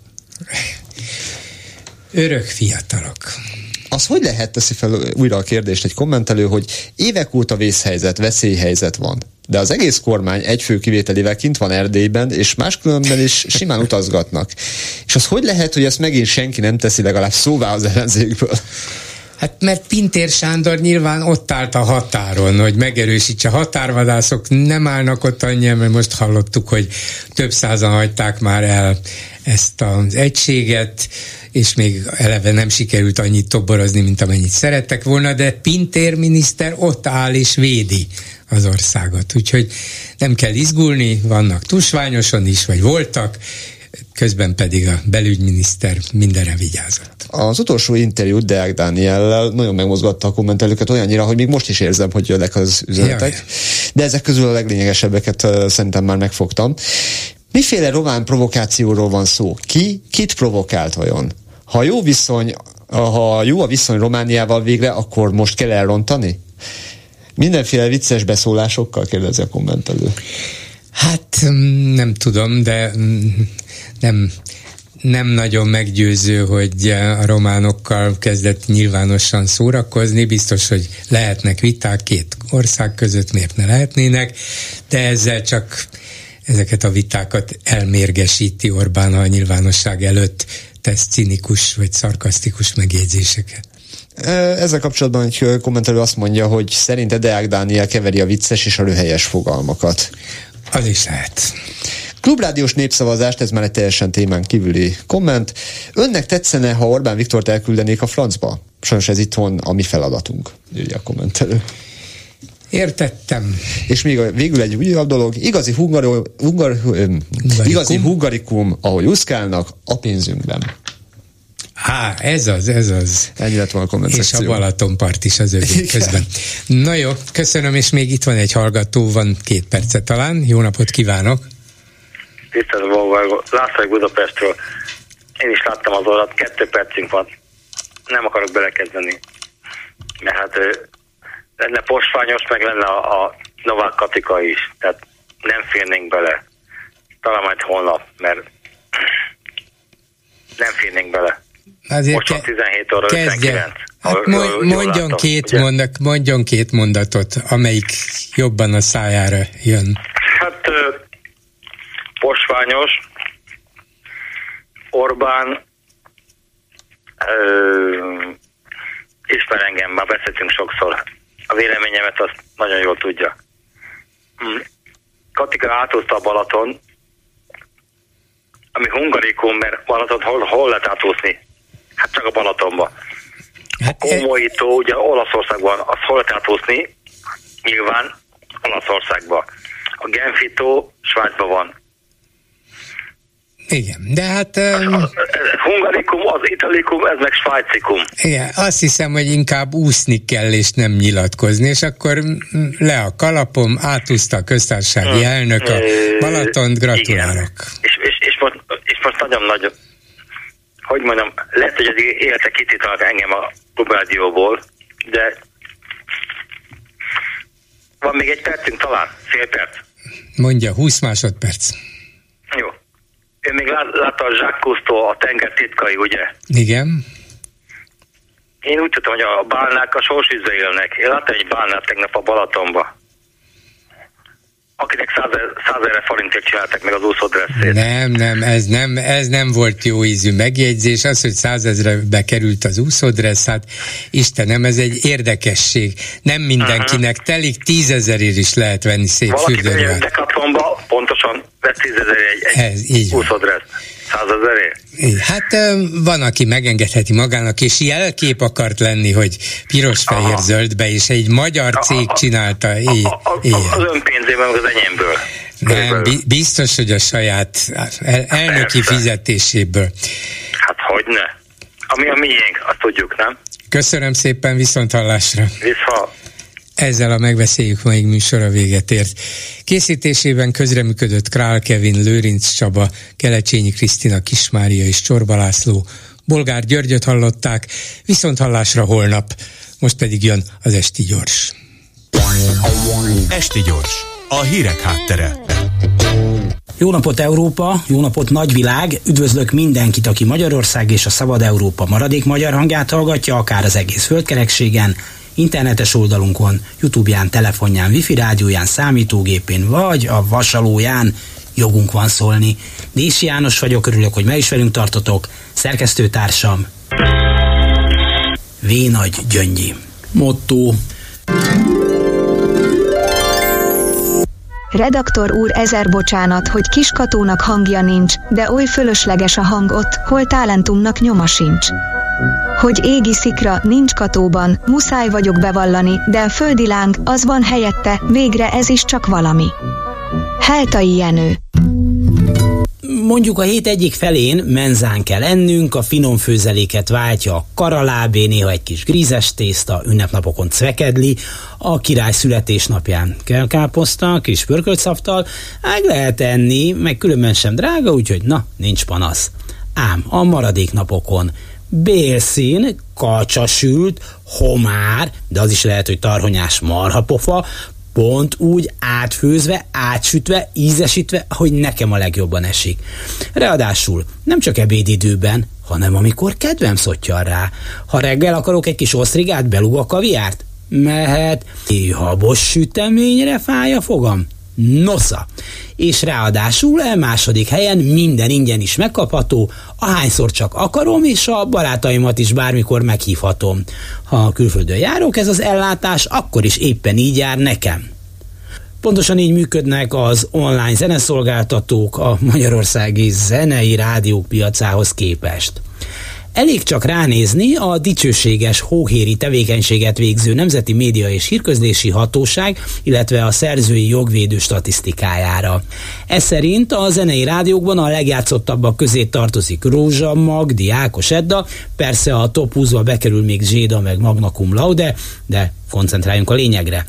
Örök fiatalok. Az hogy lehet, teszi fel újra a kérdést egy kommentelő, hogy évek óta vészhelyzet, veszélyhelyzet van. De az egész kormány egy fő kivételével kint van Erdélyben, és máskülönben is simán utazgatnak. És az hogy lehet, hogy ezt megint senki nem teszi legalább szóvá az ellenzékből? Hát mert Pintér Sándor nyilván ott állt a határon, hogy megerősítse. Határvadászok nem állnak ott annyian, mert most hallottuk, hogy több százan hagyták már el ezt az egységet, és még eleve nem sikerült annyit toborozni, mint amennyit szerettek volna, de Pintér miniszter ott áll és védi az országot. Úgyhogy nem kell izgulni, vannak tusványoson is, vagy voltak, közben pedig a belügyminiszter mindenre vigyázott. Az utolsó interjút Deák Dániellel nagyon megmozgatta a kommentelőket olyannyira, hogy még most is érzem, hogy jönnek az üzenetek. Jaj. De ezek közül a leglényegesebbeket uh, szerintem már megfogtam. Miféle román provokációról van szó? Ki kit provokált vajon? Ha jó viszony, ha jó a viszony Romániával végre, akkor most kell elrontani? Mindenféle vicces beszólásokkal, kérdezi a kommentelő. Hát nem tudom, de nem, nem nagyon meggyőző, hogy a románokkal kezdett nyilvánosan szórakozni. Biztos, hogy lehetnek viták két ország között, miért ne lehetnének, de ezzel csak ezeket a vitákat elmérgesíti Orbán a nyilvánosság előtt tesz cinikus vagy szarkasztikus megjegyzéseket. Ezzel kapcsolatban egy kommentelő azt mondja, hogy szerinte Deák Dániel keveri a vicces és a röhelyes fogalmakat. Az is lehet. Klubrádiós népszavazást, ez már egy teljesen témán kívüli komment. Önnek tetszene, ha Orbán Viktort elküldenék a francba? Sajnos ez itthon a mi feladatunk, írja a kommentelő. Értettem. És még a, végül egy újabb dolog, igazi, hungari, hungar, igazi hungarikum, ahogy úszkálnak, a pénzünkben. Há, ez az, ez az. Ennyi lett volna a kommentszekció. És a Balatonpart is az övé közben. Na jó, köszönöm, és még itt van egy hallgató, van két perce talán. Jó napot kívánok! Tisztelt Volvo, László Budapestről. Én is láttam az oldalt, kettő percünk van. Nem akarok belekezdeni. Mert hát lenne Posványos, meg lenne a, a Novák Katika is. Tehát nem férnénk bele. Talán majd holnap, mert nem férnénk bele. Azért most van tizenhét óra ötvenkilenc. Hát mondjon, látom, két mondat, mondjon két mondatot, amelyik jobban a szájára jön. Hát Posványos, Orbán ö, ismer engem, már beszéltünk sokszor. A véleményemet azt nagyon jól tudja. Katika átúszta a Balaton, ami hungarikum, mert Balaton hol, hol lehet átúszni? Hát csak a Balatonba. Hát a Komói tó, ugye Olaszországban, azt hol lehet átúszni? Nyilván Olaszországba. A Genfi tó Svájcban van. Igen, de hát... Um, az hungarikum, az italikum, ez meg svájcikum. Igen, azt hiszem, hogy inkább úszni kell, és nem nyilatkozni, és akkor le a kalapom, átúszta a köztársasági hmm. elnök a Balatont, gratulálok. És, és, és, most, és most nagyon nagy, hogy mondjam, lehet, hogy az élete kitítanak engem a Klubrádióból, de van még egy percünk talán, fél perc. Mondja, húsz másodperc. Jó. Én még lát, látta a Jacques Cousteau, a tenger titkai, ugye? Igen. Én úgy tudtam, hogy a bálnák a sorsvízbe élnek. Én láttam egy bálnát tegnap a Balatonba, akinek százezer forintért csináltak meg az úszódresszét. Nem, nem, ez nem, ez nem volt jó ízű megjegyzés. Az, hogy százezrebe került az úszódressz, hát Istenem, ez egy érdekesség. Nem mindenkinek uh-huh. telik, tízezerért is lehet venni szép fürdőruhát. Valaki Decathlonba pontosan vett tízezerért egy, egy úszódressz. Százezerért? Hát van, aki megengedheti magának, és jelkép akart lenni, hogy piros-fehér-zöldbe, és egy magyar cég csinálta. Éj, a, a, a, az önpénzében, meg az enyémből. Nem, biztos, hogy a saját el, elnöki Persze. fizetéséből. Hát hogyne. Ami a miénk, azt tudjuk, nem? Köszönöm szépen, viszont hallásra. Vissza. Ezzel a Megbeszéljük Maig műsora véget ért. Készítésében közreműködött Král Kevin, Lőrinc Csaba, Kelecsényi Krisztina, Kismária és Csorba László. Bolgár Györgyöt hallották, viszont hallásra holnap. Most pedig jön az Esti Gyors. Esti Gyors, a hírek háttere. Jó napot Európa, jó napot nagyvilág, üdvözlök mindenkit, aki Magyarország és a Szabad Európa maradék magyar hangját hallgatja, akár az egész földkerekségen, internetes oldalunkon, YouTube-ján, telefonján, wifi rádióján, számítógépén, vagy a vasalóján. Jogunk van szólni. Dési János vagyok, örülök, hogy meg is velünk tartotok. Szerkesztőtársam V. Nagy Gyöngyi. Motto. Redaktor úr, ezer bocsánat, hogy Kiskatónak hangja nincs, de oly fölösleges a hang ott, hol talentumnak nyoma sincs. Hogy égi szikra nincs Katóban, muszáj vagyok bevallani, de a földi láng, az van helyette, végre ez is csak valami. Heltai Jenő. Mondjuk a hét egyik felén menzán kell ennünk, a finom főzeléket váltja a karalábé, néha egy kis grízes tészta, ünnepnapokon cvekedli, a király születésnapján kell káposzta, kis pörköltszaftal, meg lehet enni, meg különben sem drága, úgyhogy na, nincs panasz. Ám a maradék napokon bélszín, kacsasült, homár, de az is lehet, hogy tarhonyás marhapofa, pont úgy átfőzve, átsütve, ízesítve, ahogy nekem a legjobban esik. Ráadásul nem csak ebédidőben, hanem amikor kedvem szottyal rá. Ha reggel akarok egy kis osztrigát, belug a kaviárt? Mehet. Habos süteményre fáj a fogam? Nosza. És ráadásul a második helyen minden ingyen is megkapható, ahányszor csak akarom, és a barátaimat is bármikor meghívhatom. Ha külföldön járok, ez az ellátás akkor is éppen így jár nekem. Pontosan így működnek az online zeneszolgáltatók a magyarországi zenei rádiók piacához képest. Elég csak ránézni a dicsőséges hóhéri tevékenységet végző Nemzeti Média és Hírközlési Hatóság, illetve a szerzői jogvédő statisztikájára. Ez szerint a zenei rádiókban a legjátszottabbak közé tartozik Rózsa, Magdi, Ákos Edda, persze a top húszba bekerül még Zséda meg Magna Cum Laude, de koncentráljunk a lényegre.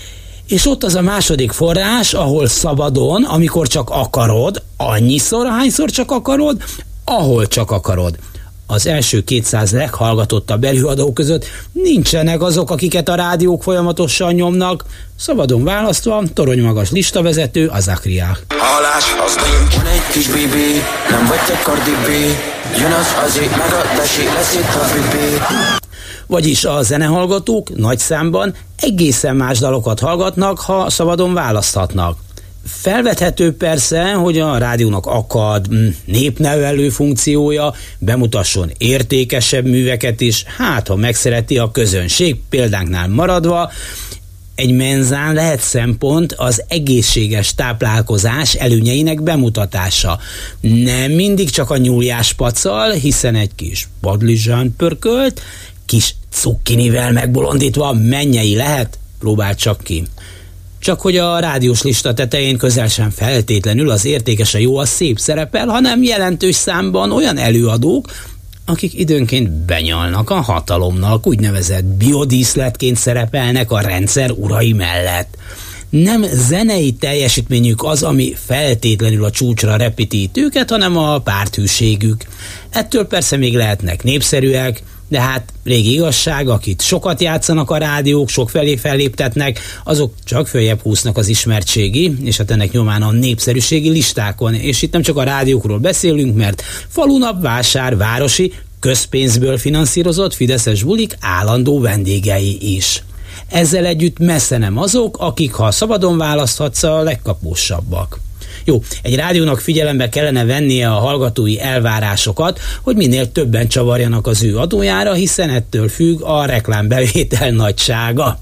És ott az a második forrás, ahol szabadon, amikor csak akarod, annyiszor, ahányszor csak akarod, ahol csak akarod. Az első kétszáz leghallgatottabb előadók között nincsenek azok, akiket a rádiók folyamatosan nyomnak. Szabadon választva, toronymagas listavezető a Zakriá. Hallás, az nincs. Van egy kis bibi, nem vagy te Cardi B. Jön az azi, meg a desi, lesz itt a bibi. Vagyis a zenehallgatók nagy számban egészen más dalokat hallgatnak, ha szabadon választhatnak. Felvethető persze, hogy a rádiónak akad népnevelő funkciója, bemutasson értékesebb műveket is, hát ha megszereti a közönség, példánknál maradva, egy menzán lehet szempont az egészséges táplálkozás előnyeinek bemutatása. Nem mindig csak a nyúljás paccal, hiszen egy kis padlizsán pörkölt, kis cukkinivel megbolondítva mennyei lehet, próbáld csak ki. Csak hogy a rádiós lista tetején közel sem feltétlenül az értékes, a jó, a szép szerepel, hanem jelentős számban olyan előadók, akik időnként benyalnak a hatalomnak, úgynevezett biodíszletként szerepelnek a rendszer urai mellett. Nem zenei teljesítményük az, ami feltétlenül a csúcsra repítít őket, hanem a párthűségük. Ettől persze még lehetnek népszerűek, De hát régi igazság, akit sokat játszanak a rádiók, sokfelé felléptetnek, azok csak följebb húznak az ismertségi, és hát ennek nyomán a népszerűségi listákon. És itt nem csak a rádiókról beszélünk, mert falunap, vásár, városi, közpénzből finanszírozott fideszes bulik állandó vendégei is. Ezzel együtt messze nem azok, akik, ha szabadon választhatsz, a legkapósabbak. Jó, egy rádiónak figyelembe kellene vennie a hallgatói elvárásokat, hogy minél többen csavarjanak az ő adójára, hiszen ettől függ a reklámbevétel nagysága.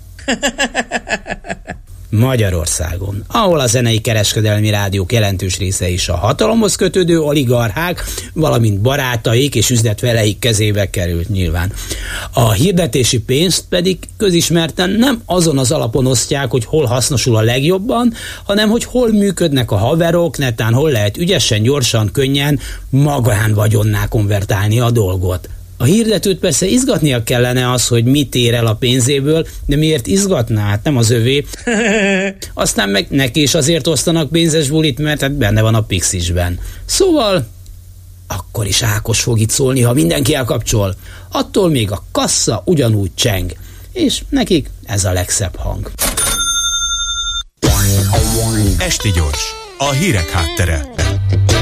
Magyarországon, ahol a zenei kereskedelmi rádiók jelentős része is a hatalomhoz kötődő oligarchák, valamint barátaik és üzletveleik kezébe került nyilván. A hirdetési pénzt pedig közismerten nem azon az alapon osztják, hogy hol hasznosul a legjobban, hanem hogy hol működnek a haverok, netán hol lehet ügyesen, gyorsan, könnyen magánvagyonná konvertálni a dolgot. A hirdetőt persze izgatnia kellene az, hogy mit ér el a pénzéből, de miért izgatná? Hát nem az övé. Aztán meg neki is azért osztanak pénzes bulit, mert hát benne van a Pixisben. Szóval akkor is Ákos fog itt szólni, ha mindenki elkapcsol. Attól még a kassa ugyanúgy cseng. És nekik ez a legszebb hang. Esti gyors, a hírek háttere.